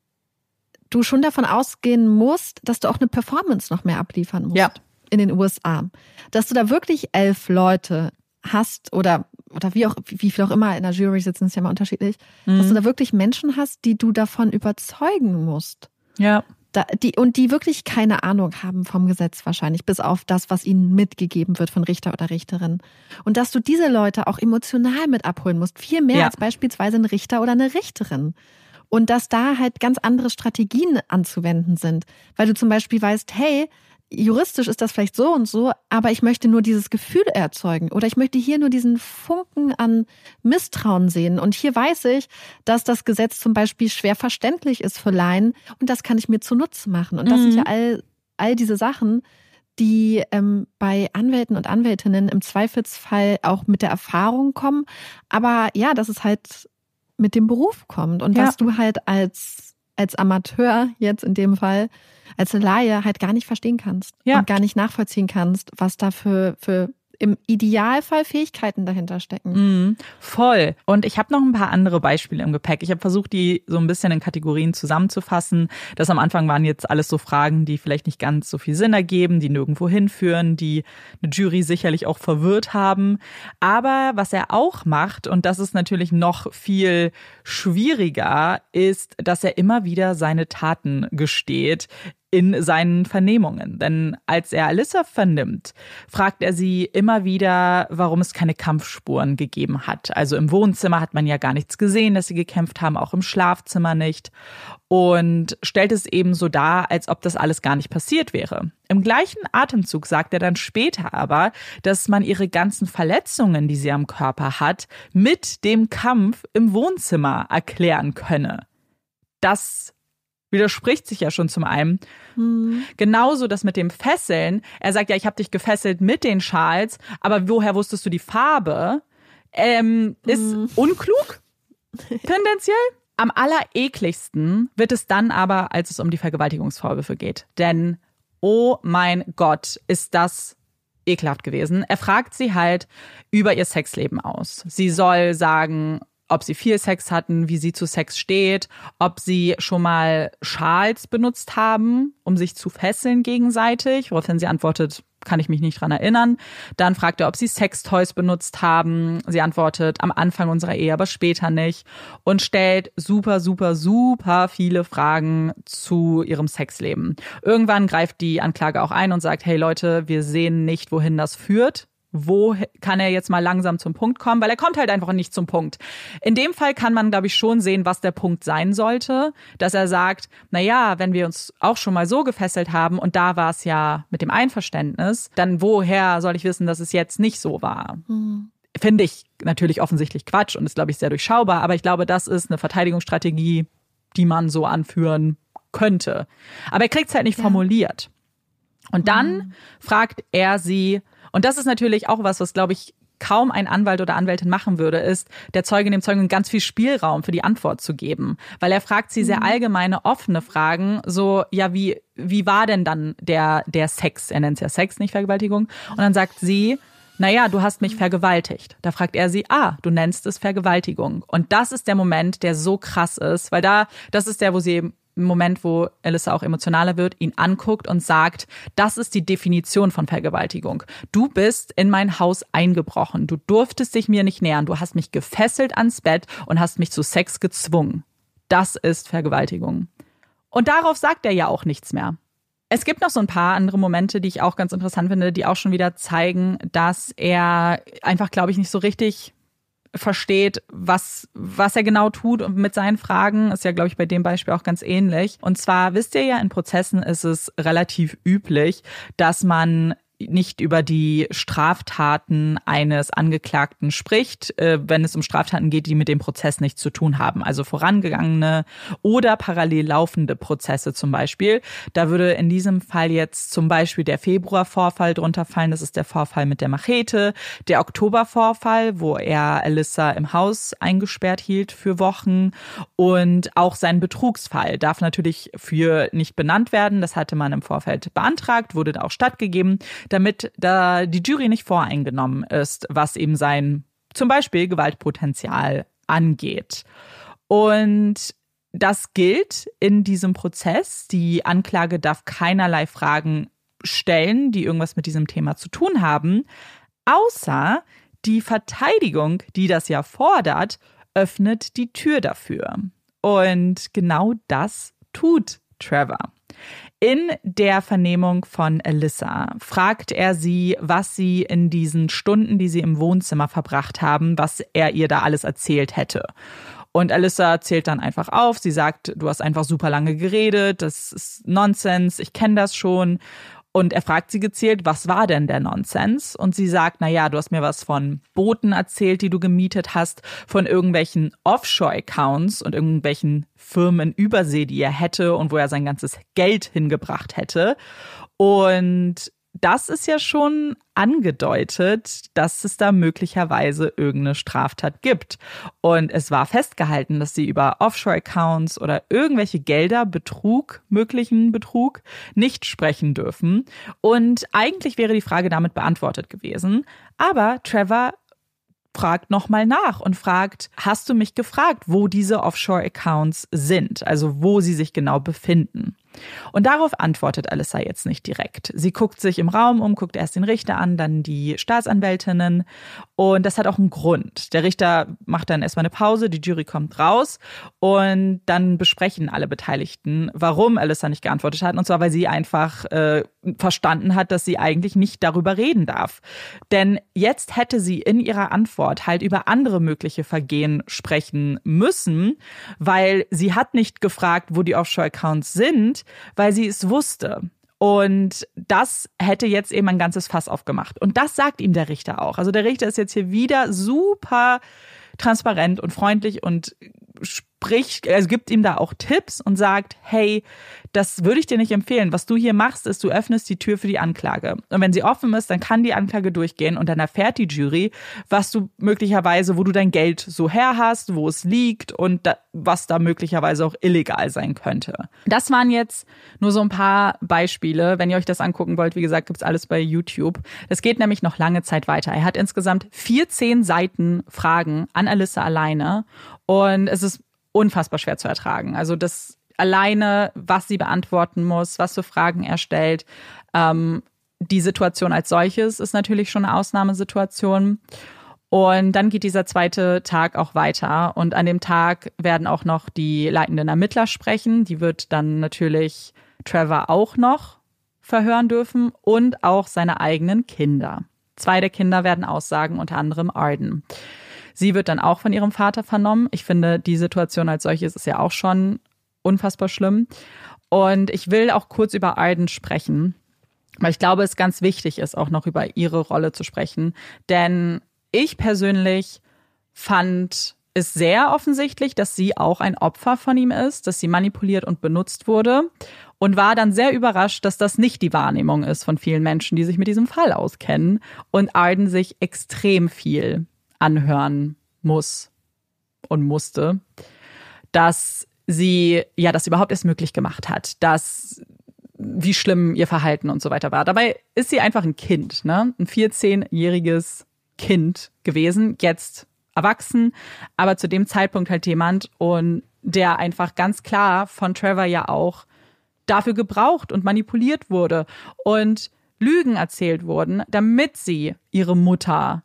du schon davon ausgehen musst, dass du auch eine Performance noch mehr abliefern musst ja. in den U S A. Dass du da wirklich elf Leute hast oder oder wie auch wie viel auch immer in der Jury sitzen, ist ja immer unterschiedlich, mhm. dass du da wirklich Menschen hast, die du davon überzeugen musst. Ja. Da, die, und die wirklich keine Ahnung haben vom Gesetz wahrscheinlich, bis auf das, was ihnen mitgegeben wird von Richter oder Richterin. Und dass du diese Leute auch emotional mit abholen musst, viel mehr ja. als beispielsweise ein Richter oder eine Richterin. Und dass da halt ganz andere Strategien anzuwenden sind. Weil du zum Beispiel weißt, hey, juristisch ist das vielleicht so und so, aber ich möchte nur dieses Gefühl erzeugen oder ich möchte hier nur diesen Funken an Misstrauen sehen. Und hier weiß ich, dass das Gesetz zum Beispiel schwer verständlich ist für Laien und das kann ich mir zunutze machen. Und das mhm. sind ja all, all diese Sachen, die ähm, bei Anwälten und Anwältinnen im Zweifelsfall auch mit der Erfahrung kommen. Aber ja, dass es halt mit dem Beruf kommt und ja. dass du halt als, als Amateur jetzt in dem Fall als Laie halt gar nicht verstehen kannst ja. und gar nicht nachvollziehen kannst, was da für, für im Idealfall Fähigkeiten dahinter stecken. Mm, voll. Und ich habe noch ein paar andere Beispiele im Gepäck. Ich habe versucht, die so ein bisschen in Kategorien zusammenzufassen. Das am Anfang waren jetzt alles so Fragen, die vielleicht nicht ganz so viel Sinn ergeben, die nirgendwo hinführen, die eine Jury sicherlich auch verwirrt haben. Aber was er auch macht, und das ist natürlich noch viel schwieriger, ist, dass er immer wieder seine Taten gesteht in seinen Vernehmungen. Denn als er Alyssa vernimmt, fragt er sie immer wieder, warum es keine Kampfspuren gegeben hat. Also im Wohnzimmer hat man ja gar nichts gesehen, dass sie gekämpft haben, auch im Schlafzimmer nicht. Und stellt es eben so dar, als ob das alles gar nicht passiert wäre. Im gleichen Atemzug sagt er dann später aber, dass man ihre ganzen Verletzungen, die sie am Körper hat, mit dem Kampf im Wohnzimmer erklären könne. Das widerspricht sich ja schon zum einen. Hm. Genauso das mit dem Fesseln. Er sagt ja, ich habe dich gefesselt mit den Schals, aber woher wusstest du die Farbe? Ähm, ist hm. unklug, tendenziell. Am allerekligsten wird es dann aber, als es um die Vergewaltigungsvorwürfe geht. Denn, oh mein Gott, ist das ekelhaft gewesen. Er fragt sie halt über ihr Sexleben aus. Sie soll sagen, ob sie viel Sex hatten, wie sie zu Sex steht, ob sie schon mal Schals benutzt haben, um sich zu fesseln gegenseitig, woraufhin sie antwortet, kann ich mich nicht dran erinnern. Dann fragt er, ob sie Sextoys benutzt haben. Sie antwortet, am Anfang unserer Ehe, aber später nicht. Und stellt super, super, super viele Fragen zu ihrem Sexleben. Irgendwann greift die Anklage auch ein und sagt, hey Leute, wir sehen nicht, wohin das führt. Wo kann er jetzt mal langsam zum Punkt kommen? Weil er kommt halt einfach nicht zum Punkt. In dem Fall kann man, glaube ich, schon sehen, was der Punkt sein sollte. Dass er sagt, na ja, wenn wir uns auch schon mal so gefesselt haben und da war es ja mit dem Einverständnis, dann woher soll ich wissen, dass es jetzt nicht so war? Mhm. Finde ich natürlich offensichtlich Quatsch und ist, glaube ich, sehr durchschaubar. Aber ich glaube, das ist eine Verteidigungsstrategie, die man so anführen könnte. Aber er kriegt es halt nicht ja. formuliert. Und dann mhm. fragt er sie, und das ist natürlich auch was, was, glaube ich, kaum ein Anwalt oder Anwältin machen würde, ist, der Zeugin dem Zeugen ganz viel Spielraum für die Antwort zu geben. Weil er fragt sie sehr allgemeine, offene Fragen, so, ja, wie, wie war denn dann der, der Sex? Er nennt es ja Sex, nicht Vergewaltigung. Und dann sagt sie, naja, du hast mich vergewaltigt. Da fragt er sie, ah, du nennst es Vergewaltigung. Und das ist der Moment, der so krass ist, weil da, das ist der, wo sie im Moment, wo Alyssa auch emotionaler wird, ihn anguckt und sagt, das ist die Definition von Vergewaltigung. Du bist in mein Haus eingebrochen. Du durftest dich mir nicht nähern. Du hast mich gefesselt ans Bett und hast mich zu Sex gezwungen. Das ist Vergewaltigung. Und darauf sagt er ja auch nichts mehr. Es gibt noch so ein paar andere Momente, die ich auch ganz interessant finde, die auch schon wieder zeigen, dass er einfach, glaube ich, nicht so richtig versteht, was, was er genau tut und mit seinen Fragen. Ist ja, glaube ich, bei dem Beispiel auch ganz ähnlich. Und zwar, wisst ihr ja, in Prozessen ist es relativ üblich, dass man nicht über die Straftaten eines Angeklagten spricht, wenn es um Straftaten geht, die mit dem Prozess nichts zu tun haben. Also vorangegangene oder parallel laufende Prozesse zum Beispiel. Da würde in diesem Fall jetzt zum Beispiel der Februarvorfall drunter fallen. Das ist der Vorfall mit der Machete. Der Oktobervorfall, wo er Alyssa im Haus eingesperrt hielt für Wochen. Und auch sein Betrugsfall darf natürlich für nicht benannt werden. Das hatte man im Vorfeld beantragt, wurde da auch stattgegeben, damit da die Jury nicht voreingenommen ist, was eben sein zum Beispiel Gewaltpotenzial angeht. Und das gilt in diesem Prozess. Die Anklage darf keinerlei Fragen stellen, die irgendwas mit diesem Thema zu tun haben, außer die Verteidigung, die das ja fordert, öffnet die Tür dafür. Und genau das tut Trevor. In der Vernehmung von Alyssa fragt er sie, was sie in diesen Stunden, die sie im Wohnzimmer verbracht haben, was er ihr da alles erzählt hätte. Und Alyssa zählt dann einfach auf. Sie sagt, du hast einfach super lange geredet, das ist Nonsens, ich kenne das schon. Und er fragt sie gezielt, was war denn der Nonsens? Und sie sagt, na ja, du hast mir was von Booten erzählt, die du gemietet hast, von irgendwelchen Offshore-Accounts und irgendwelchen Firmen in Übersee, die er hätte und wo er sein ganzes Geld hingebracht hätte. Und das ist ja schon angedeutet, dass es da möglicherweise irgendeine Straftat gibt. Und es war festgehalten, dass sie über Offshore-Accounts oder irgendwelche Gelder, Betrug, möglichen Betrug, nicht sprechen dürfen. Und eigentlich wäre die Frage damit beantwortet gewesen. Aber Trevor fragt nochmal nach und fragt, hast du mich gefragt, wo diese Offshore-Accounts sind, also wo sie sich genau befinden? Und darauf antwortet Alyssa jetzt nicht direkt. Sie guckt sich im Raum um, guckt erst den Richter an, dann die Staatsanwältinnen. Und das hat auch einen Grund. Der Richter macht dann erstmal eine Pause, die Jury kommt raus und dann besprechen alle Beteiligten, warum Alyssa nicht geantwortet hat. Und zwar, weil sie einfach äh, verstanden hat, dass sie eigentlich nicht darüber reden darf. Denn jetzt hätte sie in ihrer Antwort halt über andere mögliche Vergehen sprechen müssen, weil sie hat nicht gefragt, wo die Offshore-Accounts sind, weil sie es wusste. Und das hätte jetzt eben ein ganzes Fass aufgemacht. Und das sagt ihm der Richter auch. Also der Richter ist jetzt hier wieder super transparent und freundlich und spricht, also gibt ihm da auch Tipps und sagt, hey, das würde ich dir nicht empfehlen. Was du hier machst, ist, du öffnest die Tür für die Anklage. Und wenn sie offen ist, dann kann die Anklage durchgehen und dann erfährt die Jury, was du möglicherweise, wo du dein Geld so her hast, wo es liegt und da, was da möglicherweise auch illegal sein könnte. Das waren jetzt nur so ein paar Beispiele. Wenn ihr euch das angucken wollt, wie gesagt, gibt's alles bei YouTube. Das geht nämlich noch lange Zeit weiter. Er hat insgesamt vierzehn Seiten Fragen an Alyssa alleine und es ist unfassbar schwer zu ertragen. Also das alleine, was sie beantworten muss, was für Fragen er stellt. Ähm, die Situation als solches ist natürlich schon eine Ausnahmesituation. Und dann geht dieser zweite Tag auch weiter. Und an dem Tag werden auch noch die leitenden Ermittler sprechen. Die wird dann natürlich Trevor auch noch verhören dürfen und auch seine eigenen Kinder. Zwei der Kinder werden aussagen, unter anderem Arden. Sie wird dann auch von ihrem Vater vernommen. Ich finde, die Situation als solches ist ja auch schon unfassbar schlimm. Und ich will auch kurz über Arden sprechen, weil ich glaube, es ganz wichtig ist, auch noch über ihre Rolle zu sprechen. Denn ich persönlich fand ist sehr offensichtlich, dass sie auch ein Opfer von ihm ist, dass sie manipuliert und benutzt wurde und war dann sehr überrascht, dass das nicht die Wahrnehmung ist von vielen Menschen, die sich mit diesem Fall auskennen und Arden sich extrem viel anhören muss und musste, dass sie ja das überhaupt erst möglich gemacht hat, dass wie schlimm ihr Verhalten und so weiter war. Dabei ist sie einfach ein Kind, ne? Ein vierzehnjähriges Kind gewesen, jetzt erwachsen, aber zu dem Zeitpunkt halt jemand und der einfach ganz klar von Trevor ja auch dafür gebraucht und manipuliert wurde und Lügen erzählt wurden, damit sie ihre Mutter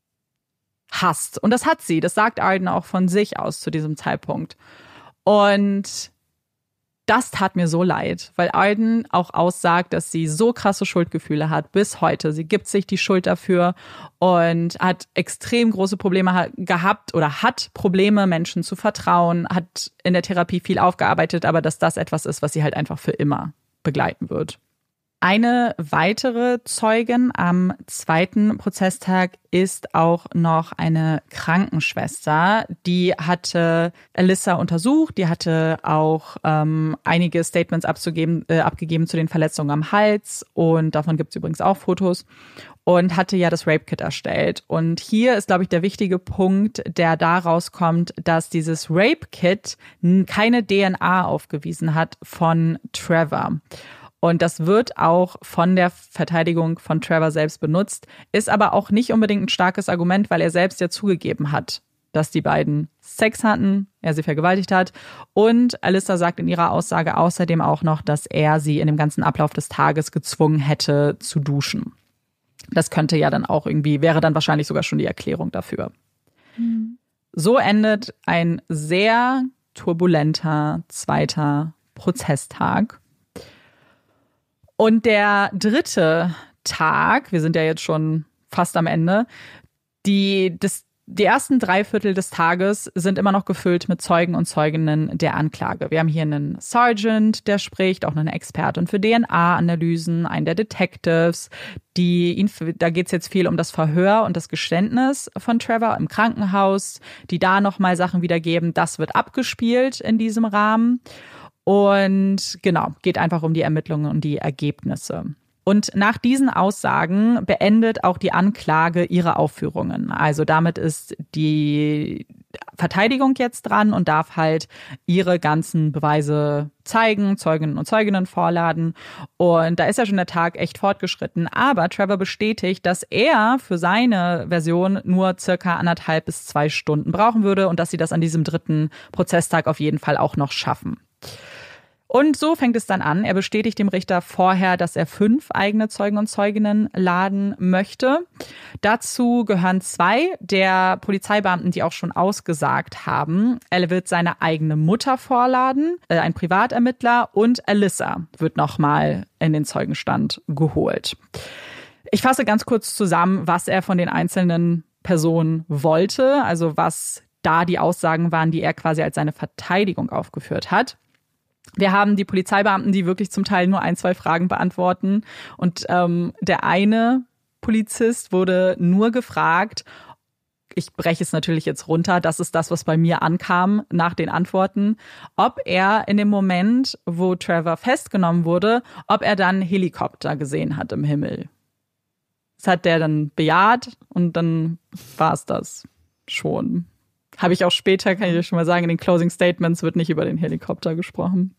hasst. Und das hat sie, das sagt Arden auch von sich aus zu diesem Zeitpunkt. Und das tat mir so leid, weil Arden auch aussagt, dass sie so krasse Schuldgefühle hat bis heute. Sie gibt sich die Schuld dafür und hat extrem große Probleme gehabt oder hat Probleme, Menschen zu vertrauen, hat in der Therapie viel aufgearbeitet, aber dass das etwas ist, was sie halt einfach für immer begleiten wird. Eine weitere Zeugin am zweiten Prozesstag ist auch noch eine Krankenschwester. Die hatte Alyssa untersucht, die hatte auch ähm, einige Statements abzugeben, äh, abgegeben zu den Verletzungen am Hals und davon gibt es übrigens auch Fotos und hatte ja das Rape-Kit erstellt. Und hier ist, glaube ich, der wichtige Punkt, der daraus kommt, dass dieses Rape-Kit keine D N A aufgewiesen hat von Trevor. Und das wird auch von der Verteidigung von Trevor selbst benutzt, ist aber auch nicht unbedingt ein starkes Argument, weil er selbst ja zugegeben hat, dass die beiden Sex hatten, er sie vergewaltigt hat. Und Alyssa sagt in ihrer Aussage außerdem auch noch, dass er sie in dem ganzen Ablauf des Tages gezwungen hätte zu duschen. Das könnte ja dann auch irgendwie, wäre dann wahrscheinlich sogar schon die Erklärung dafür. Mhm. So endet ein sehr turbulenter zweiter Prozesstag. Und der dritte Tag, wir sind ja jetzt schon fast am Ende, die, das, die ersten drei Viertel des Tages sind immer noch gefüllt mit Zeugen und Zeuginnen der Anklage. Wir haben hier einen Sergeant, der spricht, auch eine Expertin für D N A-Analysen, einen der Detectives, die ihn, da geht es jetzt viel um das Verhör und das Geständnis von Trevor im Krankenhaus, die da nochmal Sachen wiedergeben. Das wird abgespielt in diesem Rahmen. Und genau, geht einfach um die Ermittlungen und die Ergebnisse. Und nach diesen Aussagen beendet auch die Anklage ihre Aufführungen. Also damit ist die Verteidigung jetzt dran und darf halt ihre ganzen Beweise zeigen, Zeuginnen und Zeuginnen vorladen. Und da ist ja schon der Tag echt fortgeschritten. Aber Trevor bestätigt, dass er für seine Version nur circa anderthalb bis zwei Stunden brauchen würde und dass sie das an diesem dritten Prozesstag auf jeden Fall auch noch schaffen. Und so fängt es dann an. Er bestätigt dem Richter vorher, dass er fünf eigene Zeugen und Zeuginnen laden möchte. Dazu gehören zwei der Polizeibeamten, die auch schon ausgesagt haben. Er wird seine eigene Mutter vorladen, äh, ein Privatermittler, und Alyssa wird nochmal in den Zeugenstand geholt. Ich fasse ganz kurz zusammen, was er von den einzelnen Personen wollte, also was da die Aussagen waren, die er quasi als seine Verteidigung aufgeführt hat. Wir haben die Polizeibeamten, die wirklich zum Teil nur ein, zwei Fragen beantworten. Und ähm, der eine Polizist wurde nur gefragt, ich breche es natürlich jetzt runter, das ist das, was bei mir ankam nach den Antworten, ob er in dem Moment, wo Trevor festgenommen wurde, ob er dann Helikopter gesehen hat im Himmel. Das hat der dann bejaht und dann war es das schon. Habe ich auch später, kann ich euch schon mal sagen, in den Closing Statements wird nicht über den Helikopter gesprochen.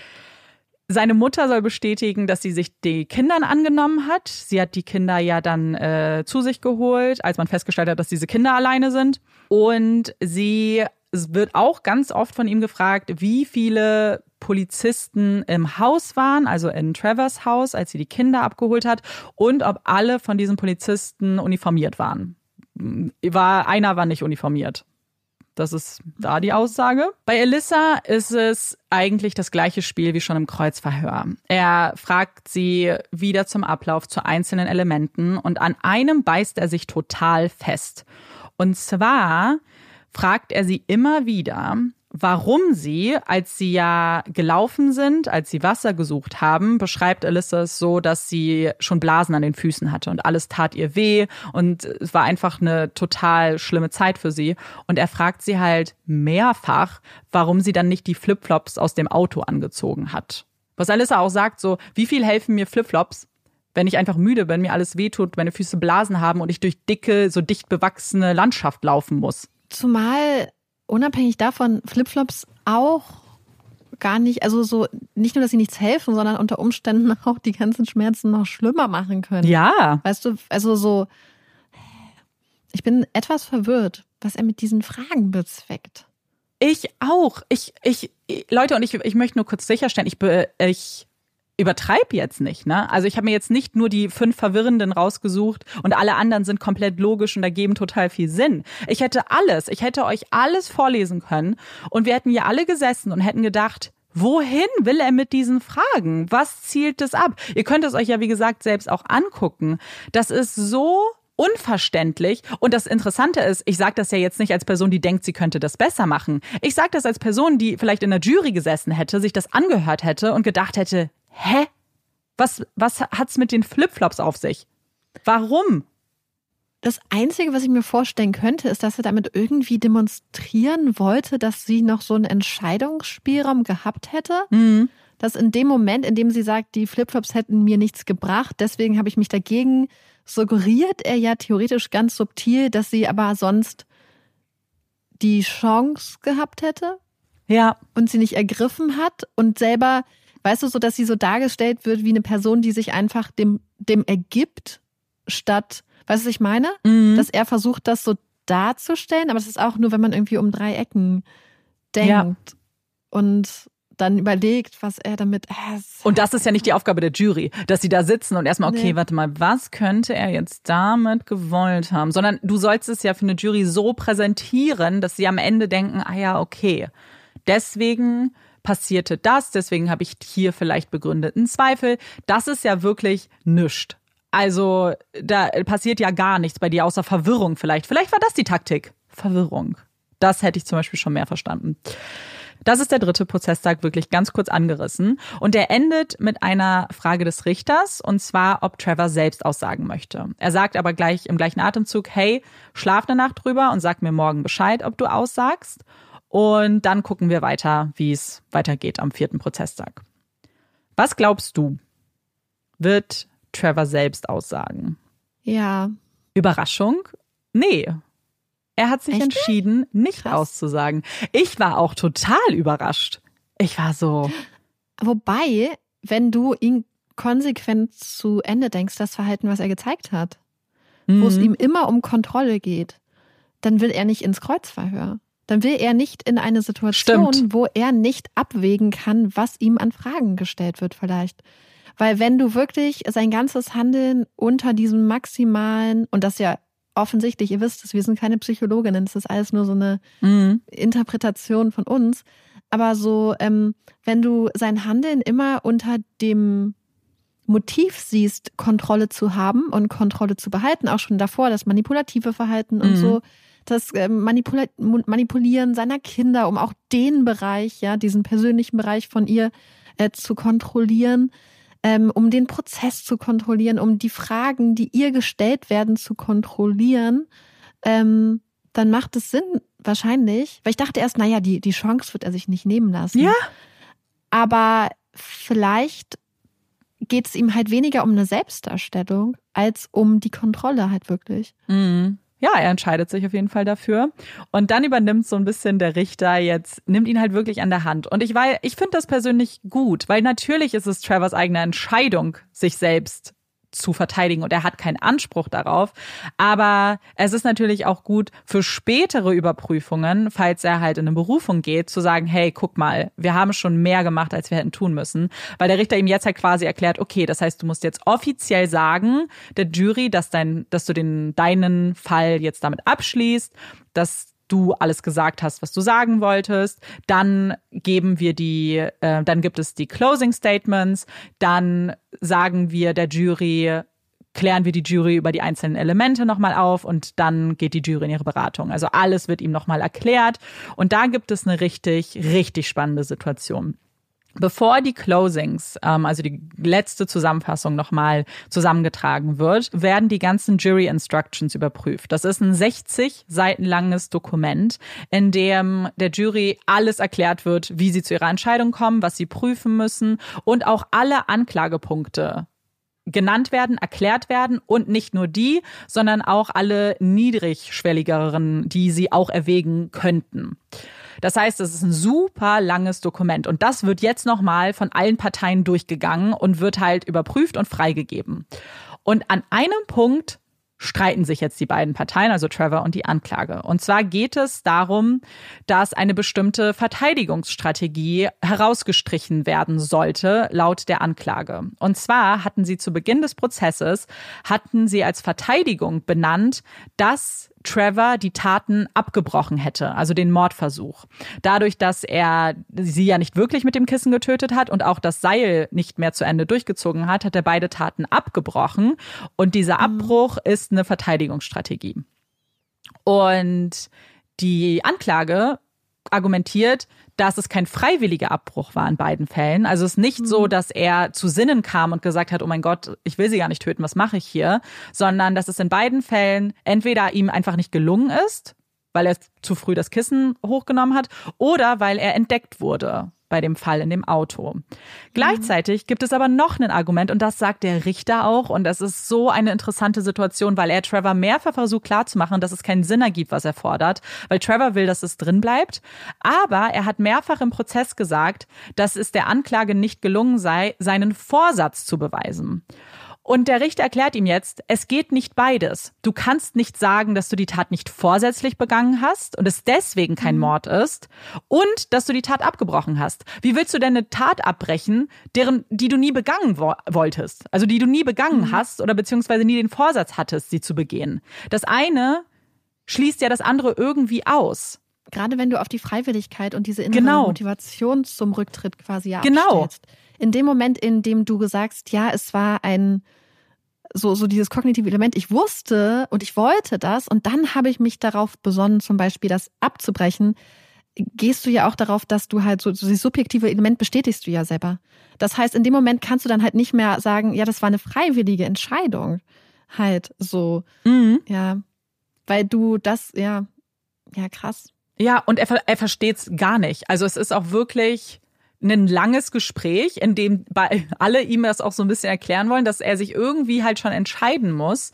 Seine Mutter soll bestätigen, dass sie sich die Kindern angenommen hat. Sie hat die Kinder ja dann äh, zu sich geholt, als man festgestellt hat, dass diese Kinder alleine sind. Und sie es wird auch ganz oft von ihm gefragt, wie viele Polizisten im Haus waren, also in Trevors Haus, als sie die Kinder abgeholt hat, und ob alle von diesen Polizisten uniformiert waren. War, einer war nicht uniformiert. Das ist da die Aussage. Bei Alyssa ist es eigentlich das gleiche Spiel wie schon im Kreuzverhör. Er fragt sie wieder zum Ablauf zu einzelnen Elementen und an einem beißt er sich total fest. Und zwar fragt er sie immer wieder, warum sie, als sie ja gelaufen sind, als sie Wasser gesucht haben, beschreibt Alyssa es so, dass sie schon Blasen an den Füßen hatte und alles tat ihr weh und es war einfach eine total schlimme Zeit für sie. Und er fragt sie halt mehrfach, warum sie dann nicht die Flipflops aus dem Auto angezogen hat. Was Alyssa auch sagt, so, wie viel helfen mir Flipflops, wenn ich einfach müde bin, mir alles wehtut, meine Füße Blasen haben und ich durch dicke, so dicht bewachsene Landschaft laufen muss. Zumal unabhängig davon Flipflops auch gar nicht, also so nicht nur, dass sie nichts helfen, sondern unter Umständen auch die ganzen Schmerzen noch schlimmer machen können. Ja. Weißt du, also so, ich bin etwas verwirrt, was er mit diesen Fragen bezweckt. Ich auch. Ich, ich, Leute, und ich, ich möchte nur kurz sicherstellen, ich, ich übertreibe jetzt nicht, ne? Also ich habe mir jetzt nicht nur die fünf Verwirrenden rausgesucht und alle anderen sind komplett logisch und ergeben total viel Sinn. Ich hätte alles, ich hätte euch alles vorlesen können und wir hätten hier alle gesessen und hätten gedacht, wohin will er mit diesen Fragen? Was zielt es ab? Ihr könnt es euch ja, wie gesagt, selbst auch angucken. Das ist so unverständlich. Und das Interessante ist, ich sage das ja jetzt nicht als Person, die denkt, sie könnte das besser machen. Ich sage das als Person, die vielleicht in der Jury gesessen hätte, sich das angehört hätte und gedacht hätte, hä? Was, was hat's mit den Flipflops auf sich? Warum? Das Einzige, was ich mir vorstellen könnte, ist, dass er damit irgendwie demonstrieren wollte, dass sie noch so einen Entscheidungsspielraum gehabt hätte. Mhm. Dass in dem Moment, in dem sie sagt, die Flipflops hätten mir nichts gebracht, deswegen habe ich mich dagegen, suggeriert er ja theoretisch ganz subtil, dass sie aber sonst die Chance gehabt hätte. Ja. Und sie nicht ergriffen hat und selber, weißt du, so, dass sie so dargestellt wird wie eine Person, die sich einfach dem, dem ergibt, statt, weißt du, was ich meine? Mhm. Dass er versucht, das so darzustellen, aber das ist auch nur, wenn man irgendwie um drei Ecken denkt ja. und dann überlegt, was er damit... Äh, und das ist ja nicht die Aufgabe der Jury, dass sie da sitzen und erstmal, okay, nee. warte mal, was könnte er jetzt damit gewollt haben? Sondern du sollst es ja für eine Jury so präsentieren, dass sie am Ende denken, ah ja, okay, deswegen passierte das, deswegen habe ich hier vielleicht begründeten Zweifel. Das ist ja wirklich nischt. Also da passiert ja gar nichts bei dir, außer Verwirrung vielleicht. Vielleicht war das die Taktik. Verwirrung. Das hätte ich zum Beispiel schon mehr verstanden. Das ist der dritte Prozesstag, wirklich ganz kurz angerissen. Und er endet mit einer Frage des Richters, und zwar, ob Trevor selbst aussagen möchte. Er sagt aber gleich im gleichen Atemzug, hey, schlaf eine Nacht drüber und sag mir morgen Bescheid, ob du aussagst. Und dann gucken wir weiter, wie es weitergeht am vierten Prozesstag. Was glaubst du, wird Trevor selbst aussagen? Ja. Überraschung? Nee. Er hat sich Echt? entschieden, nicht Krass. auszusagen. Ich war auch total überrascht. Ich war so... Wobei, wenn du ihn konsequent zu Ende denkst, das Verhalten, was er gezeigt hat, mhm. wo es ihm immer um Kontrolle geht, dann will er nicht ins Kreuzverhör. Dann will er nicht in eine Situation, Stimmt. wo er nicht abwägen kann, was ihm an Fragen gestellt wird vielleicht. Weil wenn du wirklich sein ganzes Handeln unter diesem maximalen, und das ja offensichtlich, ihr wisst es, wir sind keine Psychologinnen, das ist alles nur so eine mhm. Interpretation von uns, aber so, ähm, wenn du sein Handeln immer unter dem Motiv siehst, Kontrolle zu haben und Kontrolle zu behalten, auch schon davor, das manipulative Verhalten und mhm. so, das äh, Manipula- Manipulieren seiner Kinder, um auch den Bereich, ja, diesen persönlichen Bereich von ihr äh, zu kontrollieren, ähm, um den Prozess zu kontrollieren, um die Fragen, die ihr gestellt werden, zu kontrollieren, ähm, dann macht es Sinn, wahrscheinlich, weil ich dachte erst, naja, die, die Chance wird er sich nicht nehmen lassen. Ja. Aber vielleicht geht es ihm halt weniger um eine Selbstdarstellung, als um die Kontrolle halt wirklich. Mhm. Ja, er entscheidet sich auf jeden Fall dafür. Und dann übernimmt so ein bisschen der Richter jetzt, nimmt ihn halt wirklich an der Hand. Und ich, weil, ich finde das persönlich gut, weil natürlich ist es Trevors eigene Entscheidung, sich selbst zu verteidigen und er hat keinen Anspruch darauf. Aber es ist natürlich auch gut für spätere Überprüfungen, falls er halt in eine Berufung geht, zu sagen, hey, guck mal, wir haben schon mehr gemacht, als wir hätten tun müssen. Weil der Richter ihm jetzt halt quasi erklärt, okay, das heißt, du musst jetzt offiziell sagen, der Jury, dass dein, dass du den, deinen Fall jetzt damit abschließt, dass du alles gesagt hast, was du sagen wolltest, dann geben wir die, äh, dann gibt es die Closing Statements, dann sagen wir der Jury, klären wir die Jury über die einzelnen Elemente nochmal auf und dann geht die Jury in ihre Beratung. Also alles wird ihm nochmal erklärt und da gibt es eine richtig, richtig spannende Situation. Bevor die Closings, ähm, also die letzte Zusammenfassung nochmal zusammengetragen wird, werden die ganzen Jury Instructions überprüft. Das ist ein sechzig Seiten langes Dokument, in dem der Jury alles erklärt wird, wie sie zu ihrer Entscheidung kommen, was sie prüfen müssen und auch alle Anklagepunkte genannt werden, erklärt werden und nicht nur die, sondern auch alle niedrigschwelligeren, die sie auch erwägen könnten. Das heißt, es ist ein super langes Dokument und das wird jetzt nochmal von allen Parteien durchgegangen und wird halt überprüft und freigegeben. Und an einem Punkt streiten sich jetzt die beiden Parteien, also Trevor und die Anklage. Und zwar geht es darum, dass eine bestimmte Verteidigungsstrategie herausgestrichen werden sollte, laut der Anklage. Und zwar hatten sie zu Beginn des Prozesses, hatten sie als Verteidigung benannt, dass Trevor die Taten abgebrochen hätte, also den Mordversuch. Dadurch, dass er sie ja nicht wirklich mit dem Kissen getötet hat und auch das Seil nicht mehr zu Ende durchgezogen hat, hat er beide Taten abgebrochen. Und dieser Abbruch mhm. ist eine Verteidigungsstrategie. Und die Anklage argumentiert, dass es kein freiwilliger Abbruch war in beiden Fällen. Also es ist nicht mhm. so, dass er zu Sinnen kam und gesagt hat, oh mein Gott, ich will sie gar nicht töten, was mache ich hier? Sondern dass es in beiden Fällen entweder ihm einfach nicht gelungen ist, weil er zu früh das Kissen hochgenommen hat, oder weil er entdeckt wurde bei dem Fall in dem Auto. Mhm. Gleichzeitig gibt es aber noch ein Argument und das sagt der Richter auch und das ist so eine interessante Situation, weil er Trevor mehrfach versucht klarzumachen, dass es keinen Sinn ergibt, was er fordert, weil Trevor will, dass es drin bleibt, aber er hat mehrfach im Prozess gesagt, dass es der Anklage nicht gelungen sei, seinen Vorsatz zu beweisen. Und der Richter erklärt ihm jetzt, es geht nicht beides. Du kannst nicht sagen, dass du die Tat nicht vorsätzlich begangen hast und es deswegen kein Mord ist und dass du die Tat abgebrochen hast. Wie willst du denn eine Tat abbrechen, deren, die du nie begangen wo- wolltest? Also die du nie begangen mhm. hast oder beziehungsweise nie den Vorsatz hattest, sie zu begehen. Das eine schließt ja das andere irgendwie aus. Gerade wenn du auf die Freiwilligkeit und diese innere genau. Motivation zum Rücktritt quasi ja genau. abstellst. In dem Moment, in dem du sagst, ja, es war ein, so, so dieses kognitive Element, ich wusste und ich wollte das und dann habe ich mich darauf besonnen, zum Beispiel das abzubrechen, gehst du ja auch darauf, dass du halt so, so dieses subjektive Element bestätigst du ja selber. Das heißt, in dem Moment kannst du dann halt nicht mehr sagen, ja, das war eine freiwillige Entscheidung. Halt so, mhm. ja, weil du das, ja, ja, krass. Ja, und er, er versteht es gar nicht. Also es ist auch wirklich ein langes Gespräch, in dem alle ihm das auch so ein bisschen erklären wollen, dass er sich irgendwie halt schon entscheiden muss.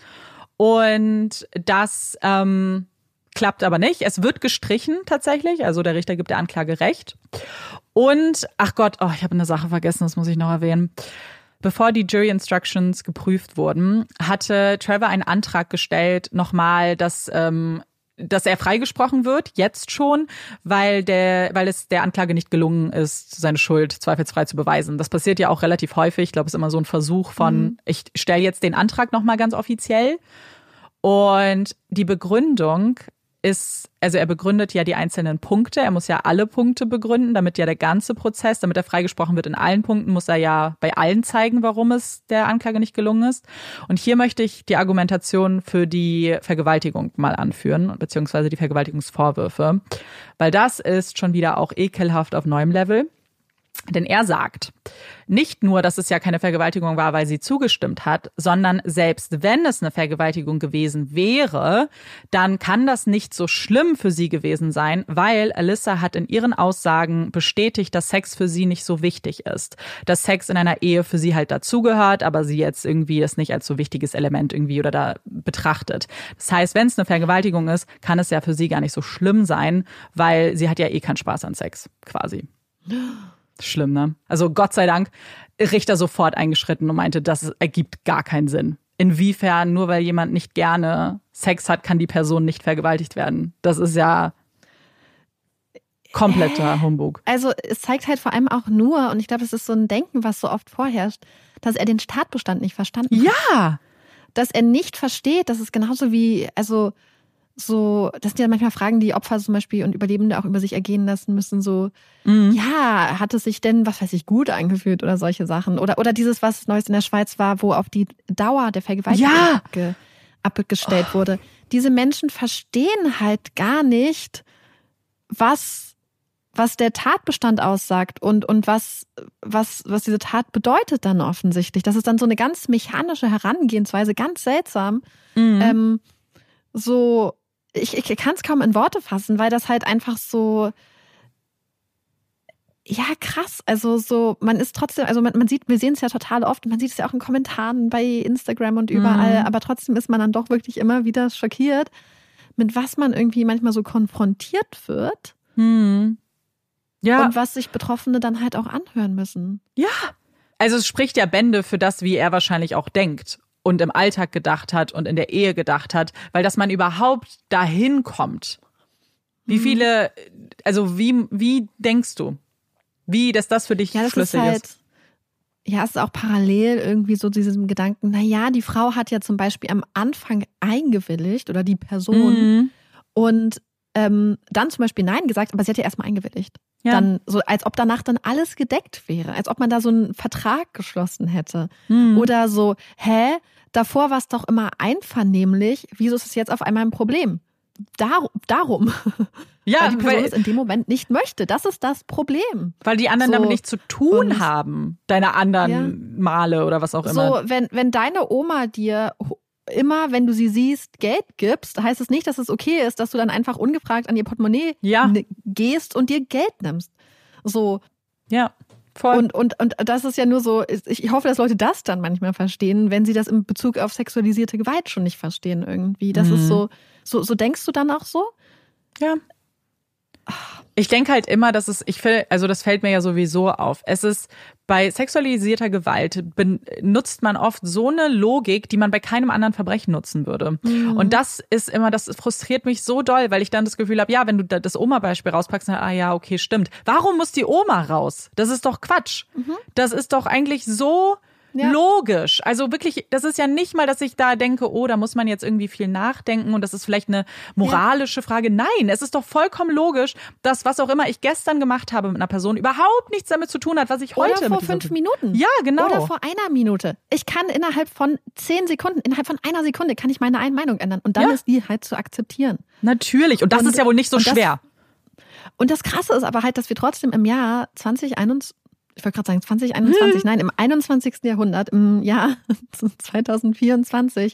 Und das ähm, klappt aber nicht. Es wird gestrichen tatsächlich. Also der Richter gibt der Anklage recht. Und, ach Gott, oh, ich habe eine Sache vergessen, das muss ich noch erwähnen. Bevor die Jury Instructions geprüft wurden, hatte Trevor einen Antrag gestellt, nochmal, dass ähm, dass er freigesprochen wird, jetzt schon, weil der, weil es der Anklage nicht gelungen ist, seine Schuld zweifelsfrei zu beweisen. Das passiert ja auch relativ häufig. Ich glaube, es ist immer so ein Versuch von, mhm. ich stelle jetzt den Antrag nochmal ganz offiziell. Und die Begründung ist, also er begründet ja die einzelnen Punkte. Er muss ja alle Punkte begründen, damit ja der ganze Prozess, damit er freigesprochen wird in allen Punkten, muss er ja bei allen zeigen, warum es der Anklage nicht gelungen ist. Und hier möchte ich die Argumentation für die Vergewaltigung mal anführen, beziehungsweise die Vergewaltigungsvorwürfe, weil das ist schon wieder auch ekelhaft auf neuem Level. Denn er sagt, nicht nur, dass es ja keine Vergewaltigung war, weil sie zugestimmt hat, sondern selbst wenn es eine Vergewaltigung gewesen wäre, dann kann das nicht so schlimm für sie gewesen sein, weil Alyssa hat in ihren Aussagen bestätigt, dass Sex für sie nicht so wichtig ist. Dass Sex in einer Ehe für sie halt dazugehört, aber sie jetzt irgendwie das nicht als so wichtiges Element irgendwie oder da betrachtet. Das heißt, wenn es eine Vergewaltigung ist, kann es ja für sie gar nicht so schlimm sein, weil sie hat ja eh keinen Spaß an Sex, quasi. Schlimm, ne? Also Gott sei Dank, Richter sofort eingeschritten und meinte, das ergibt gar keinen Sinn. Inwiefern, nur weil jemand nicht gerne Sex hat, kann die Person nicht vergewaltigt werden. Das ist ja kompletter Humbug. Also es zeigt halt vor allem auch nur, und ich glaube, es ist so ein Denken, was so oft vorherrscht, dass er den Tatbestand nicht verstanden hat. Ja! Dass er nicht versteht, dass es genauso wie, also so, das sind ja manchmal Fragen, die Opfer zum Beispiel und Überlebende auch über sich ergehen lassen müssen, so, mhm. ja, hat es sich denn, was weiß ich, gut angefühlt oder solche Sachen? Oder, oder dieses, was Neues in der Schweiz war, wo auf die Dauer der Vergewaltigung ja. abge, abgestellt oh. wurde. Diese Menschen verstehen halt gar nicht, was, was der Tatbestand aussagt und, und was, was, was diese Tat bedeutet dann offensichtlich. Das ist dann so eine ganz mechanische Herangehensweise, ganz seltsam. Mhm. Ähm, so, ich, ich kann es kaum in Worte fassen, weil das halt einfach so, ja krass, also so, man ist trotzdem, also man, man sieht, wir sehen es ja total oft, man sieht es ja auch in Kommentaren bei Instagram und überall, mhm. aber trotzdem ist man dann doch wirklich immer wieder schockiert, mit was man irgendwie manchmal so konfrontiert wird. Mhm. Ja. Und was sich Betroffene dann halt auch anhören müssen. Ja, also es spricht ja Bände für das, wie er wahrscheinlich auch denkt und im Alltag gedacht hat und in der Ehe gedacht hat, weil dass man überhaupt dahin kommt. Wie viele, also wie, wie denkst du? Wie, dass das für dich ja, das schlüssig ist? Halt, ist? Ja, es ist auch parallel irgendwie so diesem Gedanken, naja, die Frau hat ja zum Beispiel am Anfang eingewilligt oder die Person mhm. und ähm, dann zum Beispiel Nein gesagt, aber sie hat ja erstmal eingewilligt. Ja. Dann so, als ob danach dann alles gedeckt wäre, als ob man da so einen Vertrag geschlossen hätte. Mhm. Oder so, hä, davor war es doch immer einvernehmlich, wieso ist es jetzt auf einmal ein Problem? Dar- darum. Ja, weil die Person weil, es in dem Moment nicht möchte. Das ist das Problem. Weil die anderen so, damit nichts zu tun haben. Deine anderen ja. Male oder was auch immer. So, wenn, wenn deine Oma dir immer, wenn du sie siehst, Geld gibst, heißt es nicht, dass es okay ist, dass du dann einfach ungefragt an ihr Portemonnaie ja. gehst und dir Geld nimmst. So. Ja, voll. Und, und, und das ist ja nur so, ich hoffe, dass Leute das dann manchmal verstehen, wenn sie das in Bezug auf sexualisierte Gewalt schon nicht verstehen irgendwie. Das mhm. ist so, so, so denkst du dann auch so? Ja. Ich denke halt immer, dass es, ich finde, also das fällt mir ja sowieso auf. Es ist bei sexualisierter Gewalt benutzt man oft so eine Logik, die man bei keinem anderen Verbrechen nutzen würde. Mhm. Und das ist immer, das frustriert mich so doll, weil ich dann das Gefühl habe, ja, wenn du das Oma-Beispiel rauspackst, dann, ah ja, okay, stimmt. Warum muss die Oma raus? Das ist doch Quatsch. Mhm. Das ist doch eigentlich so ja. logisch. Also wirklich, das ist ja nicht mal, dass ich da denke, oh, da muss man jetzt irgendwie viel nachdenken und das ist vielleicht eine moralische ja. Frage. Nein, es ist doch vollkommen logisch, dass was auch immer ich gestern gemacht habe mit einer Person überhaupt nichts damit zu tun hat, was ich heute Oder vor mit fünf Minuten. Ja, genau. Oder vor einer Minute. Ich kann innerhalb von zehn Sekunden, innerhalb von einer Sekunde kann ich meine Meinung ändern und dann ja. ist die halt zu akzeptieren. Natürlich. Und das und, ist ja wohl nicht so schwer. Das, und das Krasse ist aber halt, dass wir trotzdem im Jahr zwanzig einundzwanzig ich wollte gerade sagen zwanzig einundzwanzig, hm. nein, im einundzwanzigsten Jahrhundert, im Jahr zwanzig vierundzwanzig,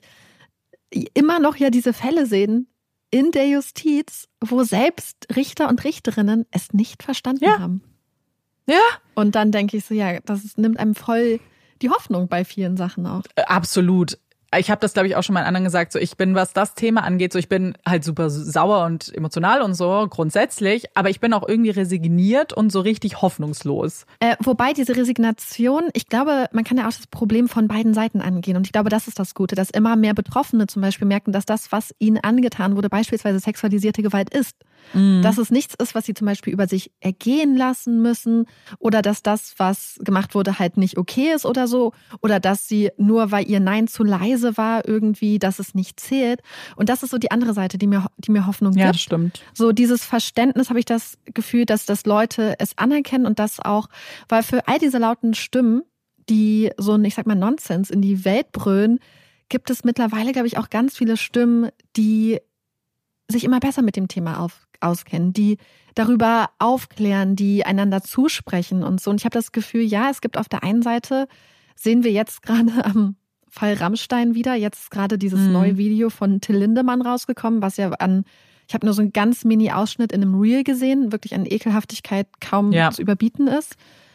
immer noch ja diese Fälle sehen in der Justiz, wo selbst Richter und Richterinnen es nicht verstanden ja. haben. Ja. Und dann denke ich so, ja, das ist, nimmt einem voll die Hoffnung bei vielen Sachen auch. Absolut. Ich habe das, glaube ich, auch schon mal anderen gesagt, so ich bin, was das Thema angeht, so ich bin halt super sauer und emotional und so grundsätzlich, aber ich bin auch irgendwie resigniert und so richtig hoffnungslos. Äh, wobei diese Resignation, ich glaube, man kann ja auch das Problem von beiden Seiten angehen und ich glaube, das ist das Gute, dass immer mehr Betroffene zum Beispiel merken, dass das, was ihnen angetan wurde, beispielsweise sexualisierte Gewalt ist. Mhm. Dass es nichts ist, was sie zum Beispiel über sich ergehen lassen müssen oder dass das, was gemacht wurde, halt nicht okay ist oder so oder dass sie nur, weil ihr Nein zu leise war, irgendwie, dass es nicht zählt. Und das ist so die andere Seite, die mir, die mir Hoffnung gibt. Ja, das stimmt. So dieses Verständnis habe ich das Gefühl, dass das Leute es anerkennen und das auch, weil für all diese lauten Stimmen, die so ein, ich sag mal, Nonsens in die Welt brüllen, gibt es mittlerweile, glaube ich, auch ganz viele Stimmen, die sich immer besser mit dem Thema auf, auskennen, die darüber aufklären, die einander zusprechen und so. Und ich habe das Gefühl, ja, es gibt auf der einen Seite, sehen wir jetzt gerade am Fall Rammstein wieder, jetzt ist gerade dieses mhm. neue Video von Till Lindemann rausgekommen, was ja an, ich habe nur so einen ganz Mini-Ausschnitt in einem Reel gesehen, wirklich an Ekelhaftigkeit kaum ja. zu überbieten ist,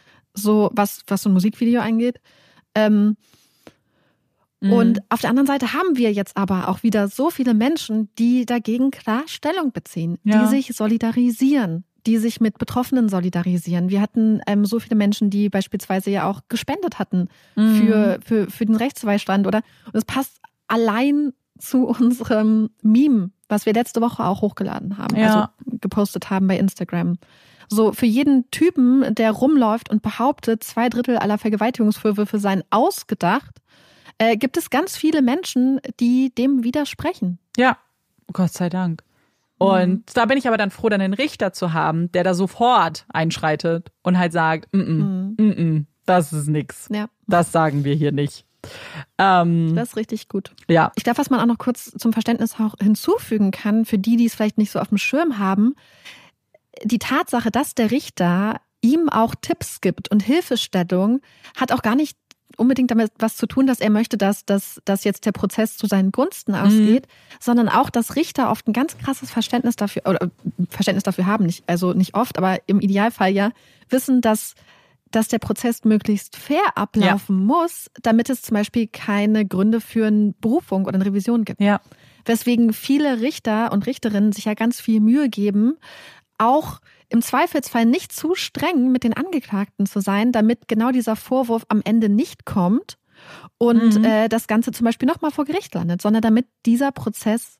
so was, was so ein Musikvideo angeht. Ähm, Und auf der anderen Seite haben wir jetzt aber auch wieder so viele Menschen, die dagegen klar Stellung beziehen, ja. die sich solidarisieren, die sich mit Betroffenen solidarisieren. Wir hatten ähm, so viele Menschen, die beispielsweise ja auch gespendet hatten mhm. für, für, für den Rechtsbeistand, oder? Und es passt allein zu unserem Meme, was wir letzte Woche auch hochgeladen haben, ja. also gepostet haben bei Instagram. So, für jeden Typen, der rumläuft und behauptet, zwei Drittel aller Vergewaltigungsvorwürfe seien ausgedacht, Äh, gibt es ganz viele Menschen, die dem widersprechen. Ja, Gott sei Dank. Und mhm. da bin ich aber dann froh, dann einen Richter zu haben, der da sofort einschreitet und halt sagt, mm -mm, mhm. mm -mm, das ist nix. Ja. Das sagen wir hier nicht. Ähm, das ist richtig gut. Ja. Ich glaube, was man auch noch kurz zum Verständnis auch hinzufügen kann, für die, die es vielleicht nicht so auf dem Schirm haben, die Tatsache, dass der Richter ihm auch Tipps gibt und Hilfestellung, hat auch gar nicht unbedingt damit was zu tun, dass er möchte, dass, dass, dass jetzt der Prozess zu seinen Gunsten ausgeht, mhm. sondern auch, dass Richter oft ein ganz krasses Verständnis dafür, oder Verständnis dafür haben, nicht, also nicht oft, aber im Idealfall ja, wissen, dass, dass der Prozess möglichst fair ablaufen ja. muss, damit es zum Beispiel keine Gründe für eine Berufung oder eine Revision gibt. Ja. Weswegen viele Richter und Richterinnen sich ja ganz viel Mühe geben, auch im Zweifelsfall nicht zu streng mit den Angeklagten zu sein, damit genau dieser Vorwurf am Ende nicht kommt und mhm. äh, das Ganze zum Beispiel nochmal vor Gericht landet, sondern damit dieser Prozess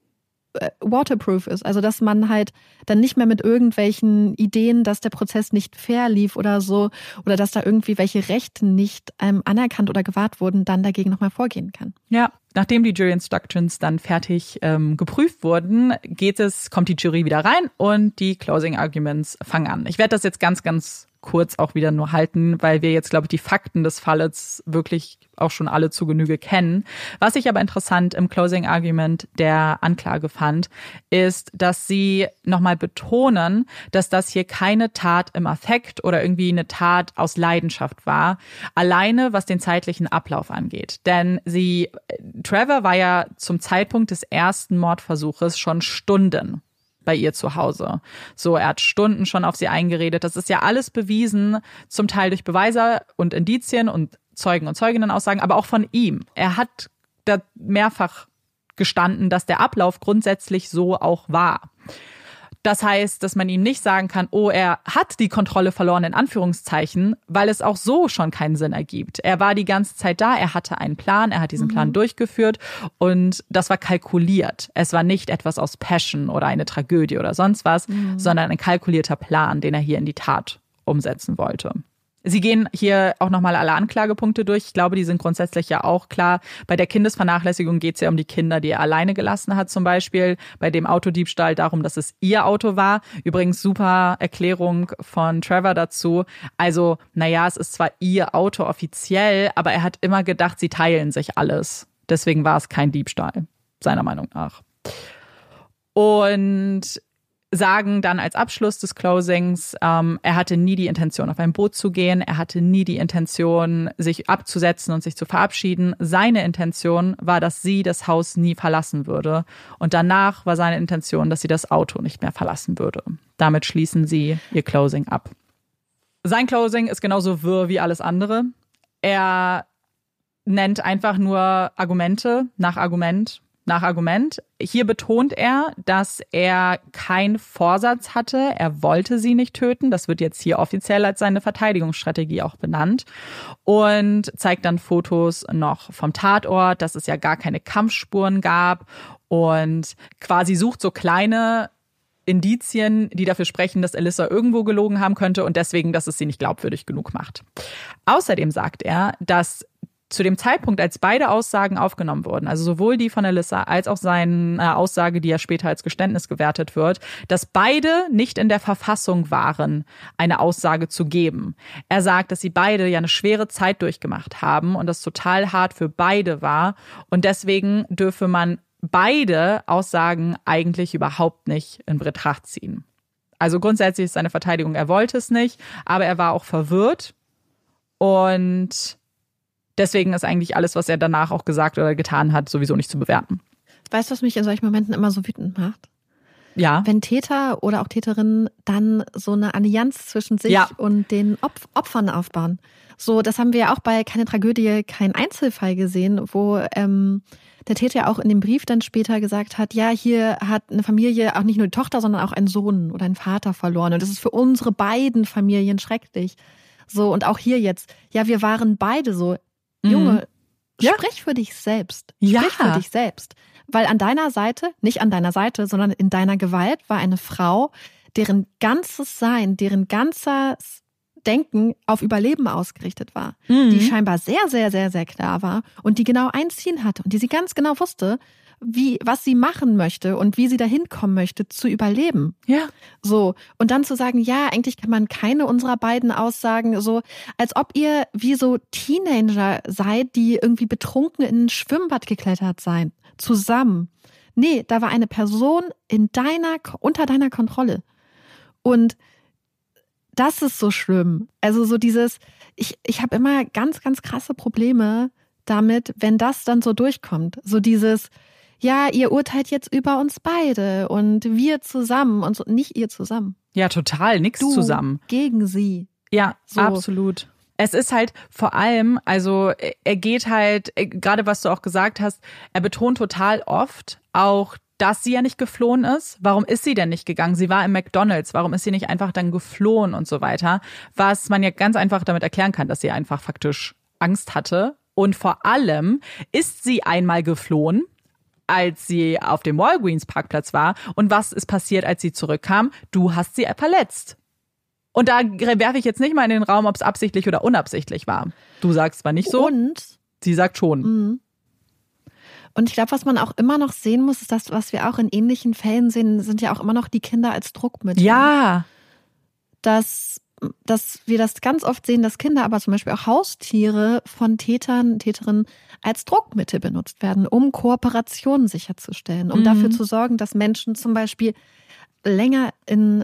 äh, waterproof ist. Also dass man halt dann nicht mehr mit irgendwelchen Ideen, dass der Prozess nicht fair lief oder so, oder dass da irgendwie welche Rechte nicht ähm, anerkannt oder gewahrt wurden, dann dagegen nochmal vorgehen kann. Ja. Nachdem die Jury Instructions dann fertig ähm, geprüft wurden, geht es, kommt die Jury wieder rein und die Closing Arguments fangen an. Ich werde das jetzt ganz, ganz kurz auch wieder nur halten, weil wir jetzt, glaube ich, die Fakten des Falles wirklich auch schon alle zu Genüge kennen. Was ich aber interessant im Closing Argument der Anklage fand, ist, dass sie nochmal betonen, dass das hier keine Tat im Affekt oder irgendwie eine Tat aus Leidenschaft war, alleine was den zeitlichen Ablauf angeht. Denn sie, Trevor war ja zum Zeitpunkt des ersten Mordversuches schon Stunden bei ihr zu Hause. So, er hat Stunden schon auf sie eingeredet. Das ist ja alles bewiesen, zum Teil durch Beweise und Indizien und Zeugen- und Zeuginnenaussagen, aber auch von ihm. Er hat da mehrfach gestanden, dass der Ablauf grundsätzlich so auch war. Das heißt, dass man ihm nicht sagen kann, oh, er hat die Kontrolle verloren, in Anführungszeichen, weil es auch so schon keinen Sinn ergibt. Er war die ganze Zeit da, er hatte einen Plan, er hat diesen mhm. Plan durchgeführt und das war kalkuliert. Es war nicht etwas aus Passion oder eine Tragödie oder sonst was, mhm. sondern ein kalkulierter Plan, den er hier in die Tat umsetzen wollte. Sie gehen hier auch nochmal alle Anklagepunkte durch. Ich glaube, die sind grundsätzlich ja auch klar. Bei der Kindesvernachlässigung geht es ja um die Kinder, die er alleine gelassen hat zum Beispiel. Bei dem Autodiebstahl darum, dass es ihr Auto war. Übrigens super Erklärung von Trevor dazu. Also, naja, es ist zwar ihr Auto offiziell, aber er hat immer gedacht, sie teilen sich alles. Deswegen war es kein Diebstahl, seiner Meinung nach. Und sagen dann als Abschluss des Closings, ähm, er hatte nie die Intention, auf ein Boot zu gehen. Er hatte nie die Intention, sich abzusetzen und sich zu verabschieden. Seine Intention war, dass sie das Haus nie verlassen würde. Und danach war seine Intention, dass sie das Auto nicht mehr verlassen würde. Damit schließen sie ihr Closing ab. Sein Closing ist genauso wirr wie alles andere. Er nennt einfach nur Argumente nach Argument nach Argument. Hier betont er, dass er keinen Vorsatz hatte. Er wollte sie nicht töten. Das wird jetzt hier offiziell als seine Verteidigungsstrategie auch benannt. Und zeigt dann Fotos noch vom Tatort, dass es ja gar keine Kampfspuren gab. Und quasi sucht so kleine Indizien, die dafür sprechen, dass Alyssa irgendwo gelogen haben könnte und deswegen, dass es sie nicht glaubwürdig genug macht. Außerdem sagt er, dass zu dem Zeitpunkt, als beide Aussagen aufgenommen wurden, also sowohl die von Alyssa als auch seine Aussage, die ja später als Geständnis gewertet wird, dass beide nicht in der Verfassung waren, eine Aussage zu geben. Er sagt, dass sie beide ja eine schwere Zeit durchgemacht haben und das total hart für beide war und deswegen dürfe man beide Aussagen eigentlich überhaupt nicht in Betracht ziehen. Also grundsätzlich ist seine Verteidigung, er wollte es nicht, aber er war auch verwirrt und deswegen ist eigentlich alles, was er danach auch gesagt oder getan hat, sowieso nicht zu bewerten. Weißt du, was mich in solchen Momenten immer so wütend macht? Ja. Wenn Täter oder auch Täterinnen dann so eine Allianz zwischen sich ja. und den Opf- Opfern aufbauen. So, das haben wir ja auch bei Keine Tragödie, kein Einzelfall gesehen, wo ähm, der Täter ja auch in dem Brief dann später gesagt hat, ja, hier hat eine Familie auch nicht nur die Tochter, sondern auch einen Sohn oder einen Vater verloren. Und das ist für unsere beiden Familien schrecklich. So, und auch hier jetzt, ja, wir waren beide so. Junge, ja. sprich für dich selbst. Sprich ja. für dich selbst. Weil an deiner Seite, nicht an deiner Seite, sondern in deiner Gewalt war eine Frau, deren ganzes Sein, deren ganzes Denken auf Überleben ausgerichtet war. Mhm. Die scheinbar sehr, sehr, sehr, sehr klar war und die genau ein Ziel hatte und die sie ganz genau wusste, wie, was sie machen möchte und wie sie dahin kommen möchte, zu überleben. Ja. So. Und dann zu sagen, ja, eigentlich kann man keine unserer beiden Aussagen so, als ob ihr wie so Teenager seid, die irgendwie betrunken in ein Schwimmbad geklettert seien. Zusammen. Nee, da war eine Person in deiner, unter deiner Kontrolle. Und das ist so schlimm. Also so dieses, ich, ich habe immer ganz, ganz krasse Probleme damit, wenn das dann so durchkommt. So dieses, ja, ihr urteilt jetzt über uns beide und wir zusammen und so, nicht ihr zusammen. Ja, total, nix du zusammen. Gegen sie. Ja, so. Absolut. Es ist halt vor allem, also er geht halt, gerade was du auch gesagt hast, er betont total oft auch, dass sie ja nicht geflohen ist. Warum ist sie denn nicht gegangen? Sie war im McDonald's. Warum ist sie nicht einfach dann geflohen und so weiter? Was man ja ganz einfach damit erklären kann, dass sie einfach faktisch Angst hatte. Und vor allem ist sie einmal geflohen, als sie auf dem Walgreens-Parkplatz war. Und was ist passiert, als sie zurückkam? Du hast sie verletzt. Und da werfe ich jetzt nicht mal in den Raum, ob es absichtlich oder unabsichtlich war. Du sagst zwar nicht so. Und? Sie sagt schon. Mhm. Und ich glaube, was man auch immer noch sehen muss, ist das, was wir auch in ähnlichen Fällen sehen, sind ja auch immer noch die Kinder als Druckmittel. Ja. Dass, dass wir das ganz oft sehen, dass Kinder, aber zum Beispiel auch Haustiere von Tätern, Täterinnen als Druckmittel benutzt werden, um Kooperationen sicherzustellen, um mhm. dafür zu sorgen, dass Menschen zum Beispiel länger in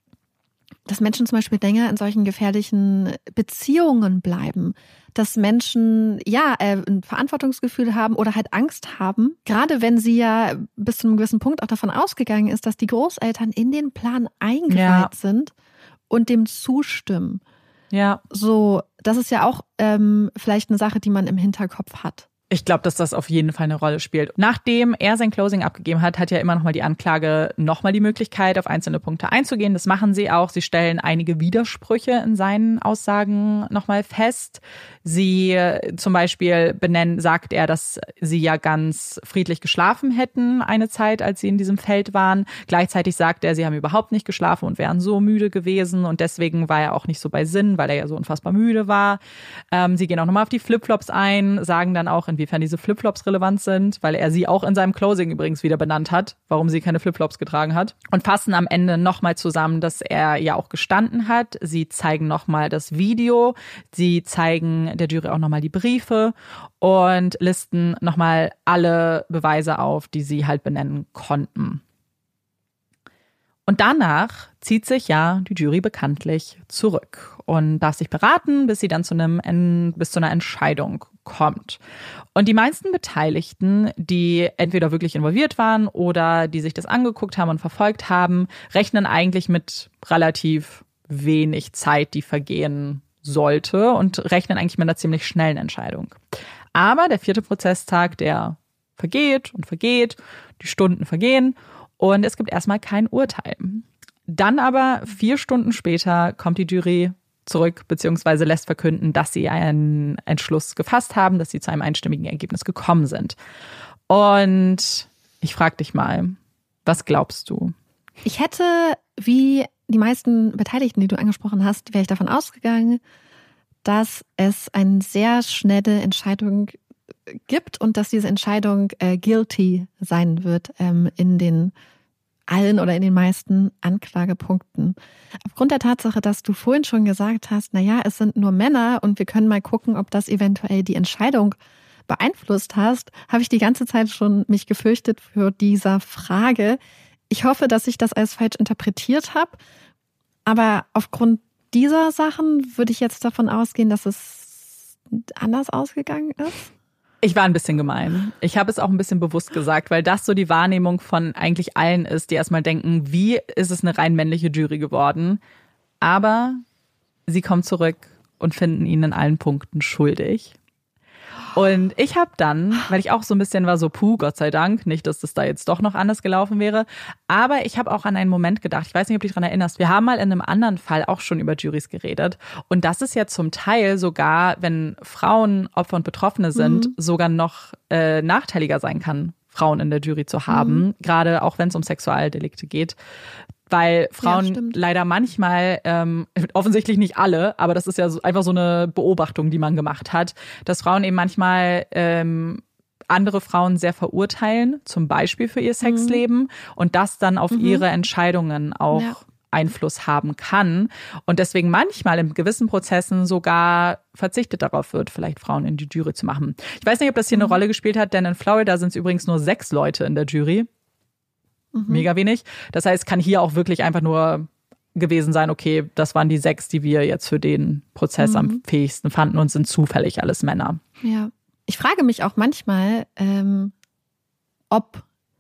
dass Menschen zum Beispiel länger in solchen gefährlichen Beziehungen bleiben, dass Menschen ja ein Verantwortungsgefühl haben oder halt Angst haben, gerade wenn sie ja bis zu einem gewissen Punkt auch davon ausgegangen ist, dass die Großeltern in den Plan eingeweiht ja. sind und dem zustimmen. Ja. So, das ist ja auch ähm, vielleicht eine Sache, die man im Hinterkopf hat. Ich glaube, dass das auf jeden Fall eine Rolle spielt. Nachdem er sein Closing abgegeben hat, hat ja immer noch mal die Anklage noch mal die Möglichkeit, auf einzelne Punkte einzugehen. Das machen sie auch. Sie stellen einige Widersprüche in seinen Aussagen noch mal fest. Sie zum Beispiel benennen, sagt er, dass sie ja ganz friedlich geschlafen hätten eine Zeit, als sie in diesem Feld waren. Gleichzeitig sagt er, sie haben überhaupt nicht geschlafen und wären so müde gewesen. Und deswegen war er auch nicht so bei Sinn, weil er ja so unfassbar müde war. Ähm, sie gehen auch noch mal auf die Flipflops ein, sagen dann auch, inwiefern diese Flipflops relevant sind, weil er sie auch in seinem Closing übrigens wieder benannt hat, warum sie keine Flipflops getragen hat. Und fassen am Ende nochmal zusammen, dass er ja auch gestanden hat. Sie zeigen nochmal das Video. Sie zeigen der Jury auch nochmal die Briefe und listen nochmal alle Beweise auf, die sie halt benennen konnten. Und danach zieht sich ja die Jury bekanntlich zurück und darf sich beraten, bis sie dann zu einem, bis zu einer Entscheidung kommt. Und die meisten Beteiligten, die entweder wirklich involviert waren oder die sich das angeguckt haben und verfolgt haben, rechnen eigentlich mit relativ wenig Zeit, die vergehen sollte und rechnen eigentlich mit einer ziemlich schnellen Entscheidung. Aber der vierte Prozesstag, der vergeht und vergeht, die Stunden vergehen und es gibt erstmal kein Urteil. Dann aber vier Stunden später kommt die Jury zurück, beziehungsweise lässt verkünden, dass sie einen Entschluss gefasst haben, dass sie zu einem einstimmigen Ergebnis gekommen sind. Und ich frage dich mal, was glaubst du? Ich hätte, wie die meisten Beteiligten, die du angesprochen hast, wäre ich davon ausgegangen, dass es eine sehr schnelle Entscheidung gibt und dass diese Entscheidung äh, guilty sein wird ähm, in den allen oder in den meisten Anklagepunkten. Aufgrund der Tatsache, dass du vorhin schon gesagt hast, naja, es sind nur Männer und wir können mal gucken, ob das eventuell die Entscheidung beeinflusst hast, habe ich die ganze Zeit schon mich gefürchtet für dieser Frage. Ich hoffe, dass ich das als falsch interpretiert habe, aber aufgrund dieser Sachen würde ich jetzt davon ausgehen, dass es anders ausgegangen ist. Ich war ein bisschen gemein. Ich habe es auch ein bisschen bewusst gesagt, weil das so die Wahrnehmung von eigentlich allen ist, die erstmal denken, wie ist es eine rein männliche Jury geworden? Aber sie kommen zurück und finden ihn in allen Punkten schuldig. Und ich habe dann, weil ich auch so ein bisschen war so, puh, Gott sei Dank, nicht, dass das da jetzt doch noch anders gelaufen wäre, aber ich habe auch an einen Moment gedacht, ich weiß nicht, ob du dich daran erinnerst, wir haben mal in einem anderen Fall auch schon über Juries geredet und das ist ja zum Teil sogar, wenn Frauen Opfer und Betroffene sind, mhm. sogar noch äh, nachteiliger sein kann, Frauen in der Jury zu haben, mhm. gerade auch wenn es um Sexualdelikte geht. Weil Frauen ja, leider manchmal, ähm, offensichtlich nicht alle, aber das ist ja so, einfach so eine Beobachtung, die man gemacht hat, dass Frauen eben manchmal ähm, andere Frauen sehr verurteilen, zum Beispiel für ihr Sexleben mhm. und das dann auf mhm. ihre Entscheidungen auch ja. Einfluss haben kann und deswegen manchmal in gewissen Prozessen sogar verzichtet darauf wird, vielleicht Frauen in die Jury zu machen. Ich weiß nicht, ob das hier mhm. eine Rolle gespielt hat, denn in Florida sind es übrigens nur sechs Leute in der Jury. Mhm. Mega wenig. Das heißt, kann hier auch wirklich einfach nur gewesen sein, okay, das waren die sechs, die wir jetzt für den Prozess mhm. am fähigsten fanden und sind zufällig alles Männer. Ja. Ich frage mich auch manchmal, ähm, ob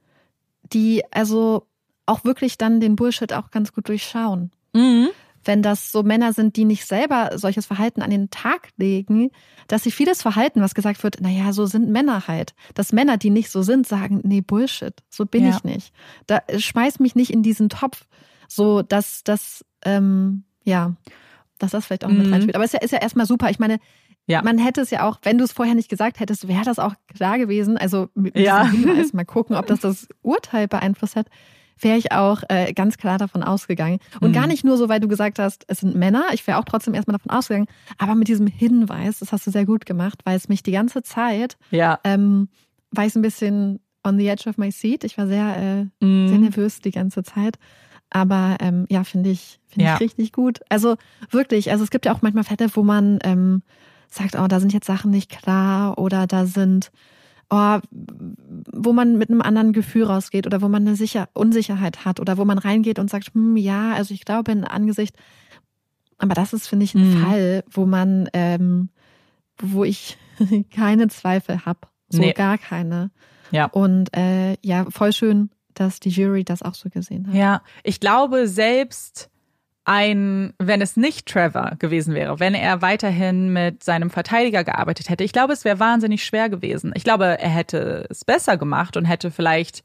die also auch wirklich dann den Bullshit auch ganz gut durchschauen. Mhm. Wenn das so Männer sind, die nicht selber solches Verhalten an den Tag legen, dass sie vieles Verhalten, was gesagt wird, naja, so sind Männer halt. Dass Männer, die nicht so sind, sagen, nee, Bullshit, so bin ja. ich nicht. Da schmeiß mich nicht in diesen Topf, so dass das, ähm, ja, dass das vielleicht auch mit mhm. reinspielt. Aber es ist ja, ist ja erstmal super. Ich meine, ja. man hätte es ja auch, wenn du es vorher nicht gesagt hättest, wäre das auch klar gewesen. Also mit ja. diesem Hinweis mal gucken, ob das das Urteil beeinflusst hat. Wäre ich auch äh, ganz klar davon ausgegangen. Und mhm. gar nicht nur so, weil du gesagt hast, es sind Männer. Ich wäre auch trotzdem erstmal davon ausgegangen. Aber mit diesem Hinweis, das hast du sehr gut gemacht, weil es mich die ganze Zeit, ja. ähm, war ich so ein bisschen on the edge of my seat. Ich war sehr, äh, mhm. sehr nervös die ganze Zeit. Aber ähm, ja, finde ich, finde ja. ich richtig gut. Also wirklich, also es gibt ja auch manchmal Fälle, wo man ähm, sagt, oh, da sind jetzt Sachen nicht klar oder da sind Oh, wo man mit einem anderen Gefühl rausgeht oder wo man eine Sicher- Unsicherheit hat oder wo man reingeht und sagt, hm, ja, also ich glaube in Angesicht, aber das ist, finde ich, ein mhm. Fall, wo man, ähm, wo ich keine Zweifel habe, so nee. gar keine. Ja. Und äh, ja, voll schön, dass die Jury das auch so gesehen hat. Ja, ich glaube selbst ein, wenn es nicht Trevor gewesen wäre, wenn er weiterhin mit seinem Verteidiger gearbeitet hätte, ich glaube, es wäre wahnsinnig schwer gewesen. Ich glaube, er hätte es besser gemacht und hätte vielleicht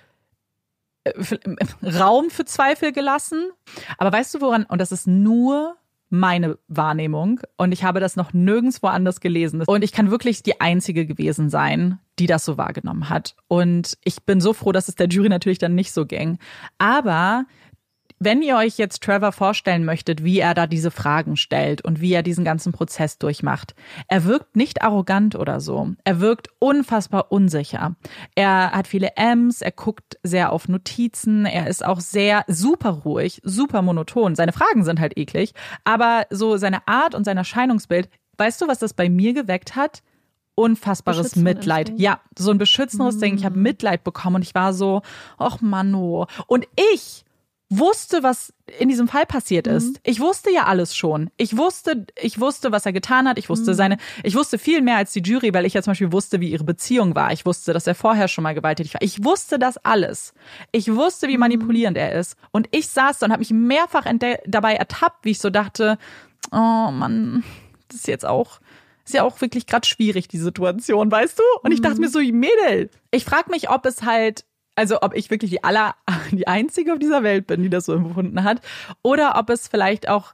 Raum für Zweifel gelassen. Aber weißt du woran, und das ist nur meine Wahrnehmung und ich habe das noch nirgendwo anders gelesen und ich kann wirklich die Einzige gewesen sein, die das so wahrgenommen hat. Und ich bin so froh, dass es der Jury natürlich dann nicht so ging. Aber wenn ihr euch jetzt Trevor vorstellen möchtet, wie er da diese Fragen stellt und wie er diesen ganzen Prozess durchmacht, er wirkt nicht arrogant oder so. Er wirkt unfassbar unsicher. Er hat viele M's, er guckt sehr auf Notizen, er ist auch sehr super ruhig, super monoton. Seine Fragen sind halt eklig, aber so seine Art und sein Erscheinungsbild, weißt du, was das bei mir geweckt hat? Unfassbares Mitleid. Ja, so ein beschützendes mhm. Ding. Ich habe Mitleid bekommen und ich war so, ach Manno. Und ich wusste, was in diesem Fall passiert ist. Mhm. Ich wusste ja alles schon. Ich wusste, ich wusste, was er getan hat. Ich wusste mhm. seine, ich wusste viel mehr als die Jury, weil ich ja zum Beispiel wusste, wie ihre Beziehung war. Ich wusste, dass er vorher schon mal gewalttätig war. Ich wusste das alles. Ich wusste, wie manipulierend mhm. er ist. Und ich saß da und habe mich mehrfach entde- dabei ertappt, wie ich so dachte, oh Mann, das ist jetzt auch, ist ja auch wirklich gerade schwierig, die Situation, weißt du? Und ich dachte mir so, Mädel, ich frage mich, ob es halt Also ob ich wirklich die aller, die Einzige auf dieser Welt bin, die das so empfunden hat. Oder ob es vielleicht auch,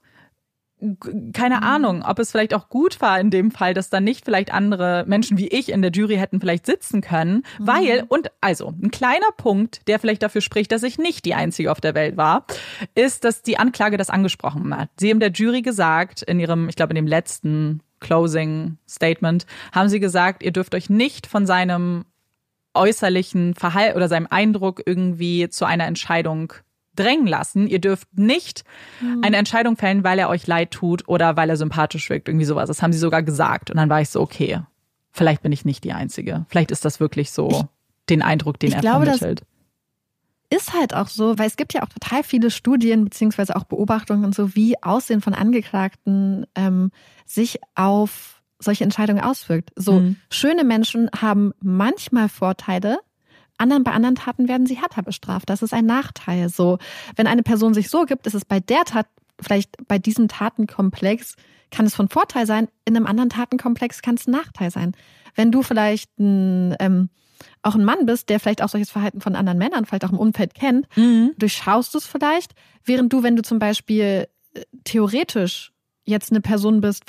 keine Ahnung, ob es vielleicht auch gut war in dem Fall, dass dann nicht vielleicht andere Menschen wie ich in der Jury hätten vielleicht sitzen können. Mhm. Weil, und also ein kleiner Punkt, der vielleicht dafür spricht, dass ich nicht die Einzige auf der Welt war, ist, dass die Anklage das angesprochen hat. Sie haben der Jury gesagt, in ihrem, ich glaube in dem letzten Closing Statement, haben sie gesagt, ihr dürft euch nicht von seinem äußerlichen Verhalten oder seinem Eindruck irgendwie zu einer Entscheidung drängen lassen. Ihr dürft nicht mhm. eine Entscheidung fällen, weil er euch leid tut oder weil er sympathisch wirkt, irgendwie sowas. Das haben sie sogar gesagt. Und dann war ich so, okay, vielleicht bin ich nicht die Einzige. Vielleicht ist das wirklich so ich, den Eindruck, den er glaube, vermittelt. Das ist halt auch so, weil es gibt ja auch total viele Studien beziehungsweise auch Beobachtungen und so, wie Aussehen von Angeklagten ähm, sich auf solche Entscheidungen auswirkt. So, mhm. schöne Menschen haben manchmal Vorteile, anderen bei anderen Taten werden sie härter bestraft. Das ist ein Nachteil. So, wenn eine Person sich so gibt, ist es bei der Tat, vielleicht bei diesem Tatenkomplex, kann es von Vorteil sein, in einem anderen Tatenkomplex kann es ein Nachteil sein. Wenn du vielleicht ein, ähm, auch ein Mann bist, der vielleicht auch solches Verhalten von anderen Männern, vielleicht auch im Umfeld kennt, mhm. durchschaust du es vielleicht, während du, wenn du zum Beispiel äh, theoretisch jetzt eine Person bist, weil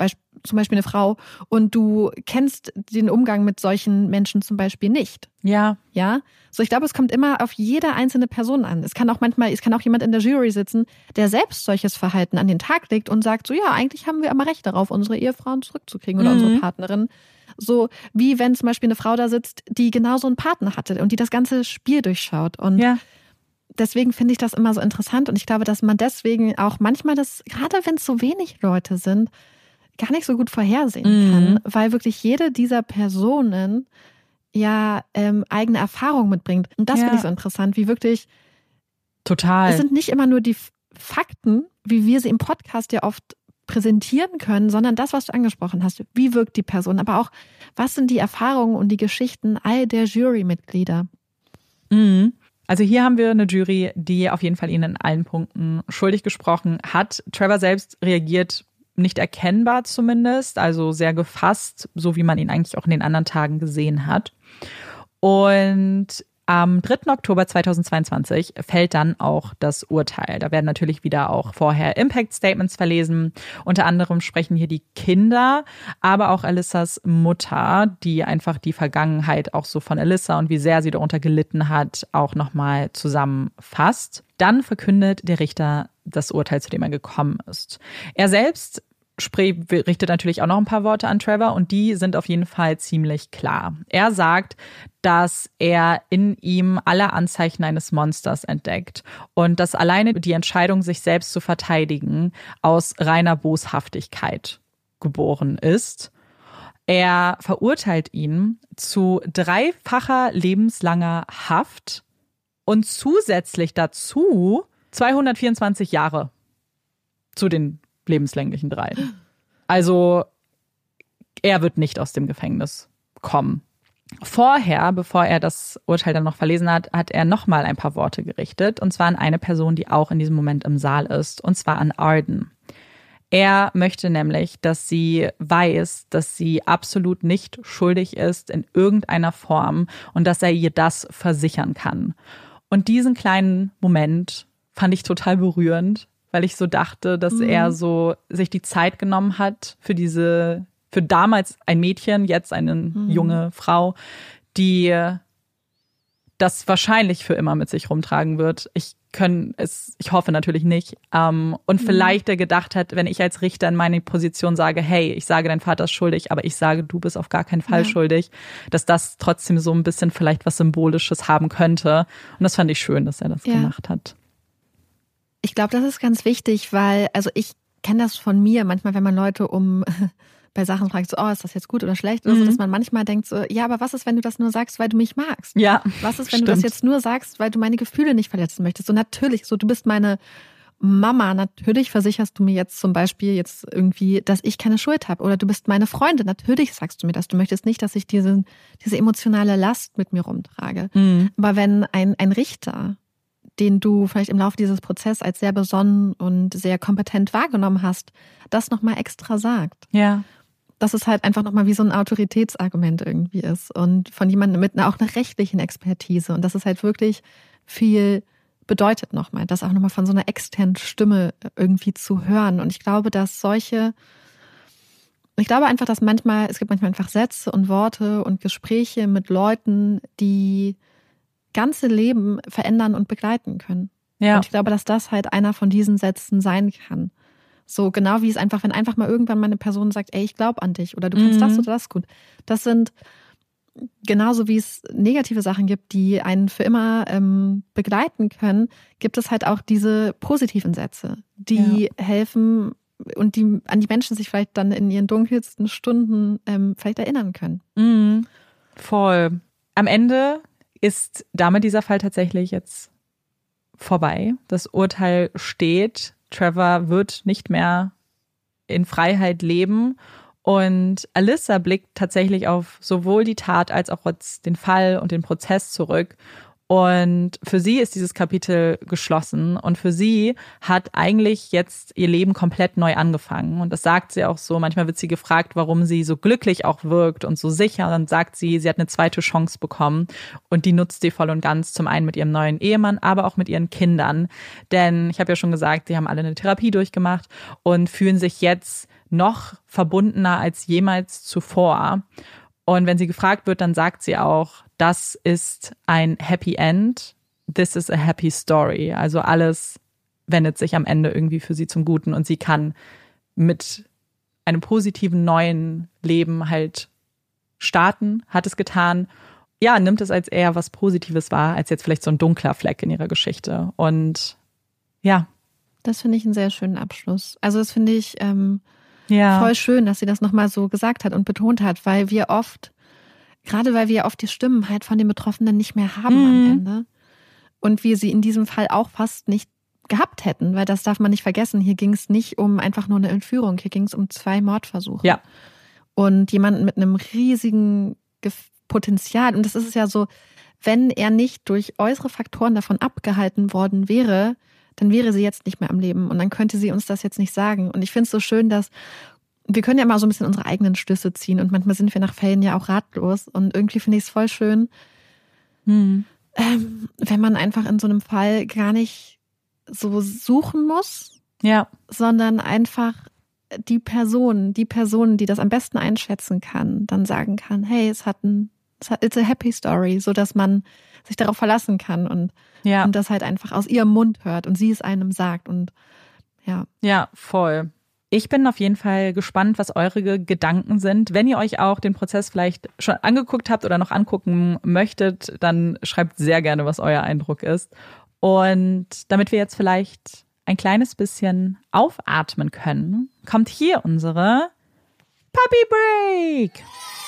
zum Beispiel eine Frau und du kennst den Umgang mit solchen Menschen zum Beispiel nicht. Ja. Ja. So, ich glaube, es kommt immer auf jede einzelne Person an. Es kann auch manchmal, es kann auch jemand in der Jury sitzen, der selbst solches Verhalten an den Tag legt und sagt so, ja, eigentlich haben wir immer Recht darauf, unsere Ehefrauen zurückzukriegen oder mhm. unsere Partnerin. So wie wenn zum Beispiel eine Frau da sitzt, die genau so einen Partner hatte und die das ganze Spiel durchschaut. Und ja. deswegen finde ich das immer so interessant und ich glaube, dass man deswegen auch manchmal das, gerade wenn es so wenig Leute sind, gar nicht so gut vorhersehen kann, mhm. weil wirklich jede dieser Personen ja ähm, eigene Erfahrungen mitbringt. Und das ja. finde ich so interessant, wie wirklich total. Es sind nicht immer nur die Fakten, wie wir sie im Podcast ja oft präsentieren können, sondern das, was du angesprochen hast. Wie wirkt die Person? Aber auch, was sind die Erfahrungen und die Geschichten all der Jurymitglieder? Mhm. Also hier haben wir eine Jury, die auf jeden Fall ihn in allen Punkten schuldig gesprochen hat. Trevor selbst reagiert nicht erkennbar zumindest, also sehr gefasst, so wie man ihn eigentlich auch in den anderen Tagen gesehen hat. Und am dritten Oktober zweitausendzweiundzwanzig fällt dann auch das Urteil. Da werden natürlich wieder auch vorher Impact Statements verlesen. Unter anderem sprechen hier die Kinder, aber auch Alyssas Mutter, die einfach die Vergangenheit auch so von Alyssa und wie sehr sie darunter gelitten hat, auch nochmal zusammenfasst. Dann verkündet der Richter das Urteil, zu dem er gekommen ist. Er selbst richtet natürlich auch noch ein paar Worte an Trevor und die sind auf jeden Fall ziemlich klar. Er sagt, dass er in ihm alle Anzeichen eines Monsters entdeckt und dass alleine die Entscheidung, sich selbst zu verteidigen, aus reiner Boshaftigkeit geboren ist. Er verurteilt ihn zu dreifacher lebenslanger Haft und zusätzlich dazu zweihundertvierundzwanzig Jahre zu den lebenslänglichen drei. Also er wird nicht aus dem Gefängnis kommen. Vorher, bevor er das Urteil dann noch verlesen hat, hat er nochmal ein paar Worte gerichtet. Und zwar an eine Person, die auch in diesem Moment im Saal ist. Und zwar an Arden. Er möchte nämlich, dass sie weiß, dass sie absolut nicht schuldig ist in irgendeiner Form und dass er ihr das versichern kann. Und diesen kleinen Moment fand ich total berührend, weil ich so dachte, dass mhm. er so sich die Zeit genommen hat für diese, für damals ein Mädchen, jetzt eine mhm. junge Frau, die das wahrscheinlich für immer mit sich rumtragen wird. Ich können es, ich hoffe natürlich nicht. Ähm, und mhm. vielleicht er gedacht hat, wenn ich als Richter in meine Position sage, hey, ich sage, dein Vater ist schuldig, aber ich sage, du bist auf gar keinen Fall ja. schuldig, dass das trotzdem so ein bisschen vielleicht was Symbolisches haben könnte. Und das fand ich schön, dass er das ja. gemacht hat. Ich glaube, das ist ganz wichtig, weil, also ich kenne das von mir, manchmal, wenn man Leute um bei Sachen fragt, so, oh, ist das jetzt gut oder schlecht oder mhm. so, dass man manchmal denkt so, ja, aber was ist, wenn du das nur sagst, weil du mich magst? Ja, was ist, wenn stimmt. du das jetzt nur sagst, weil du meine Gefühle nicht verletzen möchtest? So natürlich, so du bist meine Mama, natürlich versicherst du mir jetzt zum Beispiel jetzt irgendwie, dass ich keine Schuld habe. Oder du bist meine Freundin, natürlich sagst du mir das. Du möchtest nicht, dass ich diese, diese emotionale Last mit mir rumtrage. Mhm. Aber wenn ein, ein Richter, den du vielleicht im Laufe dieses Prozesses als sehr besonnen und sehr kompetent wahrgenommen hast, das nochmal extra sagt. Ja. Dass es halt einfach nochmal wie so ein Autoritätsargument irgendwie ist und von jemandem mit auch einer rechtlichen Expertise und dass es halt wirklich viel bedeutet nochmal, das auch nochmal von so einer externen Stimme irgendwie zu hören. Und ich glaube, dass solche, ich glaube einfach, dass manchmal, es gibt manchmal einfach Sätze und Worte und Gespräche mit Leuten, die ganze Leben verändern und begleiten können. Ja. Und ich glaube, dass das halt einer von diesen Sätzen sein kann. So genau wie es einfach, wenn einfach mal irgendwann mal eine Person sagt, ey, ich glaube an dich oder du kannst mhm. das oder das gut. Das sind genauso wie es negative Sachen gibt, die einen für immer ähm, begleiten können, gibt es halt auch diese positiven Sätze, die ja. helfen und die an die Menschen sich vielleicht dann in ihren dunkelsten Stunden ähm, vielleicht erinnern können. Mhm. Voll. Am Ende ist damit dieser Fall tatsächlich jetzt vorbei. Das Urteil steht. Trevor wird nicht mehr in Freiheit leben. Und Alyssa blickt tatsächlich auf sowohl die Tat als auch den Fall und den Prozess zurück. Und für sie ist dieses Kapitel geschlossen. Und für sie hat eigentlich jetzt ihr Leben komplett neu angefangen. Und das sagt sie auch so. Manchmal wird sie gefragt, warum sie so glücklich auch wirkt und so sicher. Und dann sagt sie, sie hat eine zweite Chance bekommen. Und die nutzt sie voll und ganz. Zum einen mit ihrem neuen Ehemann, aber auch mit ihren Kindern. Denn ich habe ja schon gesagt, sie haben alle eine Therapie durchgemacht und fühlen sich jetzt noch verbundener als jemals zuvor. Und wenn sie gefragt wird, dann sagt sie auch, das ist ein Happy End, this is a happy story. Also alles wendet sich am Ende irgendwie für sie zum Guten und sie kann mit einem positiven neuen Leben halt starten, hat es getan. Ja, nimmt es als eher was Positives wahr, als jetzt vielleicht so ein dunkler Fleck in ihrer Geschichte. Und ja. Das finde ich einen sehr schönen Abschluss. Also das finde ich ähm, ja. voll schön, dass sie das nochmal so gesagt hat und betont hat, weil wir oft, gerade weil wir oft die Stimmen halt von den Betroffenen nicht mehr haben mhm. am Ende und wir sie in diesem Fall auch fast nicht gehabt hätten, weil das darf man nicht vergessen. Hier ging es nicht um einfach nur eine Entführung, hier ging es um zwei Mordversuche. Ja. Und jemanden mit einem riesigen Potenzial. Und das ist es ja so, wenn er nicht durch äußere Faktoren davon abgehalten worden wäre, dann wäre sie jetzt nicht mehr am Leben. Und dann könnte sie uns das jetzt nicht sagen. Und ich finde es so schön, dass wir können ja mal so ein bisschen unsere eigenen Schlüsse ziehen. Und manchmal sind wir nach Fällen ja auch ratlos. Und irgendwie finde ich es voll schön, hm. ähm, wenn man einfach in so einem Fall gar nicht so suchen muss, ja. sondern einfach die Person, die Person, die das am besten einschätzen kann, dann sagen kann, hey, es hat ein, es hat, it's a happy story, so dass man sich darauf verlassen kann und, ja. und das halt einfach aus ihrem Mund hört und sie es einem sagt und ja. Ja, voll. Ich bin auf jeden Fall gespannt, was eure Gedanken sind. Wenn ihr euch auch den Prozess vielleicht schon angeguckt habt oder noch angucken möchtet, dann schreibt sehr gerne, was euer Eindruck ist. Und damit wir jetzt vielleicht ein kleines bisschen aufatmen können, kommt hier unsere Puppy Break.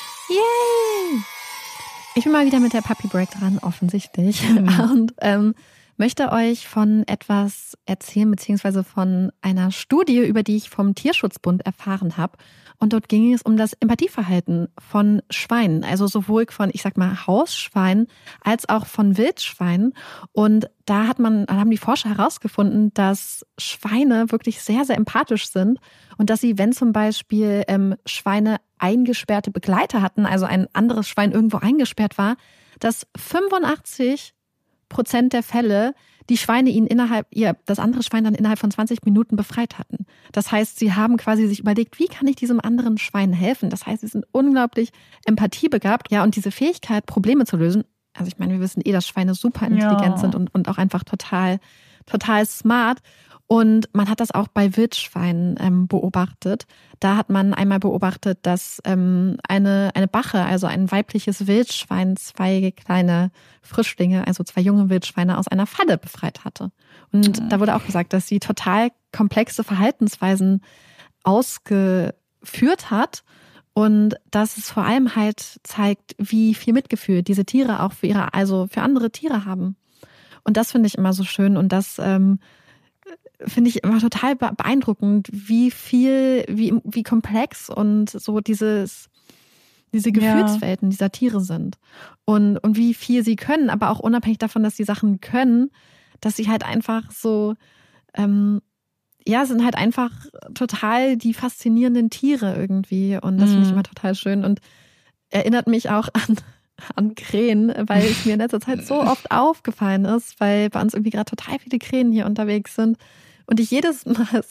Yay! Ich bin mal wieder mit der Puppy Break dran, offensichtlich. Mhm. Und ähm, möchte euch von etwas erzählen, beziehungsweise von einer Studie, über die ich vom Tierschutzbund erfahren habe. Und dort ging es um das Empathieverhalten von Schweinen, also sowohl von, ich sag mal, Hausschweinen als auch von Wildschweinen. Und da hat man, da haben die Forscher herausgefunden, dass Schweine wirklich sehr, sehr empathisch sind und dass sie, wenn zum Beispiel ähm, Schweine eingesperrte Begleiter hatten, also ein anderes Schwein irgendwo eingesperrt war, dass fünfundachtzig Prozent der Fälle die Schweine ihn innerhalb, ihr, das andere Schwein dann innerhalb von zwanzig Minuten befreit hatten. Das heißt, sie haben quasi sich überlegt, wie kann ich diesem anderen Schwein helfen? Das heißt, sie sind unglaublich empathiebegabt. Ja, und diese Fähigkeit, Probleme zu lösen, also ich meine, wir wissen eh, dass Schweine super intelligent ja. sind und, und auch einfach total, total smart. Und man hat das auch bei Wildschweinen ähm, beobachtet. Da hat man einmal beobachtet, dass ähm, eine, eine Bache, also ein weibliches Wildschwein, zwei kleine Frischlinge, also zwei junge Wildschweine aus einer Falle befreit hatte. Und mhm. da wurde auch gesagt, dass sie total komplexe Verhaltensweisen ausgeführt hat und dass es vor allem halt zeigt, wie viel Mitgefühl diese Tiere auch für ihre, also für andere Tiere haben. Und das finde ich immer so schön und das ähm, finde ich immer total beeindruckend, wie viel, wie, wie komplex und so dieses, diese Gefühlswelten ja. dieser Tiere sind. Und, und wie viel sie können, aber auch unabhängig davon, dass sie Sachen können, dass sie halt einfach so, ähm, ja, sind halt einfach total die faszinierenden Tiere irgendwie. Und das mhm. finde ich immer total schön und erinnert mich auch an an Krähen, weil es mir in letzter Zeit so oft aufgefallen ist, weil bei uns irgendwie gerade total viele Krähen hier unterwegs sind und ich jedes Mal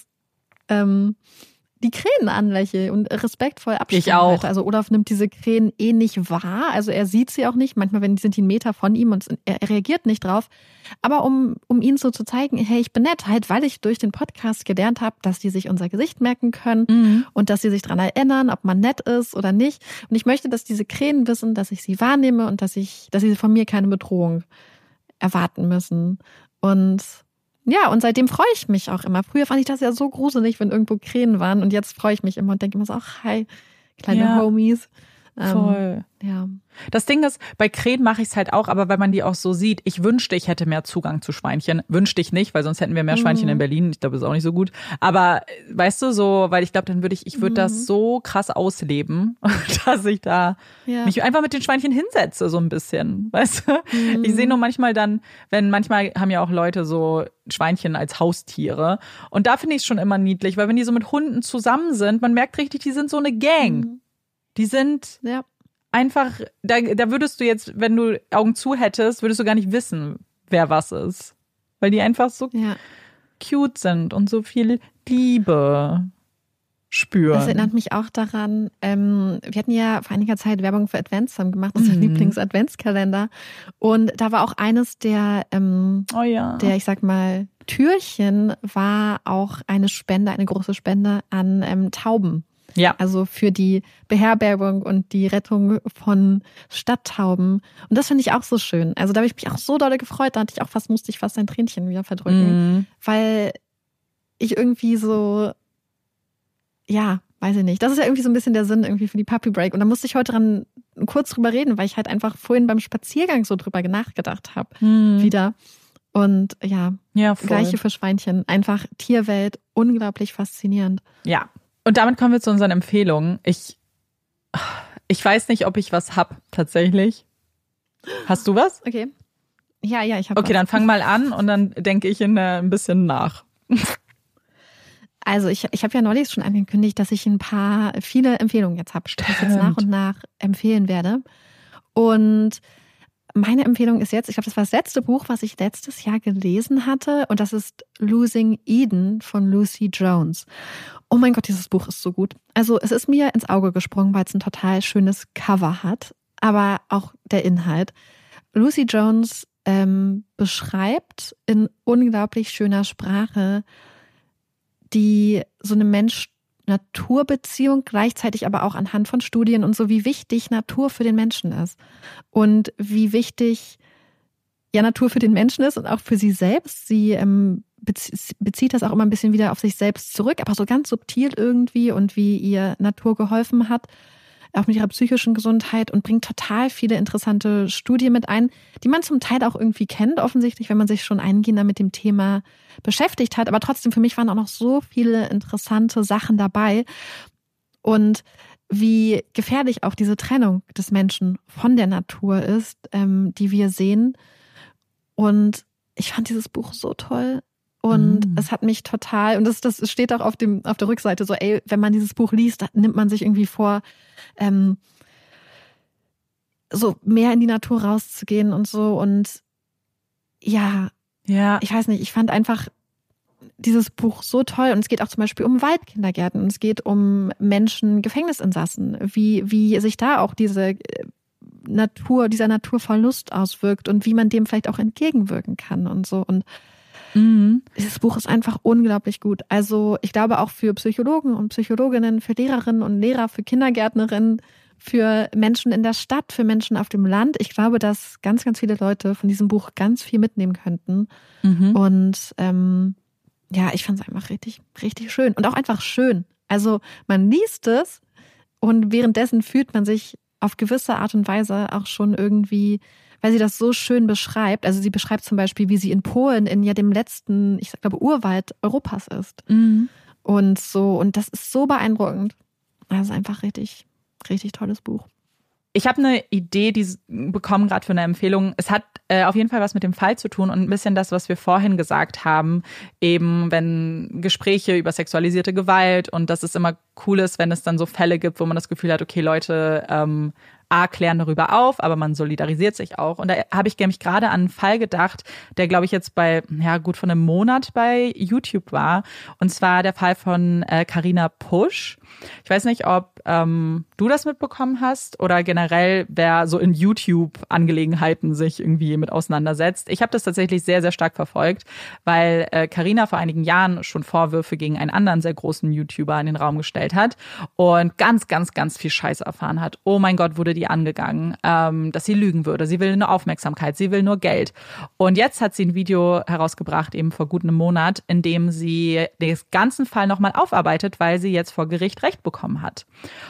ähm, die Krähen anlächle und respektvoll Abstand ich auch. halte. Also Olaf nimmt diese Krähen eh nicht wahr, also er sieht sie auch nicht. Manchmal wenn, sind die einen Meter von ihm und er, er reagiert nicht drauf. Aber um, um ihnen so zu zeigen, hey, ich bin nett, halt, weil ich durch den Podcast gelernt habe, dass die sich unser Gesicht merken können mhm. und dass sie sich daran erinnern, ob man nett ist oder nicht. Und ich möchte, dass diese Krähen wissen, dass ich sie wahrnehme und dass ich, dass sie von mir keine Bedrohung erwarten müssen. Und ja, und seitdem freue ich mich auch immer. Früher fand ich das ja so gruselig, wenn irgendwo Krähen waren. Und jetzt freue ich mich immer und denke immer so, ach, hi, kleine ja, Homies. Voll. Ähm, ja. Das Ding ist, bei Krähen mache ich es halt auch, aber weil man die auch so sieht, ich wünschte, ich hätte mehr Zugang zu Schweinchen. Wünschte ich nicht, weil sonst hätten wir mehr Schweinchen mhm. in Berlin. Ich glaube, das ist auch nicht so gut. Aber weißt du, so, weil ich glaube, dann würde ich, ich würde mhm. das so krass ausleben, dass ich da ja. mich einfach mit den Schweinchen hinsetze, so ein bisschen. Weißt du? Mhm. Ich sehe nur manchmal dann, wenn manchmal haben ja auch Leute so Schweinchen als Haustiere. Und da finde ich es schon immer niedlich, weil wenn die so mit Hunden zusammen sind, man merkt richtig, die sind so eine Gang. Mhm. Die sind ja. einfach, da, da würdest du jetzt, wenn du Augen zu hättest, würdest du gar nicht wissen, wer was ist. Weil die einfach so ja. cute sind und so viel Liebe. spüren. Das erinnert mich auch daran, ähm, wir hatten ja vor einiger Zeit Werbung für Adventssum gemacht, unser Mhm. Lieblings-Adventskalender. Und da war auch eines der, ähm, Oh ja. der, ich sag mal, Türchen war auch eine Spende, eine große Spende an ähm, Tauben. Ja. Also für die Beherbergung und die Rettung von Stadttauben. Und das finde ich auch so schön. Also da habe ich mich auch so doll gefreut, da hatte ich auch fast, musste ich fast ein Tränchen wieder verdrücken. Mhm. Weil ich irgendwie so, ja, weiß ich nicht. Das ist ja irgendwie so ein bisschen der Sinn irgendwie für die Puppy Break. Und da musste ich heute dran kurz drüber reden, weil ich halt einfach vorhin beim Spaziergang so drüber nachgedacht habe. Mhm. Wieder. Und ja, Ja, voll. Gleiche für Schweinchen. Einfach Tierwelt, unglaublich faszinierend. Ja. Und damit kommen wir zu unseren Empfehlungen. Ich, ich weiß nicht, ob ich was hab, tatsächlich. Hast du was? Okay. Ja, ja, ich habe Okay, dann fang mal an und dann denke ich in, äh, ein bisschen nach. Also ich, ich habe ja neulich schon angekündigt, dass ich ein paar, viele Empfehlungen jetzt habe, die ich jetzt nach und nach empfehlen werde. Und meine Empfehlung ist jetzt, ich glaube, das war das letzte Buch, was ich letztes Jahr gelesen hatte. Und das ist Losing Eden von Lucy Jones. Oh mein Gott, dieses Buch ist so gut. Also es ist mir ins Auge gesprungen, weil es ein total schönes Cover hat. Aber auch der Inhalt. Lucy Jones ähm, beschreibt in unglaublich schöner Sprache die so eine Mensch-Natur-Beziehung, gleichzeitig aber auch anhand von Studien und so, wie wichtig Natur für den Menschen ist. Und wie wichtig ja Natur für den Menschen ist und auch für sie selbst. Sie ähm, bezieht das auch immer ein bisschen wieder auf sich selbst zurück, aber so ganz subtil irgendwie und wie ihr Natur geholfen hat, auch mit ihrer psychischen Gesundheit, und bringt total viele interessante Studien mit ein, die man zum Teil auch irgendwie kennt, offensichtlich, wenn man sich schon eingehender mit dem Thema beschäftigt hat. Aber trotzdem, für mich waren auch noch so viele interessante Sachen dabei. Und wie gefährlich auch diese Trennung des Menschen von der Natur ist, ähm, die wir sehen. Und ich fand dieses Buch so toll. Und mm. es hat mich total, und das, das steht auch auf dem, auf der Rückseite so, ey, wenn man dieses Buch liest, dann nimmt man sich irgendwie vor, ähm, so mehr in die Natur rauszugehen und so. Und ja, ja, ich weiß nicht, ich fand einfach dieses Buch so toll. Und es geht auch zum Beispiel um Waldkindergärten. Und es geht um Menschen, Gefängnisinsassen, wie, wie sich da auch diese Natur, dieser Naturverlust auswirkt und wie man dem vielleicht auch entgegenwirken kann und so. Und mhm. dieses Buch ist einfach unglaublich gut. Also ich glaube auch für Psychologen und Psychologinnen, für Lehrerinnen und Lehrer, für Kindergärtnerinnen, für Menschen in der Stadt, für Menschen auf dem Land. Ich glaube, dass ganz, ganz viele Leute von diesem Buch ganz viel mitnehmen könnten. Mhm. Und ähm, ja, ich fand es einfach richtig, richtig schön. Und auch einfach schön. Also man liest es und währenddessen fühlt man sich auf gewisse Art und Weise auch schon irgendwie, weil sie das so schön beschreibt. Also sie beschreibt zum Beispiel, wie sie in Polen in ja dem letzten, ich glaube, Urwald Europas ist. Mhm. Und so, und das ist so beeindruckend. Also einfach richtig, richtig tolles Buch. Ich habe eine Idee, die bekommen gerade für eine Empfehlung. Es hat äh, auf jeden Fall was mit dem Fall zu tun und ein bisschen das, was wir vorhin gesagt haben, eben wenn Gespräche über sexualisierte Gewalt, und dass es immer cool ist, wenn es dann so Fälle gibt, wo man das Gefühl hat, okay, Leute ähm, A, klären darüber auf, aber man solidarisiert sich auch. Und da habe ich nämlich gerade an einen Fall gedacht, der, glaube ich, jetzt bei, ja gut, von einem Monat bei YouTube war. Und zwar der Fall von äh, Carina Pusch. Ich weiß nicht, ob ähm, du das mitbekommen hast oder generell, wer so in YouTube-Angelegenheiten sich irgendwie mit auseinandersetzt. Ich habe das tatsächlich sehr, sehr stark verfolgt, weil äh, Carina vor einigen Jahren schon Vorwürfe gegen einen anderen sehr großen YouTuber in den Raum gestellt hat und ganz, ganz, ganz viel Scheiße erfahren hat. Oh mein Gott, wurde die angegangen, ähm, dass sie lügen würde. Sie will nur Aufmerksamkeit, sie will nur Geld. Und jetzt hat sie ein Video herausgebracht, eben vor gut einem Monat, in dem sie den ganzen Fall nochmal aufarbeitet, weil sie jetzt vor Gericht Recht bekommen hat.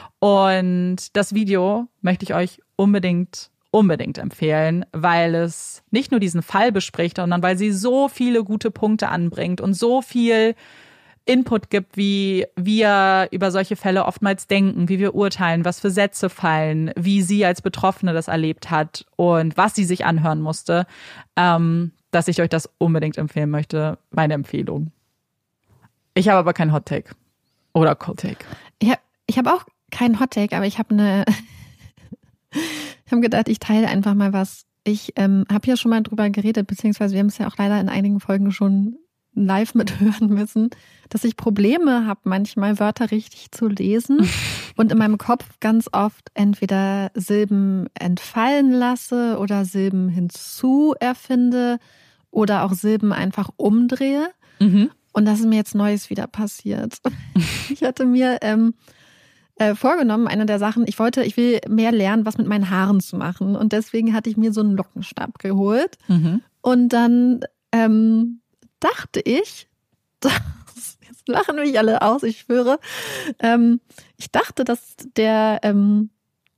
Und das Video möchte ich euch unbedingt, unbedingt empfehlen, weil es nicht nur diesen Fall bespricht, sondern weil sie so viele gute Punkte anbringt und so viel Input gibt, wie wir über solche Fälle oftmals denken, wie wir urteilen, was für Sätze fallen, wie sie als Betroffene das erlebt hat und was sie sich anhören musste, ähm, dass ich euch das unbedingt empfehlen möchte. Meine Empfehlung. Ich habe aber kein Hot Take oder Cold Take. Ich habe ich hab auch keinen Hot Take, aber ich habe eine. Ich habe gedacht, ich teile einfach mal was. Ich ähm, habe ja schon mal drüber geredet, beziehungsweise wir haben es ja auch leider in einigen Folgen schon live mithören müssen, dass ich Probleme habe, manchmal Wörter richtig zu lesen und in meinem Kopf ganz oft entweder Silben entfallen lasse oder Silben hinzu erfinde oder auch Silben einfach umdrehe. Mhm. Und das ist mir jetzt Neues wieder passiert. Ich hatte mir ähm, äh, vorgenommen, eine der Sachen, ich wollte, ich will mehr lernen, was mit meinen Haaren zu machen. Und deswegen hatte ich mir so einen Lockenstab geholt. Mhm. Und dann ähm, dachte ich, dass, jetzt lachen mich alle aus, ich schwöre, ähm, ich dachte, dass der ähm,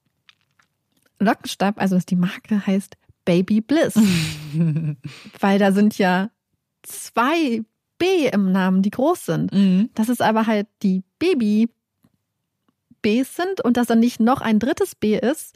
Lockenstab, also dass die Marke heißt Baby Bliss. Weil da sind ja zwei B im Namen, die groß sind. Mhm. Das ist aber halt die Baby Bs sind und dass dann nicht noch ein drittes B ist,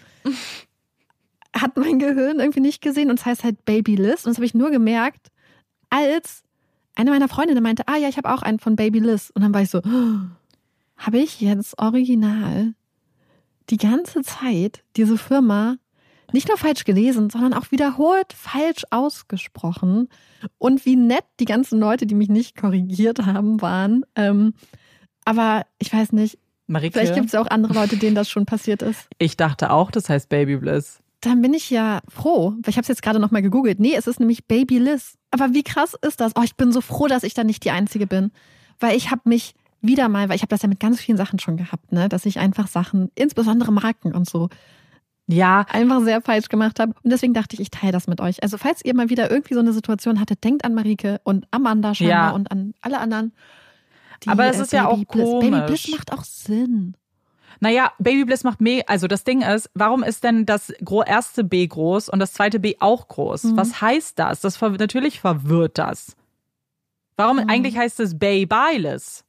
hat mein Gehirn irgendwie nicht gesehen und es heißt halt Babyliss und das habe ich nur gemerkt, als eine meiner Freundinnen meinte, ah ja, ich habe auch einen von Babyliss und dann war ich so, oh, habe ich jetzt original die ganze Zeit diese Firma nicht nur falsch gelesen, sondern auch wiederholt falsch ausgesprochen und wie nett die ganzen Leute, die mich nicht korrigiert haben, waren. Ähm, aber ich weiß nicht, Marike, vielleicht gibt es ja auch andere Leute, denen das schon passiert ist. ich dachte auch, das heißt Baby Bliss. Dann bin ich ja froh, weil ich habe es jetzt gerade nochmal gegoogelt. Nee, es ist nämlich Babyliss. Aber wie krass ist das? Oh, ich bin so froh, dass ich da nicht die Einzige bin. Weil ich habe mich wieder mal, weil ich habe das ja mit ganz vielen Sachen schon gehabt, ne, dass ich einfach Sachen, insbesondere Marken und so, Ja, einfach sehr falsch gemacht habe. Und deswegen dachte ich, ich teile das mit euch. Also falls ihr mal wieder irgendwie so eine Situation hattet, denkt an Marike und Amanda scheinbar Ja. und an alle anderen. Die, Aber es äh, ist ja auch Baby Bliss. komisch. Baby Bliss macht auch Sinn. naja, Baby Bliss macht mega, also das Ding ist, warum ist denn das gro- erste B groß und das zweite B auch groß? Mhm. Was heißt das? Das ver- natürlich verwirrt das. Warum Mhm. eigentlich heißt es Babyliss?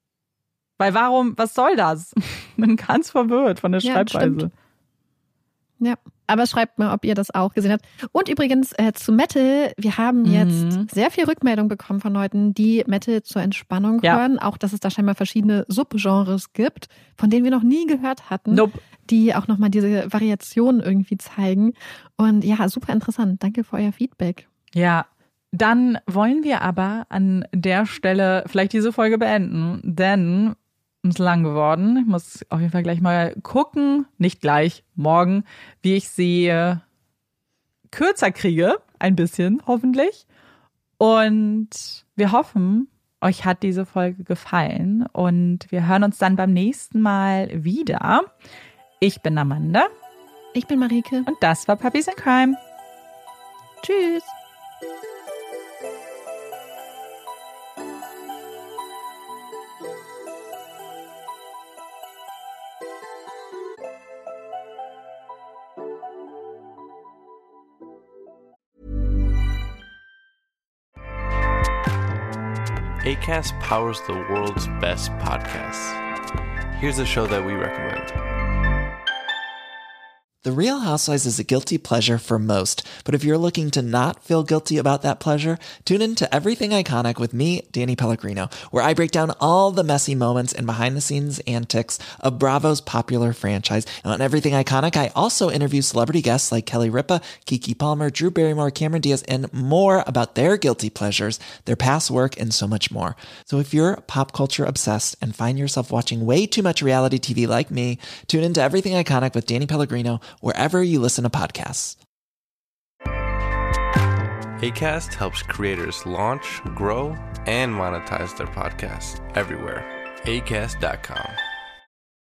Weil warum, was soll das? Man ganz verwirrt von der Ja, Schreibweise. stimmt. Ja, aber schreibt mal, ob ihr das auch gesehen habt. Und übrigens äh, zu Metal, wir haben jetzt Mhm. sehr viel Rückmeldung bekommen von Leuten, die Metal zur Entspannung Ja. hören. Auch, dass es da scheinbar verschiedene Subgenres gibt, von denen wir noch nie gehört hatten, Nope. die auch nochmal diese Variationen irgendwie zeigen. Und ja, super interessant. Danke für euer Feedback. Ja, dann wollen wir aber an der Stelle vielleicht diese Folge beenden, denn es ist lang geworden. Ich muss auf jeden Fall gleich mal gucken, nicht gleich, morgen, wie ich sie äh, kürzer kriege, ein bisschen hoffentlich. Und wir hoffen, euch hat diese Folge gefallen und wir hören uns dann beim nächsten Mal wieder. Ich bin Amanda Ich bin Marike. und das war Puppies in Crime. Tschüss. Acast powers the world's best podcasts. Here's a show that we recommend. The Real Housewives is a guilty pleasure for most, but if you're looking to not feel guilty about that pleasure, tune in to Everything Iconic with me, Danny Pellegrino, where I break down all the messy moments and behind-the-scenes antics of Bravo's popular franchise. And on Everything Iconic, I also interview celebrity guests like Kelly Ripa, Keke Palmer, Drew Barrymore, Cameron Diaz, and more about their guilty pleasures, their past work, and so much more. So if you're pop culture obsessed and find yourself watching way too much reality T V like me, tune in to Everything Iconic with Danny Pellegrino, wherever you listen to podcasts. Acast helps creators launch, grow, and monetize their podcasts everywhere. acast dot com.